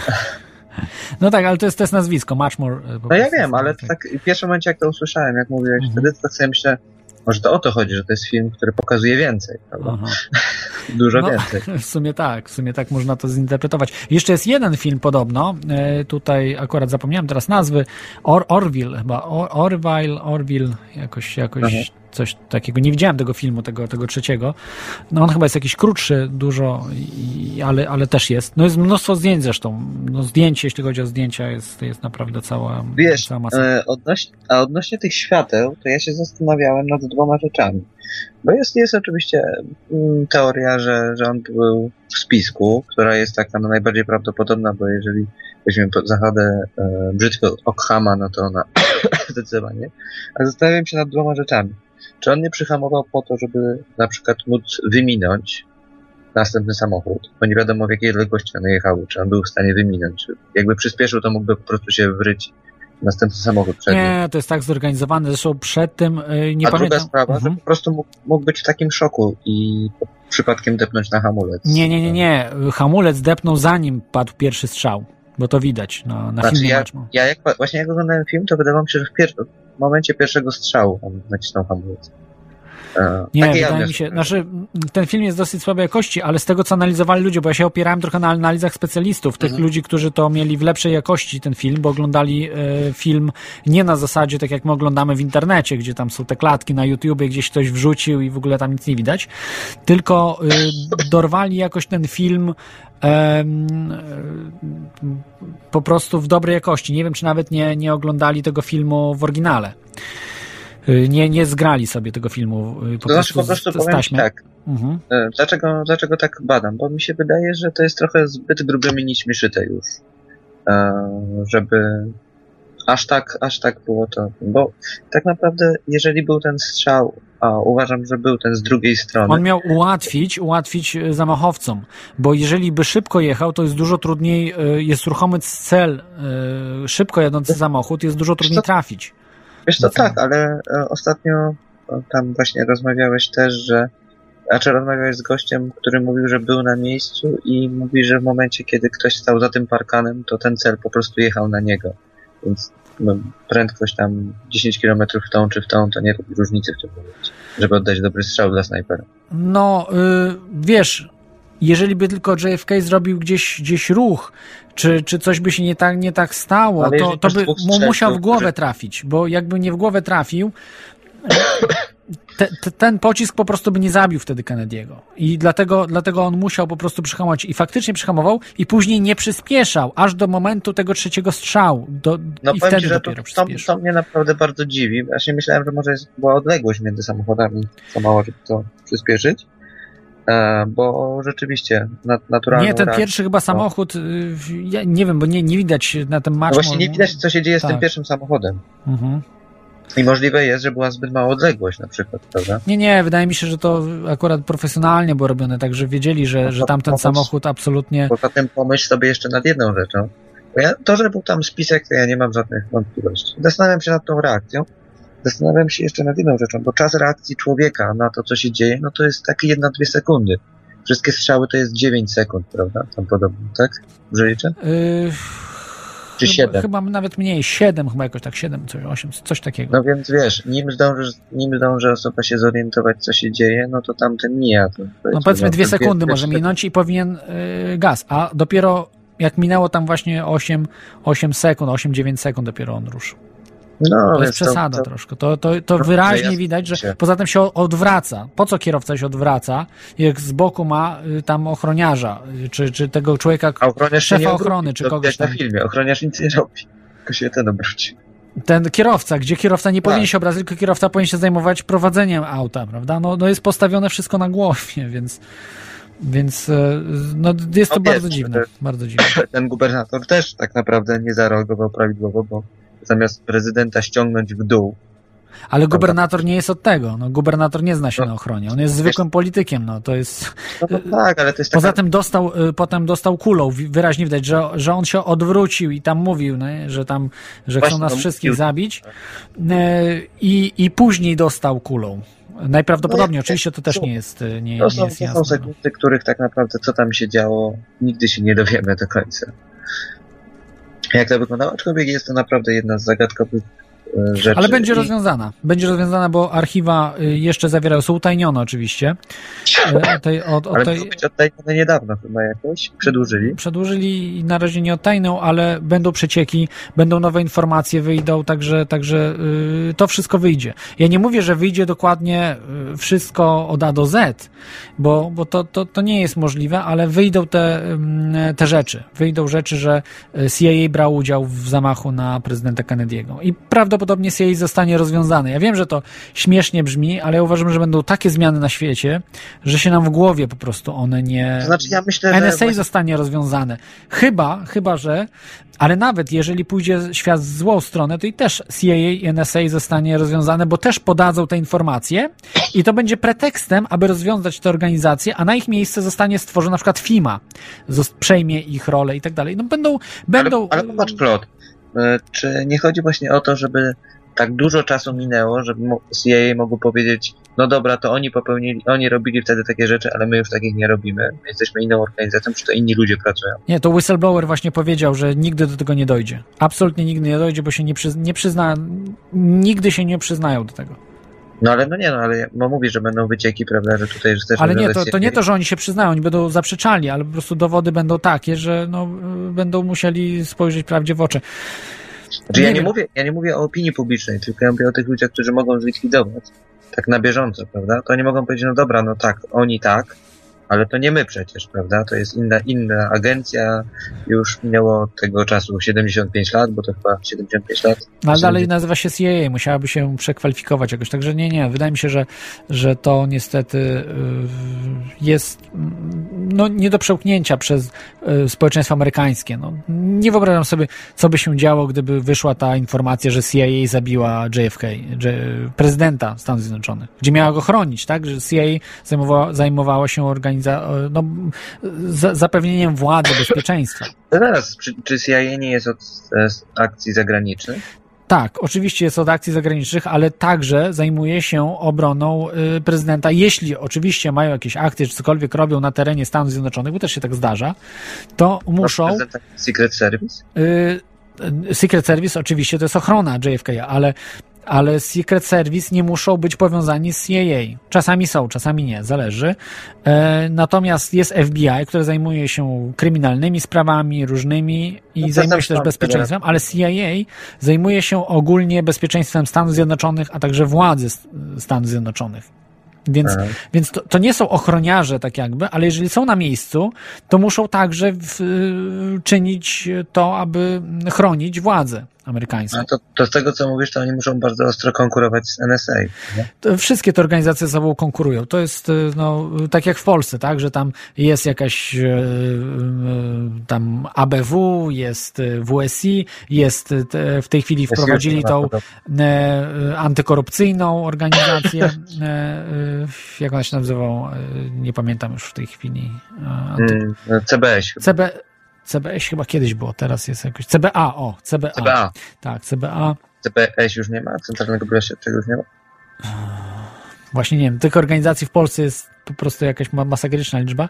No tak, ale to jest nazwisko, Much More.
No ja wiem, ale to tak w pierwszym momencie jak to usłyszałem, jak mówiłeś wtedy, to tak sobie myślę, może to o to chodzi, że to jest film, który pokazuje więcej, prawda? Dużo więcej.
W sumie tak można to zinterpretować. Jeszcze jest jeden film podobno, tutaj akurat zapomniałem teraz nazwy, Orville chyba, Orville, jakoś coś takiego. Nie widziałem tego filmu, tego trzeciego. No on chyba jest jakiś krótszy, dużo, ale też jest. No jest mnóstwo zdjęć zresztą. No zdjęcie, jeśli chodzi o zdjęcia, jest naprawdę cała masa.
Odnośnie tych świateł, to ja się zastanawiałem nad dwoma rzeczami. Bo jest oczywiście teoria, że on był w spisku, która jest taka najbardziej prawdopodobna, bo jeżeli weźmiemy pod zasadę brzydko Ockhama, no to ona zdecydowanie. Ale zastanawiam się nad dwoma rzeczami. Czy on nie przyhamował po to, żeby na przykład móc wyminąć następny samochód, bo nie wiadomo w jakiej odległości one jechały, czy on był w stanie wyminąć. Jakby przyspieszył, to mógłby po prostu się wryć następny samochód przed nim.
Nie, to jest tak zorganizowane, zresztą przed tym nie pamiętam.
Druga sprawa, że po prostu mógł być w takim szoku i przypadkiem depnąć na hamulec.
Nie. Hamulec depnął zanim padł pierwszy strzał, bo to widać na filmie.
Jak oglądałem film, to wydawało mi się, że w momencie pierwszego strzału on nacisnął hamulec.
Nie, wydaje mi się, znaczy ten film jest dosyć słabej jakości, ale z tego, co analizowali ludzie, bo ja się opierałem trochę na analizach specjalistów, tych ludzi, którzy to mieli w lepszej jakości ten film, bo oglądali film nie na zasadzie, tak jak my oglądamy w internecie, gdzie tam są te klatki na YouTubie, gdzieś ktoś wrzucił i w ogóle tam nic nie widać, tylko dorwali jakoś ten film po prostu w dobrej jakości. Nie wiem, czy nawet nie oglądali tego filmu w oryginale. Nie zgrali sobie tego filmu
po prostu powiem ci tak. Dlaczego tak badam? Bo mi się wydaje, że to jest trochę zbyt grubymi nićmi szyte już. Żeby aż tak było to. Bo tak naprawdę, jeżeli był ten strzał, a uważam, że był ten z drugiej strony.
On miał ułatwić zamachowcom, bo jeżeli by szybko jechał, to jest dużo trudniej, jest ruchomy cel, szybko jadący samochód, jest dużo trudniej trafić.
Wiesz co, tak, ale ostatnio tam właśnie rozmawiałeś też, rozmawiałeś z gościem, który mówił, że był na miejscu i mówi, że w momencie, kiedy ktoś stał za tym parkanem, to ten cel po prostu jechał na niego. Więc prędkość tam 10 km w tą czy w tą, to nie robi różnicy w tym momencie, żeby oddać dobry strzał dla snajpera.
No, wiesz, jeżeli by tylko JFK zrobił gdzieś ruch, czy coś by się nie tak stało, to by mu musiał w głowę trafić, bo jakby nie w głowę trafił, ten pocisk po prostu by nie zabił wtedy Kennedy'ego. I dlatego on musiał po prostu przyhamować. I faktycznie przyhamował i później nie przyspieszał, aż do momentu tego trzeciego strzału. I wtedy
ci,
dopiero przyspieszył.
To mnie naprawdę bardzo dziwi. Właśnie myślałem, że może była odległość między samochodami za mała, żeby to przyspieszyć. Bo rzeczywiście naturalnie.
Nie, ten pierwszy chyba samochód, ja nie wiem, bo nie widać na tym marszmu.
No właśnie nie widać, co się dzieje z tym pierwszym samochodem.
Mhm.
I możliwe jest, że była zbyt mała odległość na przykład, prawda?
Nie, wydaje mi się, że to akurat profesjonalnie było robione, także wiedzieli, że tamten samochód absolutnie...
Poza tym pomyśl sobie jeszcze nad jedną rzeczą. To, że był tam spisek, to ja nie mam żadnych wątpliwości. Zastanawiam się nad tą reakcją. Zastanawiam się jeszcze nad jedną rzeczą, bo czas reakcji człowieka na to, co się dzieje, no to jest takie 1-2 sekundy. Wszystkie strzały to jest 9 sekund, prawda? Tam podobno, tak? Dobrze liczę? Czy 7?
Chyba nawet mniej, 7 chyba jakoś tak, 7, 8, coś takiego.
No więc wiesz, nim zdąży osoba się zorientować, co się dzieje, no to tamten mija.
No powiedzmy 2 sekundy może minąć i powinien gaz, a dopiero jak minęło tam właśnie 8 sekund, 8-9 sekund dopiero on ruszył.
No,
to jest przesada troszkę. To wyraźnie widać, że poza tym się odwraca. Po co kierowca się odwraca, jak z boku ma tam ochroniarza, czy tego człowieka, szefa ochrony, czy kogoś tam.
Na filmie, ochroniarz nic nie robi, tylko się ten obróci.
Ten kierowca, gdzie kierowca nie powinien się obrazić, tylko kierowca powinien się zajmować prowadzeniem auta, prawda? No jest postawione wszystko na głowie, więc no jest to bardzo dziwne. Bardzo dziwne.
Ten gubernator też tak naprawdę nie zareagował prawidłowo, bo zamiast prezydenta ściągnąć w dół.
Ale gubernator nie jest od tego. No, gubernator nie zna się na ochronie. On jest zwykłym politykiem. No, to jest...
tak, ale to jest
poza tym potem dostał kulą. Wyraźnie widać, że on się odwrócił i tam mówił, że chcą nas wszystkich zabić. I później dostał kulą. Najprawdopodobniej, oczywiście to też nie jest jasne.
To są sekundy, których tak naprawdę co tam się działo, nigdy się nie dowiemy do końca. Jak to wyglądało? Aczkolwiek jest to naprawdę jedna z zagadkowych rzeczy.
Ale będzie rozwiązana. Będzie rozwiązana, bo archiwa jeszcze zawierają, są utajnione oczywiście.
Ale mogą być odtajnione niedawno chyba jakoś? Przedłużyli?
Przedłużyli i na razie nie odtajną, ale będą przecieki, będą nowe informacje, wyjdą, także to wszystko wyjdzie. Ja nie mówię, że wyjdzie dokładnie wszystko od A do Z, bo to nie jest możliwe, ale wyjdą te rzeczy. Wyjdą rzeczy, że CIA brał udział w zamachu na prezydenta Kennedy'ego i prawdopodobnie CIA zostanie rozwiązany. Ja wiem, że to śmiesznie brzmi, ale ja uważam, że będą takie zmiany na świecie, że się nam w głowie po prostu one nie...
To znaczy ja myślę,
NSA zostanie rozwiązane. Chyba, że... Ale nawet jeżeli pójdzie świat w złą stronę, to i też CIA i NSA zostanie rozwiązane, bo też podadzą te informacje i to będzie pretekstem, aby rozwiązać te organizacje, a na ich miejsce zostanie stworzona na przykład FIMA. Przejmie ich rolę i tak dalej. No będą...
Ale popatrz, Klot, czy nie chodzi właśnie o to, żeby tak dużo czasu minęło, żeby CIA mogło powiedzieć, no dobra, to oni robili wtedy takie rzeczy, ale my już takich nie robimy. My jesteśmy inną organizacją, czy to inni ludzie pracują.
Nie, to whistleblower właśnie powiedział, że nigdy do tego nie dojdzie. Absolutnie nigdy nie dojdzie, bo się nigdy się nie przyznają do tego.
No ale ale mówisz, że będą wycieki, prawda, że tutaj... Że też
Ale nie,
będą
to nie to, że
ale mówisz, że tutaj, że też...
Ale nie,
będą
to nie to, że oni się przyznają, oni będą zaprzeczali, ale po prostu dowody będą takie, że no, będą musieli spojrzeć prawdzie w oczy.
Znaczy, ja nie mówię o opinii publicznej, tylko ja mówię o tych ludziach, którzy mogą zlikwidować tak na bieżąco, prawda? To oni mogą powiedzieć, no dobra, no tak, oni tak, ale to nie my przecież, prawda? To jest inna agencja, już minęło od tego czasu 75 lat, bo to chyba 75 lat.
No ale dalej nazywa się CIA, musiałaby się przekwalifikować jakoś, także nie, wydaje mi się, że to niestety jest no, nie do przełknięcia przez społeczeństwo amerykańskie. No, nie wyobrażam sobie, co by się działo, gdyby wyszła ta informacja, że CIA zabiła JFK, prezydenta Stanów Zjednoczonych, gdzie miała go chronić, tak? Że CIA zajmowała się zapewnieniem władzy, bezpieczeństwa.
Zaraz, czy CIA nie jest od akcji zagranicznych?
Tak, oczywiście jest od akcji zagranicznych, ale także zajmuje się obroną prezydenta. Jeśli oczywiście mają jakieś akcje, czy cokolwiek robią na terenie Stanów Zjednoczonych, bo też się tak zdarza, to muszą...
Secret Service?
Secret Service oczywiście to jest ochrona JFK, ale Secret Service nie muszą być powiązani z CIA. Czasami są, czasami nie, zależy. Natomiast jest FBI, które zajmuje się kryminalnymi sprawami różnymi i zajmuje się też bezpieczeństwem, ale CIA zajmuje się ogólnie bezpieczeństwem Stanów Zjednoczonych, a także władzy Stanów Zjednoczonych. Więc to nie są ochroniarze tak jakby, ale jeżeli są na miejscu, to muszą także czynić to, aby chronić władzę amerykańską.
No to z tego, co mówisz, to oni muszą bardzo ostro konkurować z NSA. Nie?
Wszystkie te organizacje ze sobą konkurują. To jest no, tak jak w Polsce, tak, że tam jest jakaś tam ABW, jest WSI, jest w tej chwili wprowadzili tą antykorupcyjną organizację. Jak ona się nazywa? Nie pamiętam już w tej chwili.
CBS.
CBS chyba kiedyś było, teraz jest jakoś... CBA. Tak, CBA.
CBS już nie ma? Centralnego Biura Śledczego już nie ma?
Właśnie nie wiem, tych organizacji w Polsce jest po prostu jakaś masakryczna liczba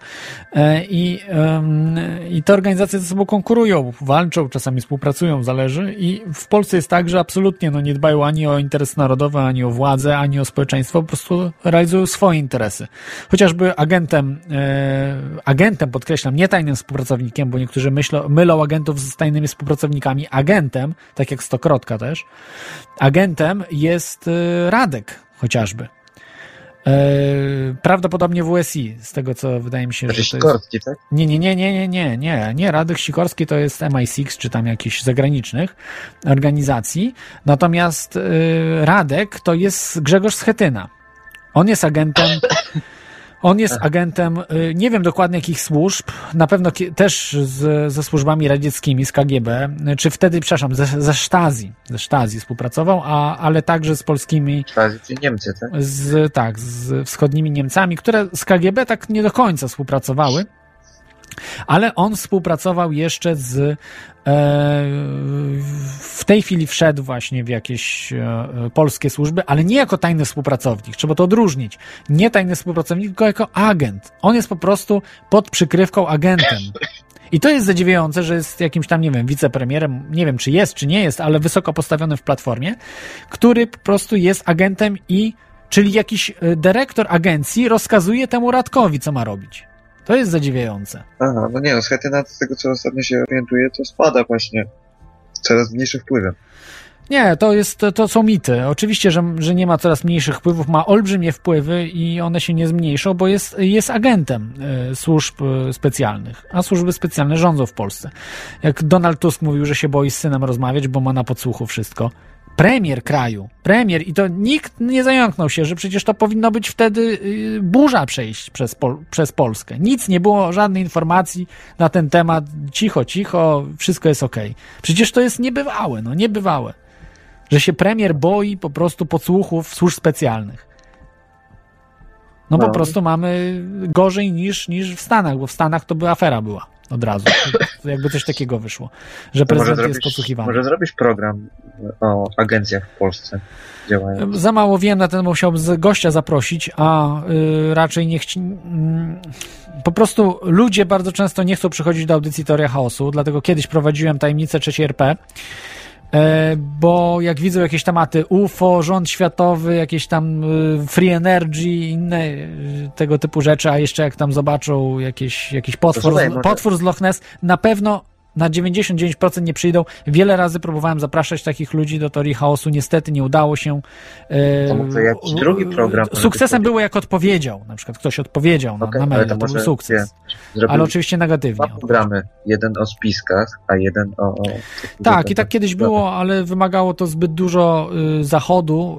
i te organizacje ze sobą konkurują, walczą, czasami współpracują, zależy i w Polsce jest tak, że absolutnie no, nie dbają ani o interesy narodowe, ani o władzę, ani o społeczeństwo, po prostu realizują swoje interesy. Chociażby agentem podkreślam, nie tajnym współpracownikiem, bo niektórzy mylą agentów z tajnymi współpracownikami. Agentem, tak jak Stokrotka też, agentem jest Radek chociażby. Prawdopodobnie WSI, z tego co wydaje mi się, że to jest...
Sikorski, tak?
Nie. Radek Sikorski to jest MI6, czy tam jakichś zagranicznych organizacji. Natomiast Radek to jest Grzegorz Schetyna. On jest agentem, nie wiem dokładnie jakich służb, na pewno też ze służbami radzieckimi, z KGB, czy wtedy, przepraszam, ze Stasi współpracował, ale także z polskimi...
Stasi, czyli Niemcy, tak?
Z wschodnimi Niemcami, które z KGB tak nie do końca współpracowały, ale on współpracował jeszcze w tej chwili wszedł właśnie w jakieś polskie służby, ale nie jako tajny współpracownik. Trzeba to odróżnić. Nie tajny współpracownik, tylko jako agent. On jest po prostu pod przykrywką agentem. I to jest zadziwiające, że jest jakimś tam, nie wiem, wicepremierem, nie wiem, czy jest, czy nie jest, ale wysoko postawionym w Platformie, który po prostu jest agentem czyli jakiś dyrektor agencji rozkazuje temu Radkowi, co ma robić. To jest zadziwiające.
Aha, no nie, Schetyna z tego, co ostatnio się orientuje, to spada właśnie coraz mniejszym wpływem.
Nie, to są mity. Oczywiście, że nie ma coraz mniejszych wpływów, ma olbrzymie wpływy i one się nie zmniejszą, bo jest agentem służb specjalnych, a służby specjalne rządzą w Polsce. Jak Donald Tusk mówił, że się boi z synem rozmawiać, bo ma na podsłuchu wszystko. Premier i to nikt nie zająknął się, że przecież to powinno być wtedy burza przejść przez Polskę. Nic nie było, żadnej informacji na ten temat, cicho, wszystko jest okej. Przecież to jest niebywałe, że się premier boi po prostu podsłuchów służb specjalnych. No po prostu mamy gorzej niż w Stanach, bo w Stanach to by afera była. Od razu. To jakby coś takiego wyszło, że prezydent jest podsłuchiwany.
Może zrobić program o agencjach w Polsce działających?
Za mało wiem, na ten musiałbym gościa zaprosić, a raczej po prostu ludzie bardzo często nie chcą przychodzić do audycji Teoria Chaosu, dlatego kiedyś prowadziłem Tajemnicę III RP bo jak widzą jakieś tematy UFO, rząd światowy, jakieś tam free energy, inne tego typu rzeczy, a jeszcze jak tam zobaczą jakiś potwór z Loch Ness, na pewno na 99% nie przyjdą. Wiele razy próbowałem zapraszać takich ludzi do Teorii Chaosu, niestety nie udało się.
To może jakiś drugi program.
Sukcesem było, jak odpowiedział. Na przykład ktoś odpowiedział na maila, to był sukces. Ale oczywiście negatywnie.
Dwa programy. Jeden o spiskach, a jeden o...
Tak, i tak kiedyś było, ale wymagało to zbyt dużo zachodu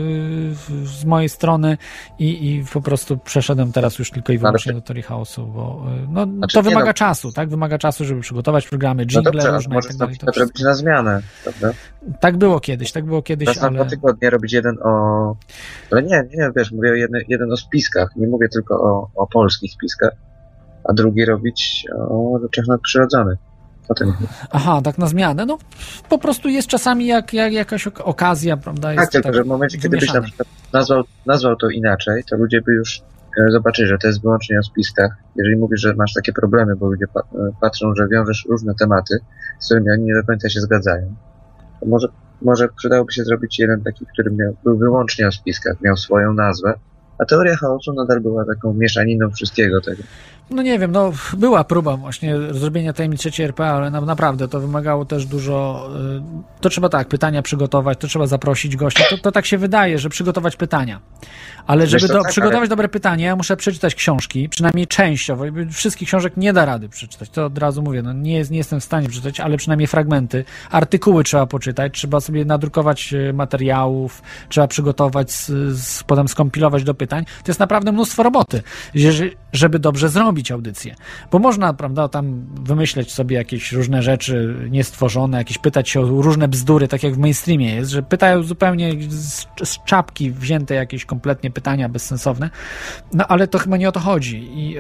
z mojej strony i po prostu przeszedłem teraz już tylko i wyłącznie do Teorii Chaosu, bo to wymaga czasu, tak? Wymaga czasu, żeby przygotować programy, jingle różne i tak dalej.
To robić na zmianę, prawda?
Tak było kiedyś,
Raz na 2 tygodnie robić jeden o... Ale nie, wiesz, mówię jeden o spiskach, nie mówię tylko o polskich spiskach, a drugi robić o rzeczach nadprzyrodzonych.
Aha, tak na zmianę. No po prostu jest czasami jak jakaś okazja, prawda? Jest
tak, tylko że w momencie, kiedy byś na przykład nazwał to inaczej, to ludzie by już zobaczyli, że to jest wyłącznie o spiskach. Jeżeli mówisz, że masz takie problemy, bo ludzie patrzą, że wiążesz różne tematy, z którymi oni nie do końca się zgadzają, to może przydałoby się zrobić jeden taki, który był wyłącznie o spiskach, miał swoją nazwę, a Teoria Chaosu nadal była taką mieszaniną wszystkiego tego.
No nie wiem, była próba właśnie zrobienia tajemnic III RP, ale naprawdę to wymagało też dużo, to trzeba pytania przygotować, to trzeba zaprosić gościa, to tak się wydaje, że przygotować pytania, ale żeby przygotować dobre pytania, ja muszę przeczytać książki, przynajmniej częściowo, wszystkich książek nie da rady przeczytać, to od razu mówię, nie jestem w stanie przeczytać, ale przynajmniej fragmenty, artykuły trzeba poczytać, trzeba sobie nadrukować materiałów, trzeba przygotować, potem skompilować do pytań, to jest naprawdę mnóstwo roboty, żeby dobrze zrobić audycję. Bo można, prawda, tam wymyśleć sobie jakieś różne rzeczy niestworzone, pytać się o różne bzdury, tak jak w mainstreamie jest, że pytają zupełnie z czapki wzięte jakieś kompletnie pytania bezsensowne, ale to chyba nie o to chodzi. I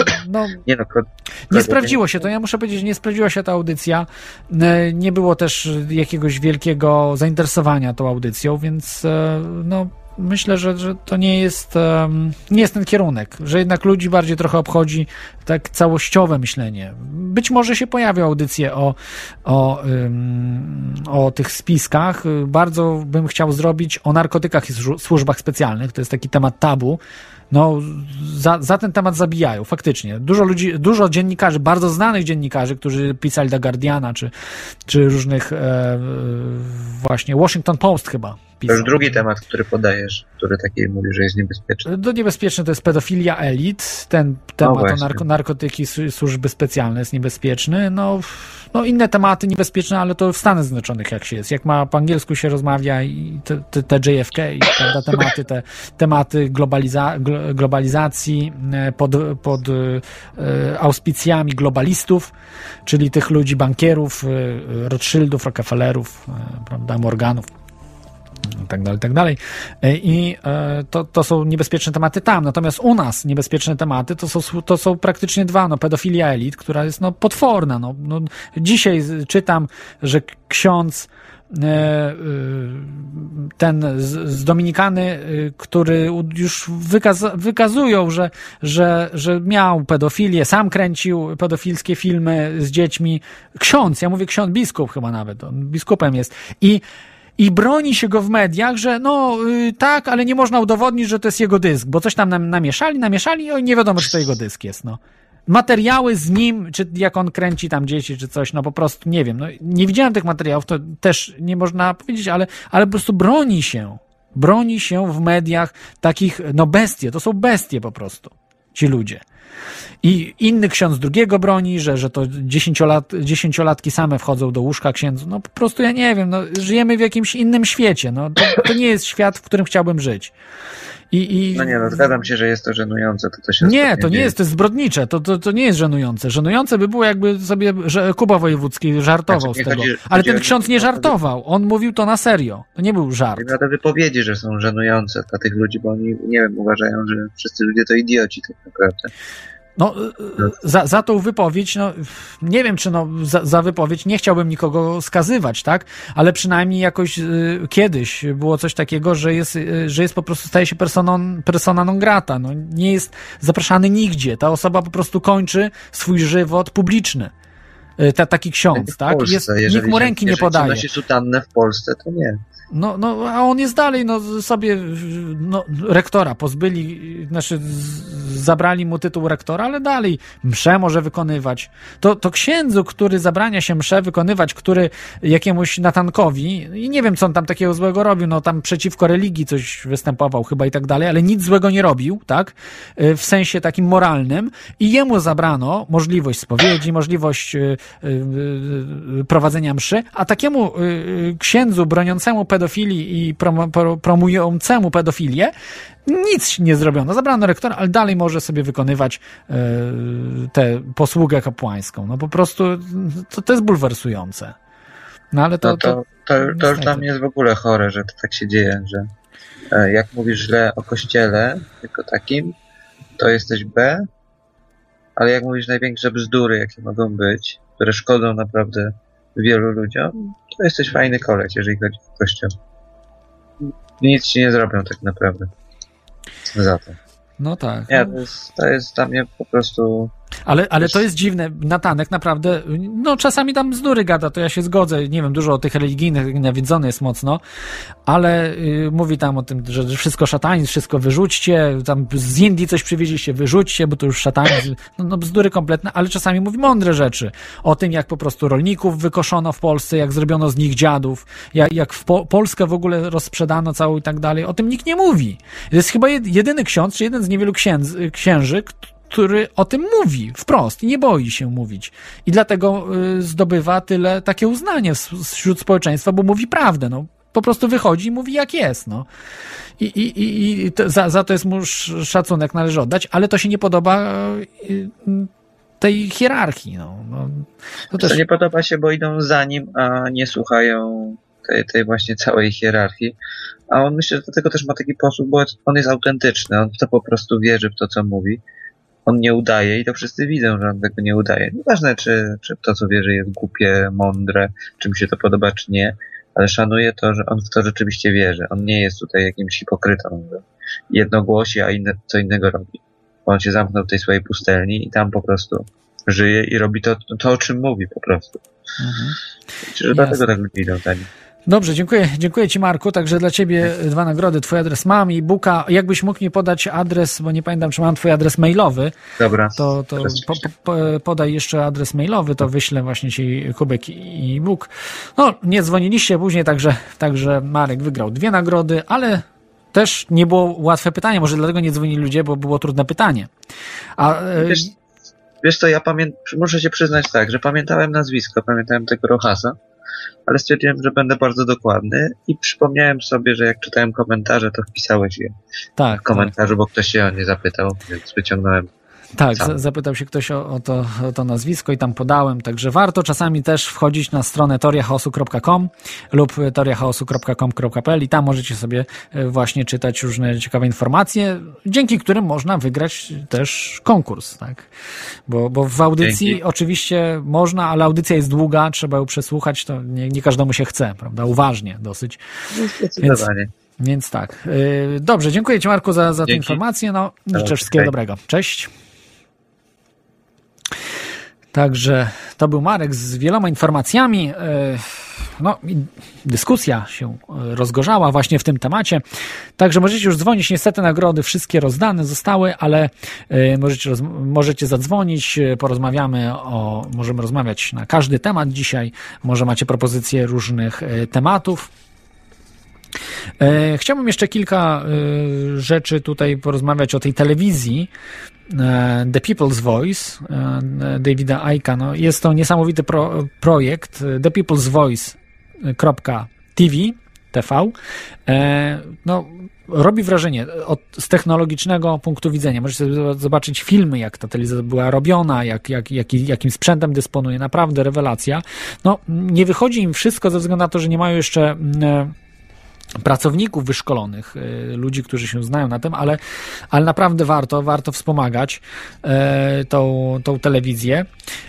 nie sprawdziło się to, ja muszę powiedzieć, że nie sprawdziła się ta audycja, nie było też jakiegoś wielkiego zainteresowania tą audycją, więc myślę, że to nie jest ten kierunek, że jednak ludzi bardziej trochę obchodzi tak całościowe myślenie. Być może się pojawią audycje o tych spiskach. Bardzo bym chciał zrobić o narkotykach i służbach specjalnych. To jest taki temat tabu. Za ten temat zabijają, faktycznie. Dużo dziennikarzy, bardzo znanych dziennikarzy, którzy pisali dla Guardiana, czy różnych właśnie Washington Post chyba.
To już drugi temat, który podajesz, który taki mówi, że jest niebezpieczny.
Niebezpieczny to jest pedofilia elit. Ten temat o narkotyki, służby specjalne jest niebezpieczny. Inne tematy niebezpieczne, ale to w Stanach Zjednoczonych jak się jest. Jak po angielsku się rozmawia i te JFK i tematy globalizacji pod auspicjami globalistów, czyli tych ludzi, bankierów, Rothschildów, Rockefellerów, prawda, Morganów. I tak dalej. I to są niebezpieczne tematy tam. Natomiast u nas niebezpieczne tematy to są praktycznie dwa. Pedofilia elit, która jest potworna. Dzisiaj czytam, że ksiądz ten z Dominikany, który już wykazują, że miał pedofilię, sam kręcił pedofilskie filmy z dziećmi. Ksiądz, ja mówię ksiądz, biskup chyba nawet, on biskupem jest. I broni się go w mediach, że tak, ale nie można udowodnić, że to jest jego dysk, bo coś tam namieszali i nie wiadomo, czy to jego dysk jest, Materiały z nim, czy jak on kręci tam dzieci, czy coś, po prostu nie wiem. Nie widziałem tych materiałów, to też nie można powiedzieć, ale po prostu broni się w mediach takich, bestie, to są bestie po prostu, ci ludzie. I inny ksiądz drugiego broni, że to dziesięciolatki same wchodzą do łóżka księdzu. Po prostu ja nie wiem, żyjemy w jakimś innym świecie. To nie jest świat, w którym chciałbym żyć.
Zgadzam się, że jest to żenujące. To się
nie, to nie jest, to jest zbrodnicze, to nie jest żenujące. Żenujące by było, jakby sobie Kuba Wojewódzki żartował z tego. Ale ten ksiądz nie żartował, on mówił to na serio. To nie był żart.
Chodzi o te wypowiedzi, że są żenujące dla tych ludzi, bo oni, nie wiem, uważają, że wszyscy ludzie to idioci tak naprawdę.
Za tą wypowiedź, nie wiem, czy za wypowiedź nie chciałbym nikogo skazywać, tak? Ale przynajmniej jakoś kiedyś było coś takiego, że jest po prostu, staje się persona non grata. Nie jest zapraszany nigdzie. Ta osoba po prostu kończy swój żywot publiczny. taki ksiądz, tak?
Polsce,
Nikt mu ręki nie podaje.
Jeżeli nosi sutannę w Polsce, to nie.
No, a on jest dalej, sobie rektora pozbyli, zabrali mu tytuł rektora, ale dalej mszę może wykonywać. To księdzu, który zabrania się mszę wykonywać, który jakiemuś Natankowi, i nie wiem, co on tam takiego złego robił, tam przeciwko religii coś występował chyba i tak dalej, ale nic złego nie robił, tak? W sensie takim moralnym, i jemu zabrano możliwość spowiedzi, możliwość prowadzenia mszy, a takiemu księdzu broniącemu pedofilii i promującemu pedofilię nic nie zrobiono. Zabrano rektora, ale dalej może sobie wykonywać tę posługę kapłańską. Po prostu to jest bulwersujące. No ale to
już dla mnie jest w ogóle chore, że to tak się dzieje, że jak mówisz źle o kościele jako takim, to jesteś B, ale jak mówisz największe bzdury, jakie mogą być, które szkodzą naprawdę wielu ludziom, to jesteś fajny koleś, jeżeli chodzi o kościół. Nic ci nie zrobią tak naprawdę za to.
No tak.
Nie, to jest dla mnie po prostu...
Ale to jest dziwne. Natanek naprawdę, czasami tam bzdury gada, to ja się zgodzę. Nie wiem, dużo o tych religijnych nawiedzony jest mocno, ale mówi tam o tym, że wszystko szatanizm, wszystko wyrzućcie, tam z Indii coś przywieźliście, wyrzućcie, bo to już szatanizm. Bzdury kompletne, ale czasami mówi mądre rzeczy. O tym, jak po prostu rolników wykoszono w Polsce, jak zrobiono z nich dziadów, jak w Polskę w ogóle rozprzedano całą i tak dalej. O tym nikt nie mówi. To jest chyba jedyny ksiądz, czy jeden z niewielu księży, który o tym mówi wprost i nie boi się mówić. I dlatego zdobywa tyle takie uznanie wśród społeczeństwa, bo mówi prawdę. Po prostu wychodzi i mówi jak jest. I za to jest mu szacunek, należy oddać, ale to się nie podoba tej hierarchii.
To nie podoba się, bo idą za nim, a nie słuchają tej właśnie całej hierarchii. A on, myślę, że do tego też ma taki posłuch, bo on jest autentyczny. On w to po prostu wierzy w to, co mówi. On nie udaje i to wszyscy widzą, że on tego nie udaje. Nieważne, czy to, co wierzy, jest głupie, mądre, czy mi się to podoba, czy nie, ale szanuję to, że on w to rzeczywiście wierzy. On nie jest tutaj jakimś hipokrytą, że jedno głosi, a co innego robi. On się zamknął w tej swojej pustelni i tam po prostu żyje i robi to o czym mówi po prostu. Myślę, że dlatego tak ludzie idą za nim.
Dobrze, dziękuję Ci, Marku. Także dla Ciebie 2 nagrody. Twój adres mam i e-booka. Jakbyś mógł mi podać adres, bo nie pamiętam, czy mam Twój adres mailowy.
Dobra.
To podaj jeszcze adres mailowy, to wyślę właśnie Ci kubek i e-book. Nie dzwoniliście później, także Marek wygrał 2 nagrody, ale też nie było łatwe pytanie. Może dlatego nie dzwonili ludzie, bo było trudne pytanie.
Wiesz co, ja muszę się przyznać tak, że pamiętałem nazwisko, pamiętałem tego Rochasa, ale stwierdziłem, że będę bardzo dokładny i przypomniałem sobie, że jak czytałem komentarze, to wpisałeś je w komentarzu, bo ktoś się o nie zapytał, więc wyciągnąłem.
Tak, zapytał się ktoś o to nazwisko i tam podałem, także warto czasami też wchodzić na stronę teoriachaosu.com lub teoriachaosu.com.pl i tam możecie sobie właśnie czytać różne ciekawe informacje, dzięki którym można wygrać też konkurs, tak? Bo w audycji oczywiście można, ale audycja jest długa, trzeba ją przesłuchać, to nie każdemu się chce, prawda? Uważnie dosyć.
Zdecydowanie.
Więc tak. Dobrze, dziękuję Ci, Marku, za tę informację. Życzę wszystkiego dobrego. Cześć. Także to był Marek z wieloma informacjami. Dyskusja się rozgorzała właśnie w tym temacie. Także możecie już dzwonić. Niestety nagrody wszystkie rozdane zostały, ale możecie zadzwonić, możemy rozmawiać na każdy temat dzisiaj. Może macie propozycje różnych tematów. Chciałbym jeszcze kilka rzeczy tutaj porozmawiać o tej telewizji The People's Voice Davida Icke'a. Jest to niesamowity projekt thepeoplesvoice.tv. Robi wrażenie z technologicznego punktu widzenia. Możecie sobie zobaczyć filmy, jak ta telewizja była robiona, jakim sprzętem dysponuje. Naprawdę rewelacja. Nie wychodzi im wszystko ze względu na to, że nie mają jeszcze pracowników wyszkolonych, ludzi, którzy się znają na tym, ale naprawdę warto wspomagać tą telewizję,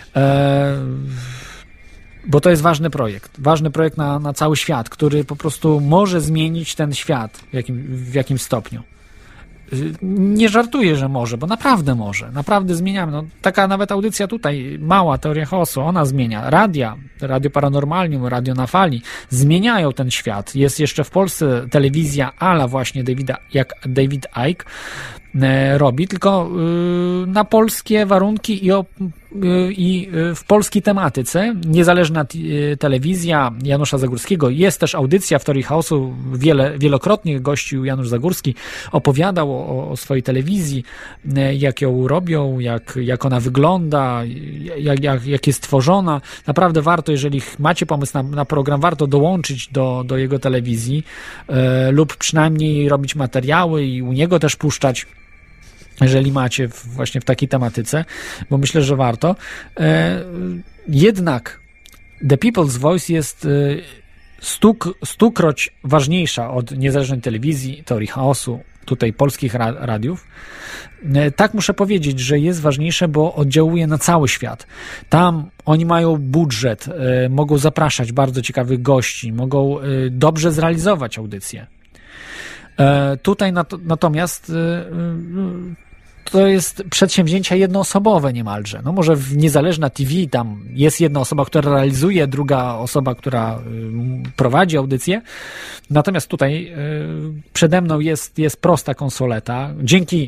bo to jest ważny projekt na cały świat, który po prostu może zmienić ten świat w jakimś stopniu. nie żartuję, że może, bo naprawdę może. Naprawdę zmieniamy. No, taka nawet audycja tutaj, mała Teoria Chaosu, ona zmienia. Radio Paranormalium, Radio na Fali zmieniają ten świat. Jest jeszcze w Polsce telewizja ala właśnie jak David Icke robi, tylko na polskie warunki i w polskiej tematyce. Niezależna telewizja Janusza Zagórskiego. Jest też audycja w Teorii Chaosu. Wielokrotnie gościł Janusz Zagórski. Opowiadał o swojej telewizji, jak ją robią, jak ona wygląda, jak jest tworzona. Naprawdę warto, jeżeli macie pomysł na program, warto dołączyć do jego telewizji lub przynajmniej robić materiały i u niego też puszczać, jeżeli macie właśnie w takiej tematyce, bo myślę, że warto. Jednak The People's Voice jest stukroć ważniejsza od niezależnej telewizji, Teorii Chaosu, tutaj polskich radiów. Tak muszę powiedzieć, że jest ważniejsze, bo oddziałuje na cały świat. Tam oni mają budżet, mogą zapraszać bardzo ciekawych gości, mogą dobrze zrealizować audycję. Tutaj natomiast to jest przedsięwzięcia jednoosobowe niemalże. No może w Niezależna TV tam jest jedna osoba, która realizuje, druga osoba, która prowadzi audycję. Natomiast tutaj przede mną jest prosta konsoleta. Dzięki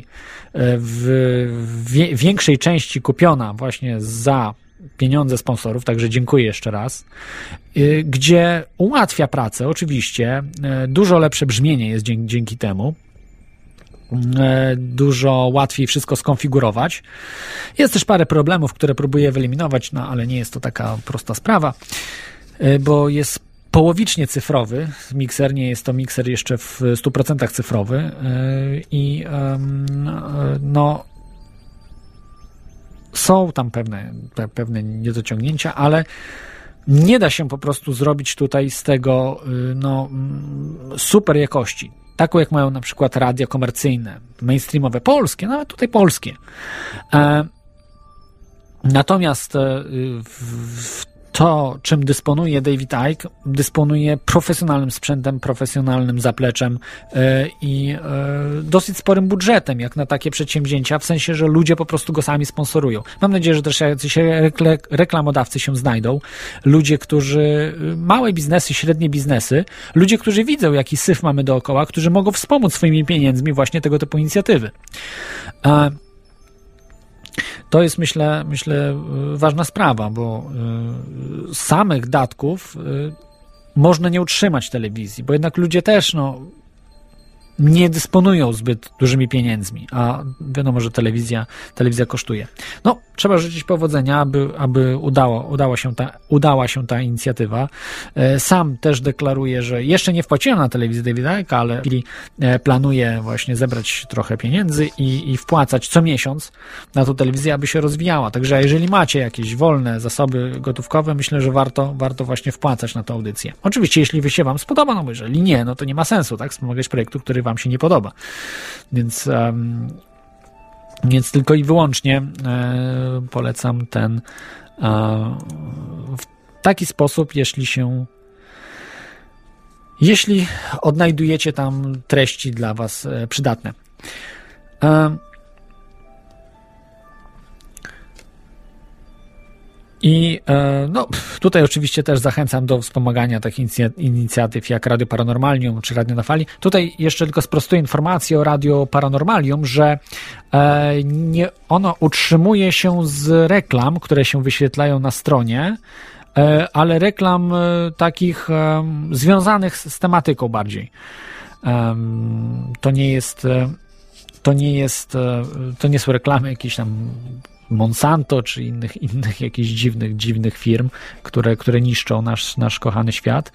większej części kupiona właśnie za pieniądze sponsorów, także dziękuję jeszcze raz, gdzie ułatwia pracę, oczywiście, dużo lepsze brzmienie jest dzięki temu, dużo łatwiej wszystko skonfigurować. Jest też parę problemów, które próbuję wyeliminować, no ale nie jest to taka prosta sprawa, bo jest połowicznie cyfrowy mikser, nie jest to mikser jeszcze w 100% cyfrowy i no są tam pewne niedociągnięcia, ale nie da się po prostu zrobić tutaj z tego super jakości. Taką jak mają na przykład radia komercyjne, mainstreamowe, polskie, nawet tutaj polskie. Natomiast to, czym dysponuje David Icke, dysponuje profesjonalnym sprzętem, profesjonalnym zapleczem i dosyć sporym budżetem, jak na takie przedsięwzięcia, w sensie, że ludzie po prostu go sami sponsorują. Mam nadzieję, że też jacyś reklamodawcy się znajdą, ludzie, którzy, małe biznesy, średnie biznesy, ludzie, którzy widzą, jaki syf mamy dookoła, którzy mogą wspomóc swoimi pieniędzmi właśnie tego typu inicjatywy. To jest, myślę, ważna sprawa, bo samych datków można nie utrzymać telewizji, bo jednak ludzie też nie dysponują zbyt dużymi pieniędzmi, a wiadomo, że telewizja kosztuje. No, trzeba życzyć powodzenia, aby udała się ta inicjatywa. Sam też deklaruję, że jeszcze nie wpłaciłem na telewizję Davida Icke'a, ale planuję właśnie zebrać trochę pieniędzy i wpłacać co miesiąc na tą telewizję, aby się rozwijała. Także jeżeli macie jakieś wolne zasoby gotówkowe, myślę, że warto właśnie wpłacać na tę audycję. Oczywiście, jeśli się wam spodoba, no bo jeżeli nie, no to nie ma sensu, tak? Wspomagać projektu, który wam się nie podoba. Więc tylko i wyłącznie polecam ten w taki sposób, jeśli odnajdujecie tam treści dla was przydatne. I tutaj oczywiście też zachęcam do wspomagania takich inicjatyw jak Radio Paranormalium czy Radio na Fali. Tutaj jeszcze tylko sprostuję informację o Radio Paranormalium, że ono utrzymuje się z reklam, które się wyświetlają na stronie, ale reklam takich związanych z tematyką bardziej. To nie są reklamy jakieś tam Monsanto czy innych jakichś dziwnych firm, które niszczą nasz kochany świat.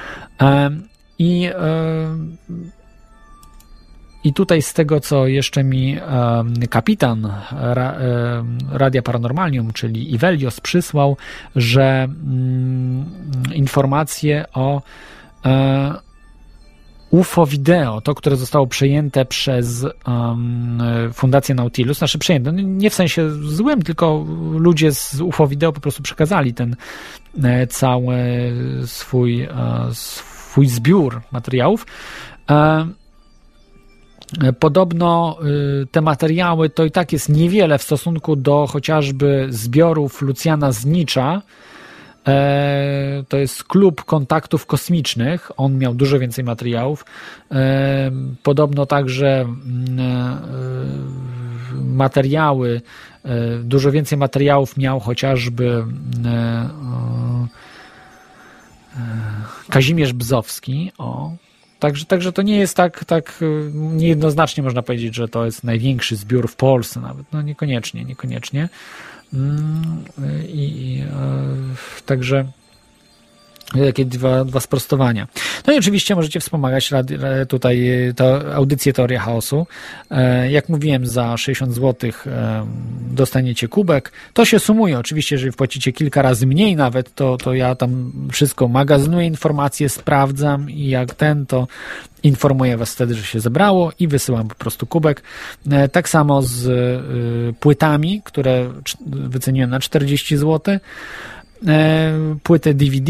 I tutaj z tego, co jeszcze mi kapitan Radia Paranormalium, czyli Ivelios, przysłał, że informacje o UFO Video, to, które zostało przejęte przez Fundację Nautilus, przejęte, nie w sensie złym, tylko ludzie z UFO Video po prostu przekazali ten cały swój zbiór materiałów, Podobno te materiały to i tak jest niewiele w stosunku do chociażby zbiorów Lucjana Znicza. To jest Klub Kontaktów Kosmicznych. On miał dużo więcej materiałów. Podobno także materiały, dużo więcej materiałów miał chociażby Kazimierz Bzowski. Także to nie jest tak niejednoznacznie można powiedzieć, że to jest największy zbiór w Polsce nawet. No niekoniecznie. Także takie dwa sprostowania. No i oczywiście możecie wspomagać tutaj audycję Teoria Chaosu. Jak mówiłem, za 60 zł dostaniecie kubek. To się sumuje. Oczywiście, jeżeli wpłacicie kilka razy mniej nawet, to ja tam wszystko magazynuję, informacje sprawdzam i jak to informuję was wtedy, że się zebrało i wysyłam po prostu kubek. Tak samo z płytami, które wyceniłem na 40 zł. Płytę DVD,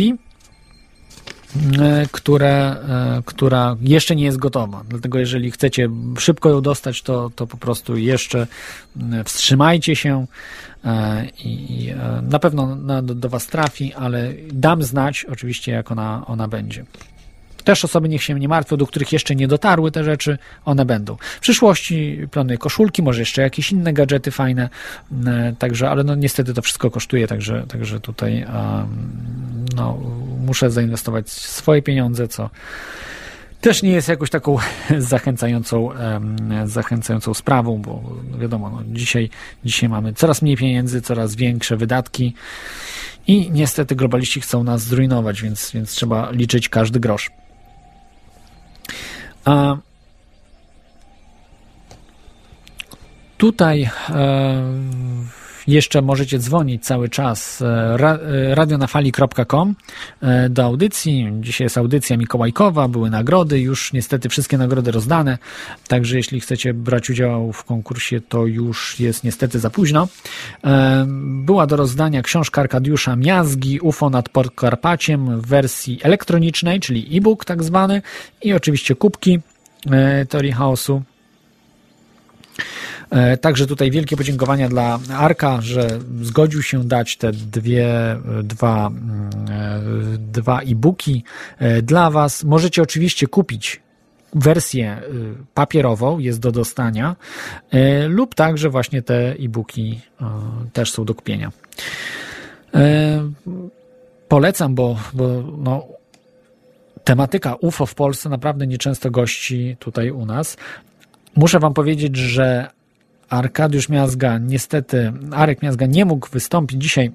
która jeszcze nie jest gotowa. Dlatego jeżeli chcecie szybko ją dostać, to po prostu jeszcze wstrzymajcie się i na pewno do was trafi, ale dam znać oczywiście, jak ona będzie. Też osoby niech się nie martwią, do których jeszcze nie dotarły te rzeczy, one będą. W przyszłości planuję koszulki, może jeszcze jakieś inne gadżety fajne, także, ale no niestety to wszystko kosztuje, także tutaj muszę zainwestować swoje pieniądze, co też nie jest jakoś taką zachęcającą sprawą, bo wiadomo, dzisiaj mamy coraz mniej pieniędzy, coraz większe wydatki i niestety globaliści chcą nas zrujnować, więc trzeba liczyć każdy grosz. Tutaj jeszcze możecie dzwonić cały czas radionafali.com do audycji. Dzisiaj jest audycja mikołajkowa, były nagrody, już niestety wszystkie nagrody rozdane, także jeśli chcecie brać udział w konkursie, to już jest niestety za późno. Była do rozdania książka Arkadiusza Miazgi, UFO nad Podkarpaciem w wersji elektronicznej, czyli e-book tak zwany, i oczywiście kubki Teorii Chaosu. Także tutaj wielkie podziękowania dla Arka, że zgodził się dać te dwa e-booki dla was. Możecie oczywiście kupić wersję papierową, jest do dostania, lub także właśnie te e-booki też są do kupienia. Polecam, bo tematyka UFO w Polsce naprawdę nieczęsto gości tutaj u nas. Muszę wam powiedzieć, że Arkadiusz Miazga, niestety Arek Miazga nie mógł wystąpić dzisiaj.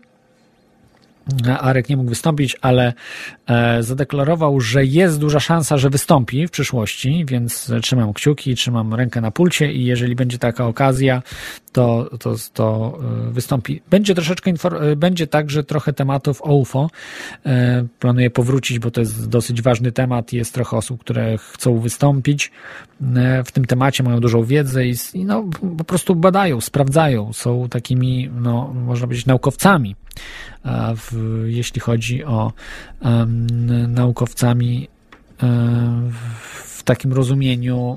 Ale zadeklarował, że jest duża szansa, że wystąpi w przyszłości, więc trzymam kciuki, trzymam rękę na pulsie i jeżeli będzie taka okazja, to wystąpi. Będzie także trochę tematów o UFO. Planuję powrócić, bo to jest dosyć ważny temat. Jest trochę osób, które chcą wystąpić w tym temacie, mają dużą wiedzę i po prostu badają, sprawdzają. Są takimi, można powiedzieć, naukowcami. Jeśli chodzi o naukowcami w takim rozumieniu,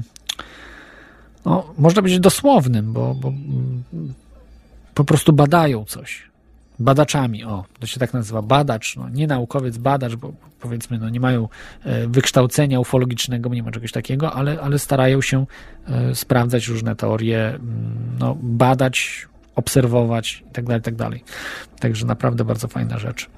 można powiedzieć dosłownym, bo po prostu badają coś. Badaczami, to się tak nazywa, badacz, nie naukowiec, badacz, bo powiedzmy, nie mają wykształcenia ufologicznego, nie ma czegoś takiego, ale starają się sprawdzać różne teorie, badać, obserwować i tak dalej. Także naprawdę bardzo fajna rzecz.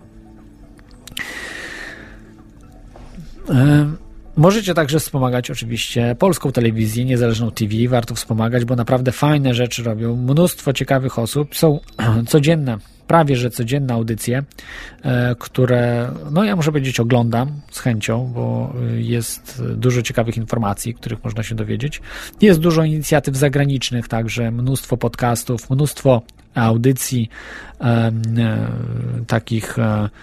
Możecie także wspomagać oczywiście Polską Telewizję, Niezależną TV, warto wspomagać, bo naprawdę fajne rzeczy robią. Mnóstwo ciekawych osób. Są codzienne, prawie że codzienne audycje, które, ja muszę powiedzieć, oglądam z chęcią, bo jest dużo ciekawych informacji, których można się dowiedzieć. Jest dużo inicjatyw zagranicznych, także mnóstwo podcastów, mnóstwo audycji takich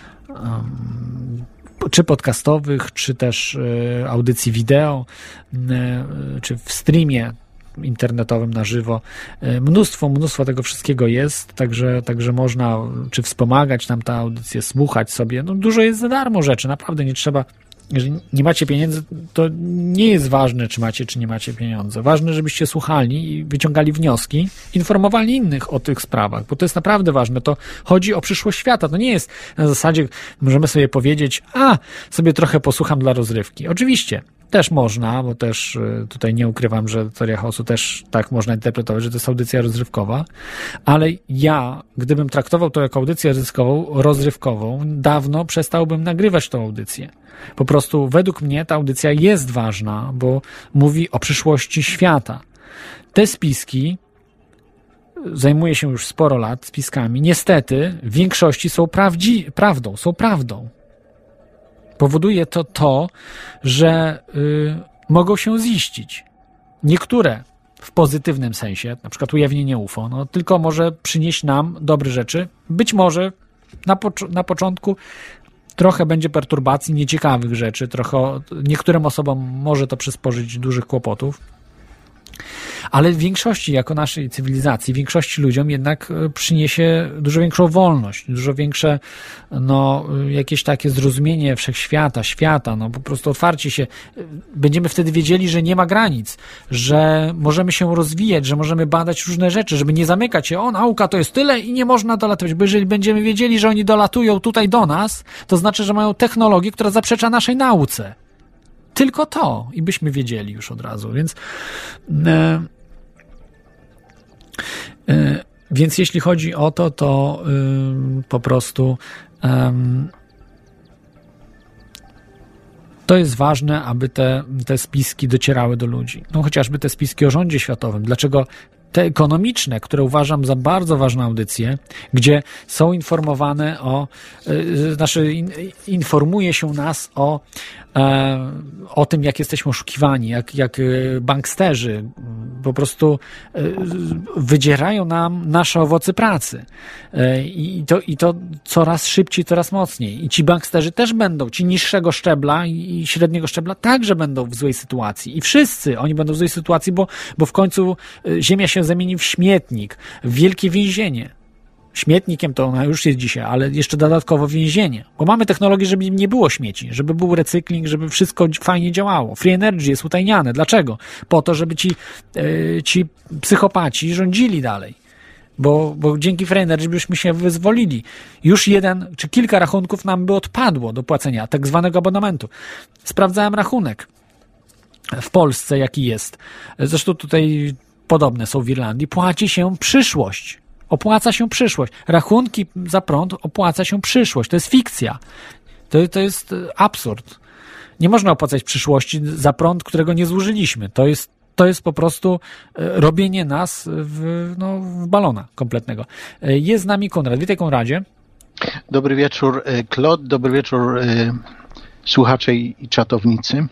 czy podcastowych, czy też audycji wideo, czy w streamie internetowym na żywo. Mnóstwo tego wszystkiego jest, także można czy wspomagać tam tę audycję, słuchać sobie. Dużo jest za darmo rzeczy, naprawdę nie trzeba jeżeli nie macie pieniędzy, to nie jest ważne, czy macie, czy nie macie pieniądze. Ważne, żebyście słuchali i wyciągali wnioski, informowali innych o tych sprawach, bo to jest naprawdę ważne. To chodzi o przyszłość świata. To nie jest na zasadzie, możemy sobie powiedzieć, sobie trochę posłucham dla rozrywki. Oczywiście, też można, bo też tutaj nie ukrywam, że Teoria Chaosu też tak można interpretować, że to jest audycja rozrywkowa, ale ja, gdybym traktował to jako audycję rozrywkową, dawno przestałbym nagrywać tą audycję. Po prostu według mnie ta audycja jest ważna, bo mówi o przyszłości świata. Te spiski, zajmuję się już sporo lat spiskami, niestety w większości są prawdą. Powoduje to, że mogą się ziścić. Niektóre w pozytywnym sensie, na przykład ujawnienie UFO, tylko może przynieść nam dobre rzeczy. Być może na początku trochę będzie perturbacji, nieciekawych rzeczy, trochę niektórym osobom może to przysporzyć dużych kłopotów, ale w większości, jako naszej cywilizacji, większości ludziom jednak przyniesie dużo większą wolność, dużo większe jakieś takie zrozumienie wszechświata, świata, po prostu otwarcie się. Będziemy wtedy wiedzieli, że nie ma granic, że możemy się rozwijać, że możemy badać różne rzeczy, żeby nie zamykać się, nauka to jest tyle i nie można dolatywać, bo jeżeli będziemy wiedzieli, że oni dolatują tutaj do nas, to znaczy, że mają technologię, która zaprzecza naszej nauce. Tylko to i byśmy wiedzieli już od razu, więc jeśli chodzi o to po prostu to jest ważne, aby te spiski docierały do ludzi. Chociażby te spiski o rządzie światowym. Dlaczego te ekonomiczne, które uważam za bardzo ważną audycję, gdzie są informowane informuje się nas o tym, jak jesteśmy oszukiwani, jak banksterzy po prostu wydzierają nam nasze owoce pracy. I to coraz szybciej, coraz mocniej. I ci banksterzy też będą, ci niższego szczebla i średniego szczebla także będą w złej sytuacji. I wszyscy oni będą w złej sytuacji, bo w końcu ziemia się zamieni w śmietnik, w wielkie więzienie. Śmietnikiem to ona już jest dzisiaj, ale jeszcze dodatkowo więzienie. Bo mamy technologię, żeby nie było śmieci, żeby był recykling, żeby wszystko fajnie działało. Free energy jest utajniane. Dlaczego? Po to, żeby ci psychopaci rządzili dalej. Bo dzięki Free Energy byśmy się wyzwolili. Już jeden czy kilka rachunków nam by odpadło do płacenia tak zwanego abonamentu. Sprawdzałem rachunek w Polsce, jaki jest. Zresztą tutaj podobne są w Irlandii. Płaci się przyszłość. Opłaca się przyszłość. Rachunki za prąd opłaca się przyszłość. To jest fikcja. To jest absurd. Nie można opłacać przyszłości za prąd, którego nie zużyliśmy. To jest po prostu robienie nas w balona kompletnego. Jest z nami Konrad. Witaj, Konradzie.
Dobry wieczór, Claude. Dobry wieczór, słuchacze i czatownicy.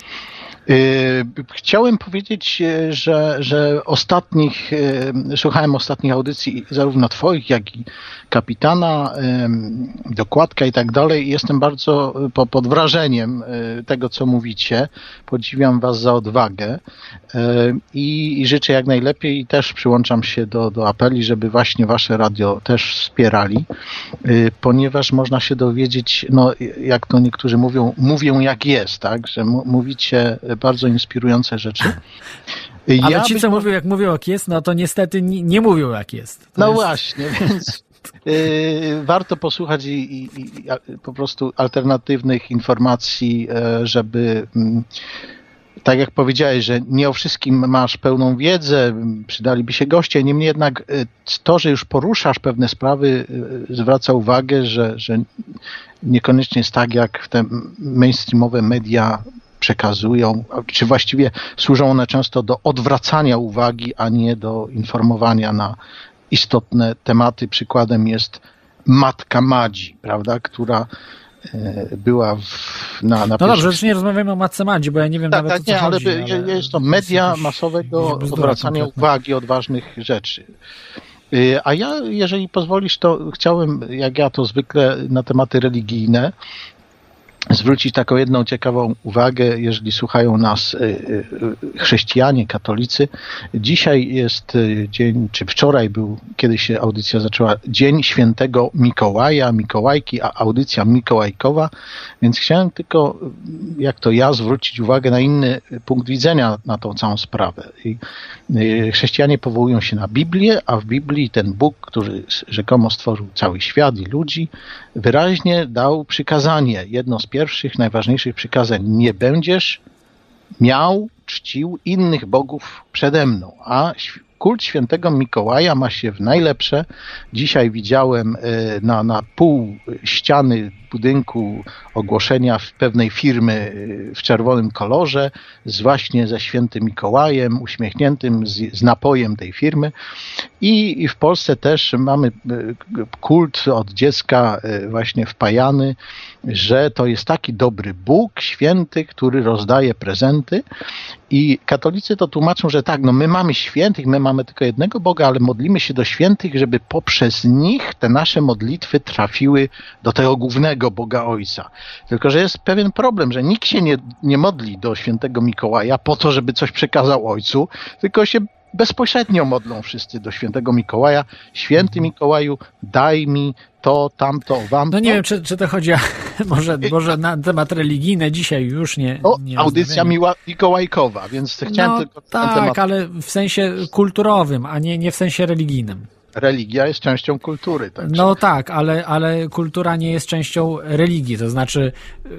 Chciałem powiedzieć, że słuchałem ostatnich audycji, zarówno twoich, jak i kapitana, dokładka i tak dalej. Jestem bardzo pod wrażeniem tego, co mówicie. Podziwiam was za odwagę i życzę jak najlepiej i też przyłączam się do apeli, żeby właśnie wasze radio też wspierali, ponieważ można się dowiedzieć, jak to niektórzy mówią jak jest, tak, że mówicie bardzo inspirujące rzeczy.
Ale ci, co mówią jak jest, to niestety nie mówią jak jest.
Właśnie, więc warto posłuchać i po prostu alternatywnych informacji, żeby tak jak powiedziałeś, że nie o wszystkim masz pełną wiedzę, przydaliby się goście, niemniej jednak to, że już poruszasz pewne sprawy, zwraca uwagę, że niekoniecznie jest tak, jak te mainstreamowe media przekazują, czy właściwie służą one często do odwracania uwagi, a nie do informowania na istotne tematy. Przykładem jest matka Madzi, prawda, która była na
dobrze, już nie rozmawiamy o matce Madzi, bo ja nie wiem nawet o co chodzi.
Ale jest to media masowego odwracania uwagi od ważnych rzeczy. A ja, jeżeli pozwolisz, to chciałem, jak ja to zwykle, na tematy religijne. zwrócić taką jedną ciekawą uwagę, jeżeli słuchają nas chrześcijanie, katolicy. Dzisiaj jest dzień, czy wczoraj był, kiedy się audycja zaczęła, Dzień Świętego Mikołaja, Mikołajki, a audycja mikołajkowa, więc chciałem tylko, jak to ja, zwrócić uwagę na inny punkt widzenia na tą całą sprawę. I chrześcijanie powołują się na Biblię, a w Biblii ten Bóg, który rzekomo stworzył cały świat i ludzi, wyraźnie dał przykazanie, jedno z pierwszych, najważniejszych przykazań: nie będziesz miał, czcił innych bogów przede mną. A kult świętego Mikołaja ma się w najlepsze. Dzisiaj widziałem na pół ściany budynku ogłoszenia w pewnej firmy w czerwonym kolorze, właśnie ze świętym Mikołajem, uśmiechniętym z napojem tej firmy. I w Polsce też mamy kult od dziecka właśnie wpajany, że to jest taki dobry Bóg, święty, który rozdaje prezenty. I katolicy to tłumaczą, że tak, no my mamy świętych, my mamy tylko jednego Boga, ale modlimy się do świętych, żeby poprzez nich te nasze modlitwy trafiły do tego głównego Boga Ojca. Tylko że jest pewien problem, że nikt się nie modli do świętego Mikołaja po to, żeby coś przekazał Ojcu, tylko się bezpośrednio modlą wszyscy do świętego Mikołaja. Święty Mikołaju, daj mi to, tamto, wam.
No nie wiem, czy to chodzi może na temat religijny, dzisiaj już nie
audycja mikołajkowa, więc chciałem tylko
tak, ten temat. Ale w sensie kulturowym, a nie w sensie religijnym.
Religia jest częścią kultury. Tak?
No tak, ale kultura nie jest częścią religii, to znaczy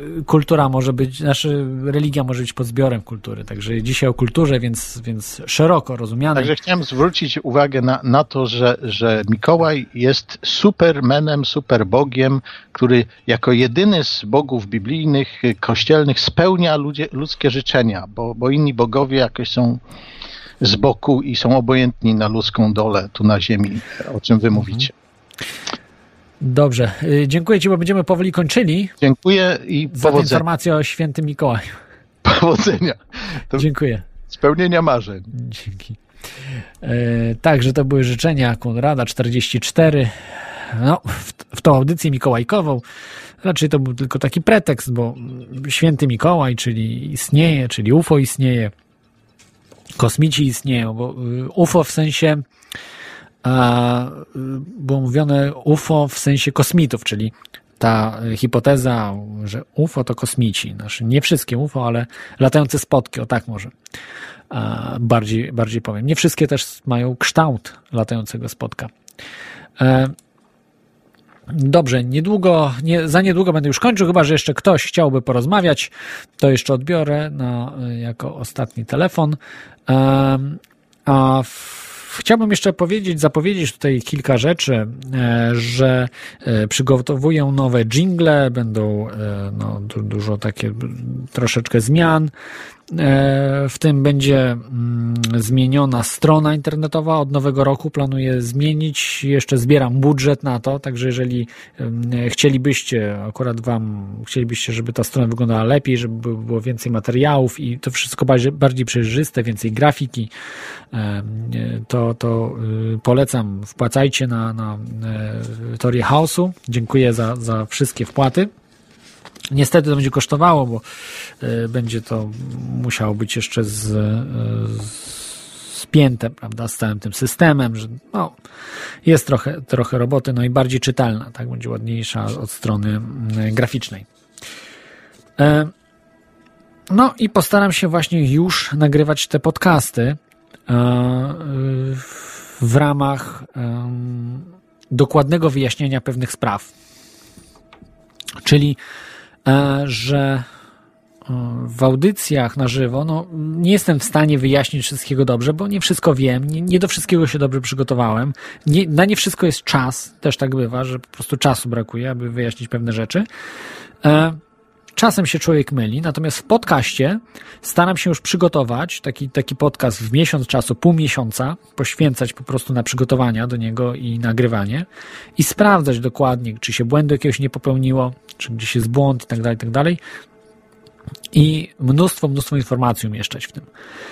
religia może być podzbiorem kultury, także dzisiaj o kulturze, więc szeroko rozumiane.
Także chciałem zwrócić uwagę na to, że Mikołaj jest supermenem, superbogiem, który jako jedyny z bogów biblijnych, kościelnych spełnia ludzkie życzenia, bo inni bogowie jakoś są z boku i są obojętni na ludzką dolę tu na ziemi, o czym wy mówicie.
Dobrze, dziękuję Ci, bo będziemy powoli kończyli.
Dziękuję i
za tę informację o świętym Mikołaju.
Powodzenia.
Dziękuję.
Spełnienia marzeń.
Dzięki. Także to były życzenia Konrada 44. No, w tą audycję mikołajkową. Raczej to był tylko taki pretekst, bo święty Mikołaj, czyli istnieje, czyli UFO istnieje. Kosmici istnieją, bo UFO w sensie, było mówione UFO w sensie kosmitów, czyli ta hipoteza, że UFO to kosmici. Znaczy nie wszystkie UFO, ale latające spotki, o tak może bardziej powiem. Nie wszystkie też mają kształt latającego spotka. Dobrze, za niedługo będę już kończył, chyba że jeszcze ktoś chciałby porozmawiać, to jeszcze odbiorę jako ostatni telefon. Chciałbym jeszcze zapowiedzieć tutaj kilka rzeczy, że przygotowuję nowe dżingle, będą dużo takie troszeczkę zmian. W tym będzie zmieniona strona internetowa od nowego roku. Planuję zmienić. Jeszcze zbieram budżet na to, także jeżeli chcielibyście, żeby ta strona wyglądała lepiej, żeby było więcej materiałów i to wszystko bardziej przejrzyste, więcej grafiki, to polecam, wpłacajcie na Teorię Chaosu. Dziękuję za wszystkie wpłaty. Niestety to będzie kosztowało, bo będzie to musiało być jeszcze spięte, prawda, z całym tym systemem, że jest trochę roboty, no i bardziej czytelna, tak, będzie ładniejsza od strony graficznej. No i postaram się właśnie już nagrywać te podcasty w ramach dokładnego wyjaśnienia pewnych spraw. Czyli że w audycjach na żywo nie jestem w stanie wyjaśnić wszystkiego dobrze, bo nie wszystko wiem, nie do wszystkiego się dobrze przygotowałem. Na nie wszystko jest czas, też tak bywa, że po prostu czasu brakuje, aby wyjaśnić pewne rzeczy. Czasem się człowiek myli, natomiast w podcaście staram się już przygotować taki podcast w miesiąc czasu, pół miesiąca, poświęcać po prostu na przygotowania do niego i nagrywanie i sprawdzać dokładnie, czy się błędu jakiegoś nie popełniło, czy gdzieś jest błąd i tak dalej. I mnóstwo informacji umieszczać w tym.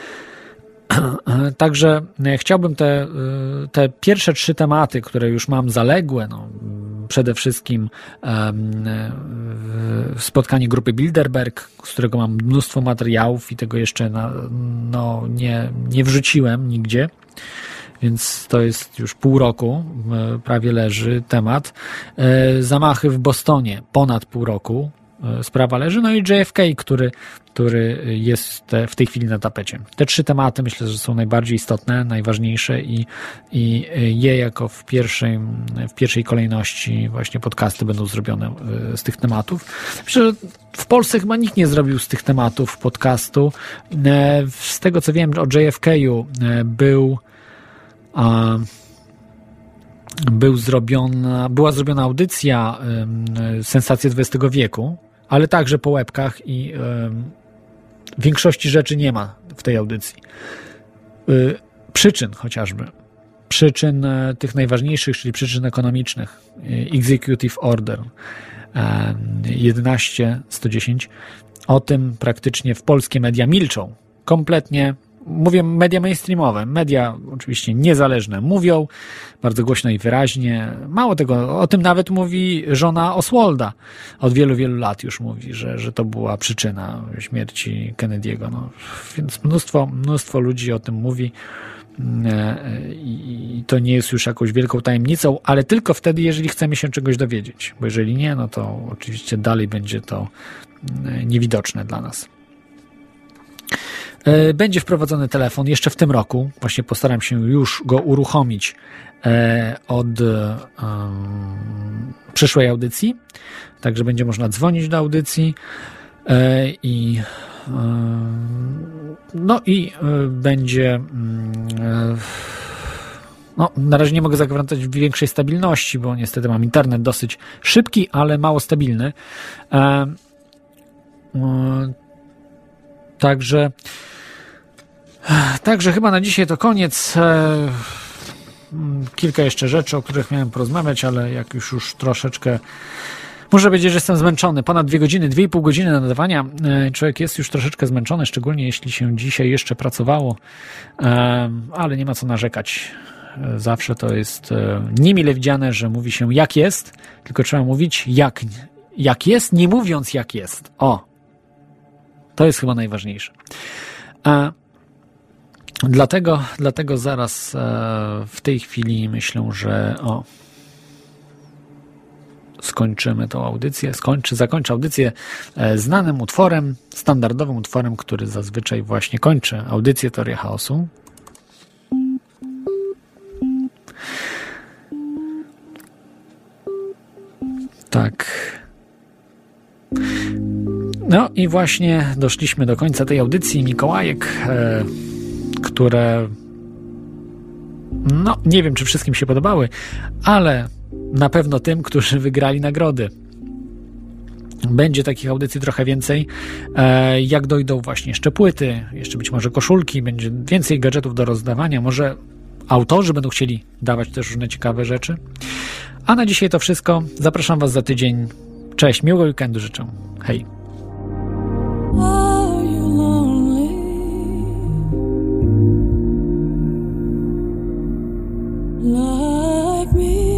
Także chciałbym te pierwsze 3 tematy, które już mam zaległe, przede wszystkim spotkanie grupy Bilderberg, z którego mam mnóstwo materiałów i tego jeszcze nie wrzuciłem nigdzie, więc to jest już pół roku, prawie leży temat. Zamachy w Bostonie, ponad pół roku sprawa leży, no i JFK, który jest w tej chwili na tapecie. Te 3 tematy myślę, że są najbardziej istotne, najważniejsze i je jako w pierwszej kolejności właśnie podcasty będą zrobione z tych tematów. Myślę, że w Polsce chyba nikt nie zrobił z tych tematów podcastu. Z tego co wiem, o JFK-u była zrobiona audycja Sensacje XX wieku, ale także po łebkach i większości rzeczy nie ma w tej audycji. Przyczyn chociażby. Przyczyn tych najważniejszych, czyli przyczyn ekonomicznych. Executive Order 11-110. O tym praktycznie w polskie media milczą. Kompletnie. Mówię media mainstreamowe, media oczywiście niezależne mówią bardzo głośno i wyraźnie. Mało tego, o tym nawet mówi żona Oswalda. Od wielu, wielu lat już mówi, że to była przyczyna śmierci Kennedy'ego. No, więc mnóstwo ludzi o tym mówi i to nie jest już jakąś wielką tajemnicą, ale tylko wtedy, jeżeli chcemy się czegoś dowiedzieć. Bo jeżeli nie, no to oczywiście dalej będzie to niewidoczne dla nas. Będzie wprowadzony telefon jeszcze w tym roku. Właśnie postaram się już go uruchomić od przyszłej audycji. Także będzie można dzwonić do audycji będzie na razie nie mogę zagwarantować większej stabilności, bo niestety mam internet dosyć szybki, ale mało stabilny. Także chyba na dzisiaj to koniec. Kilka jeszcze rzeczy, o których miałem porozmawiać, ale jak już troszeczkę muszę powiedzieć, że jestem zmęczony. Ponad 2 godziny, 2,5 godziny nadawania. Człowiek jest już troszeczkę zmęczony, szczególnie jeśli się dzisiaj jeszcze pracowało, ale nie ma co narzekać. Zawsze to jest niemile widziane, że mówi się jak jest, tylko trzeba mówić jak jest, nie mówiąc jak jest. To jest chyba najważniejsze. Dlatego zaraz w tej chwili myślę, że skończymy tą audycję. Zakończę audycję znanym utworem, standardowym utworem, który zazwyczaj właśnie kończy audycję Teoria Chaosu. Tak. No i właśnie doszliśmy do końca tej audycji. Mikołajek, które nie wiem, czy wszystkim się podobały, ale na pewno tym, którzy wygrali nagrody. Będzie takich audycji trochę więcej. Jak dojdą właśnie jeszcze płyty, jeszcze być może koszulki, będzie więcej gadżetów do rozdawania, może autorzy będą chcieli dawać też różne ciekawe rzeczy. A na dzisiaj to wszystko. Zapraszam Was za tydzień. Cześć, miłego weekendu życzę. Hej.
Like me,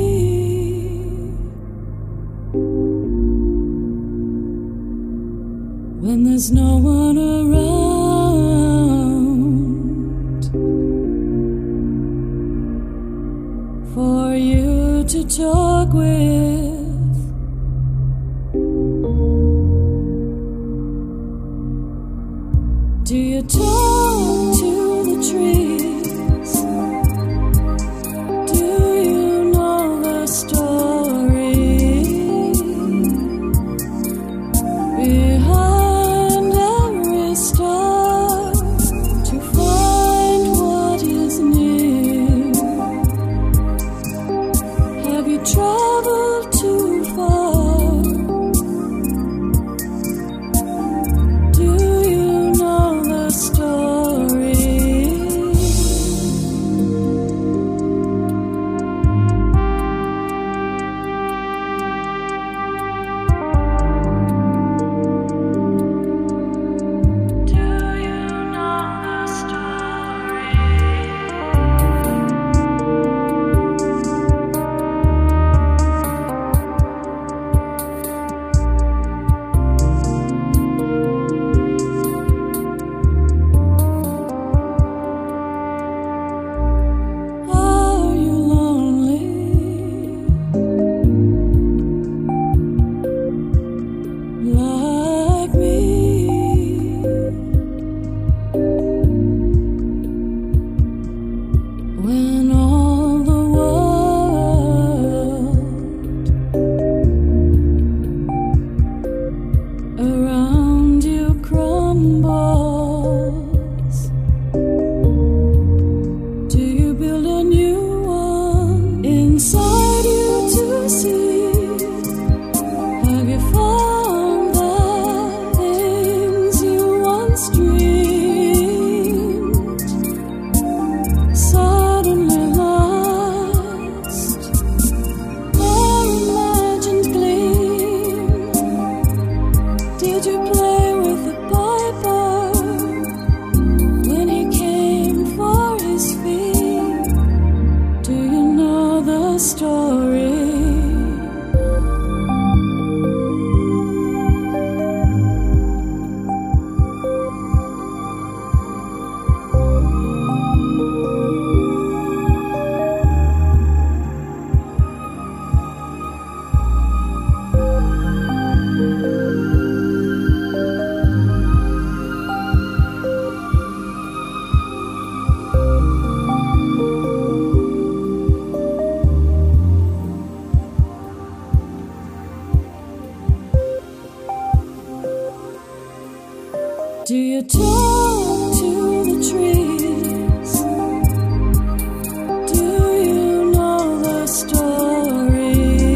when there's no one around for you to talk with. Do you talk to the trees? Do you know the story behind every star to find what is near? Have you traveled too far? Do you know the story? Do you talk to the trees? Do you know the story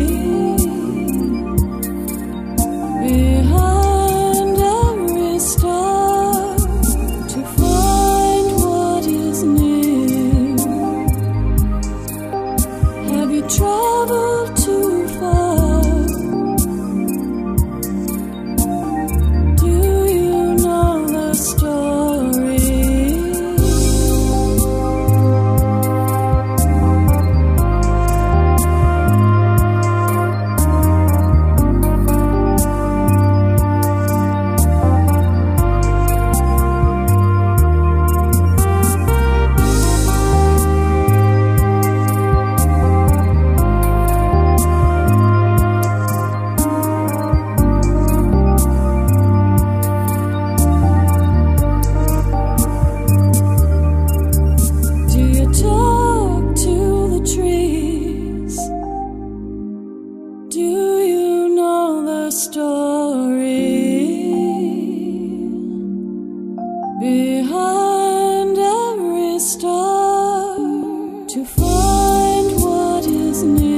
behind every star to find what is near? Have you traveled too far? Do you know the story? Do you talk to the trees? Do you know the story behind every star to find what is near?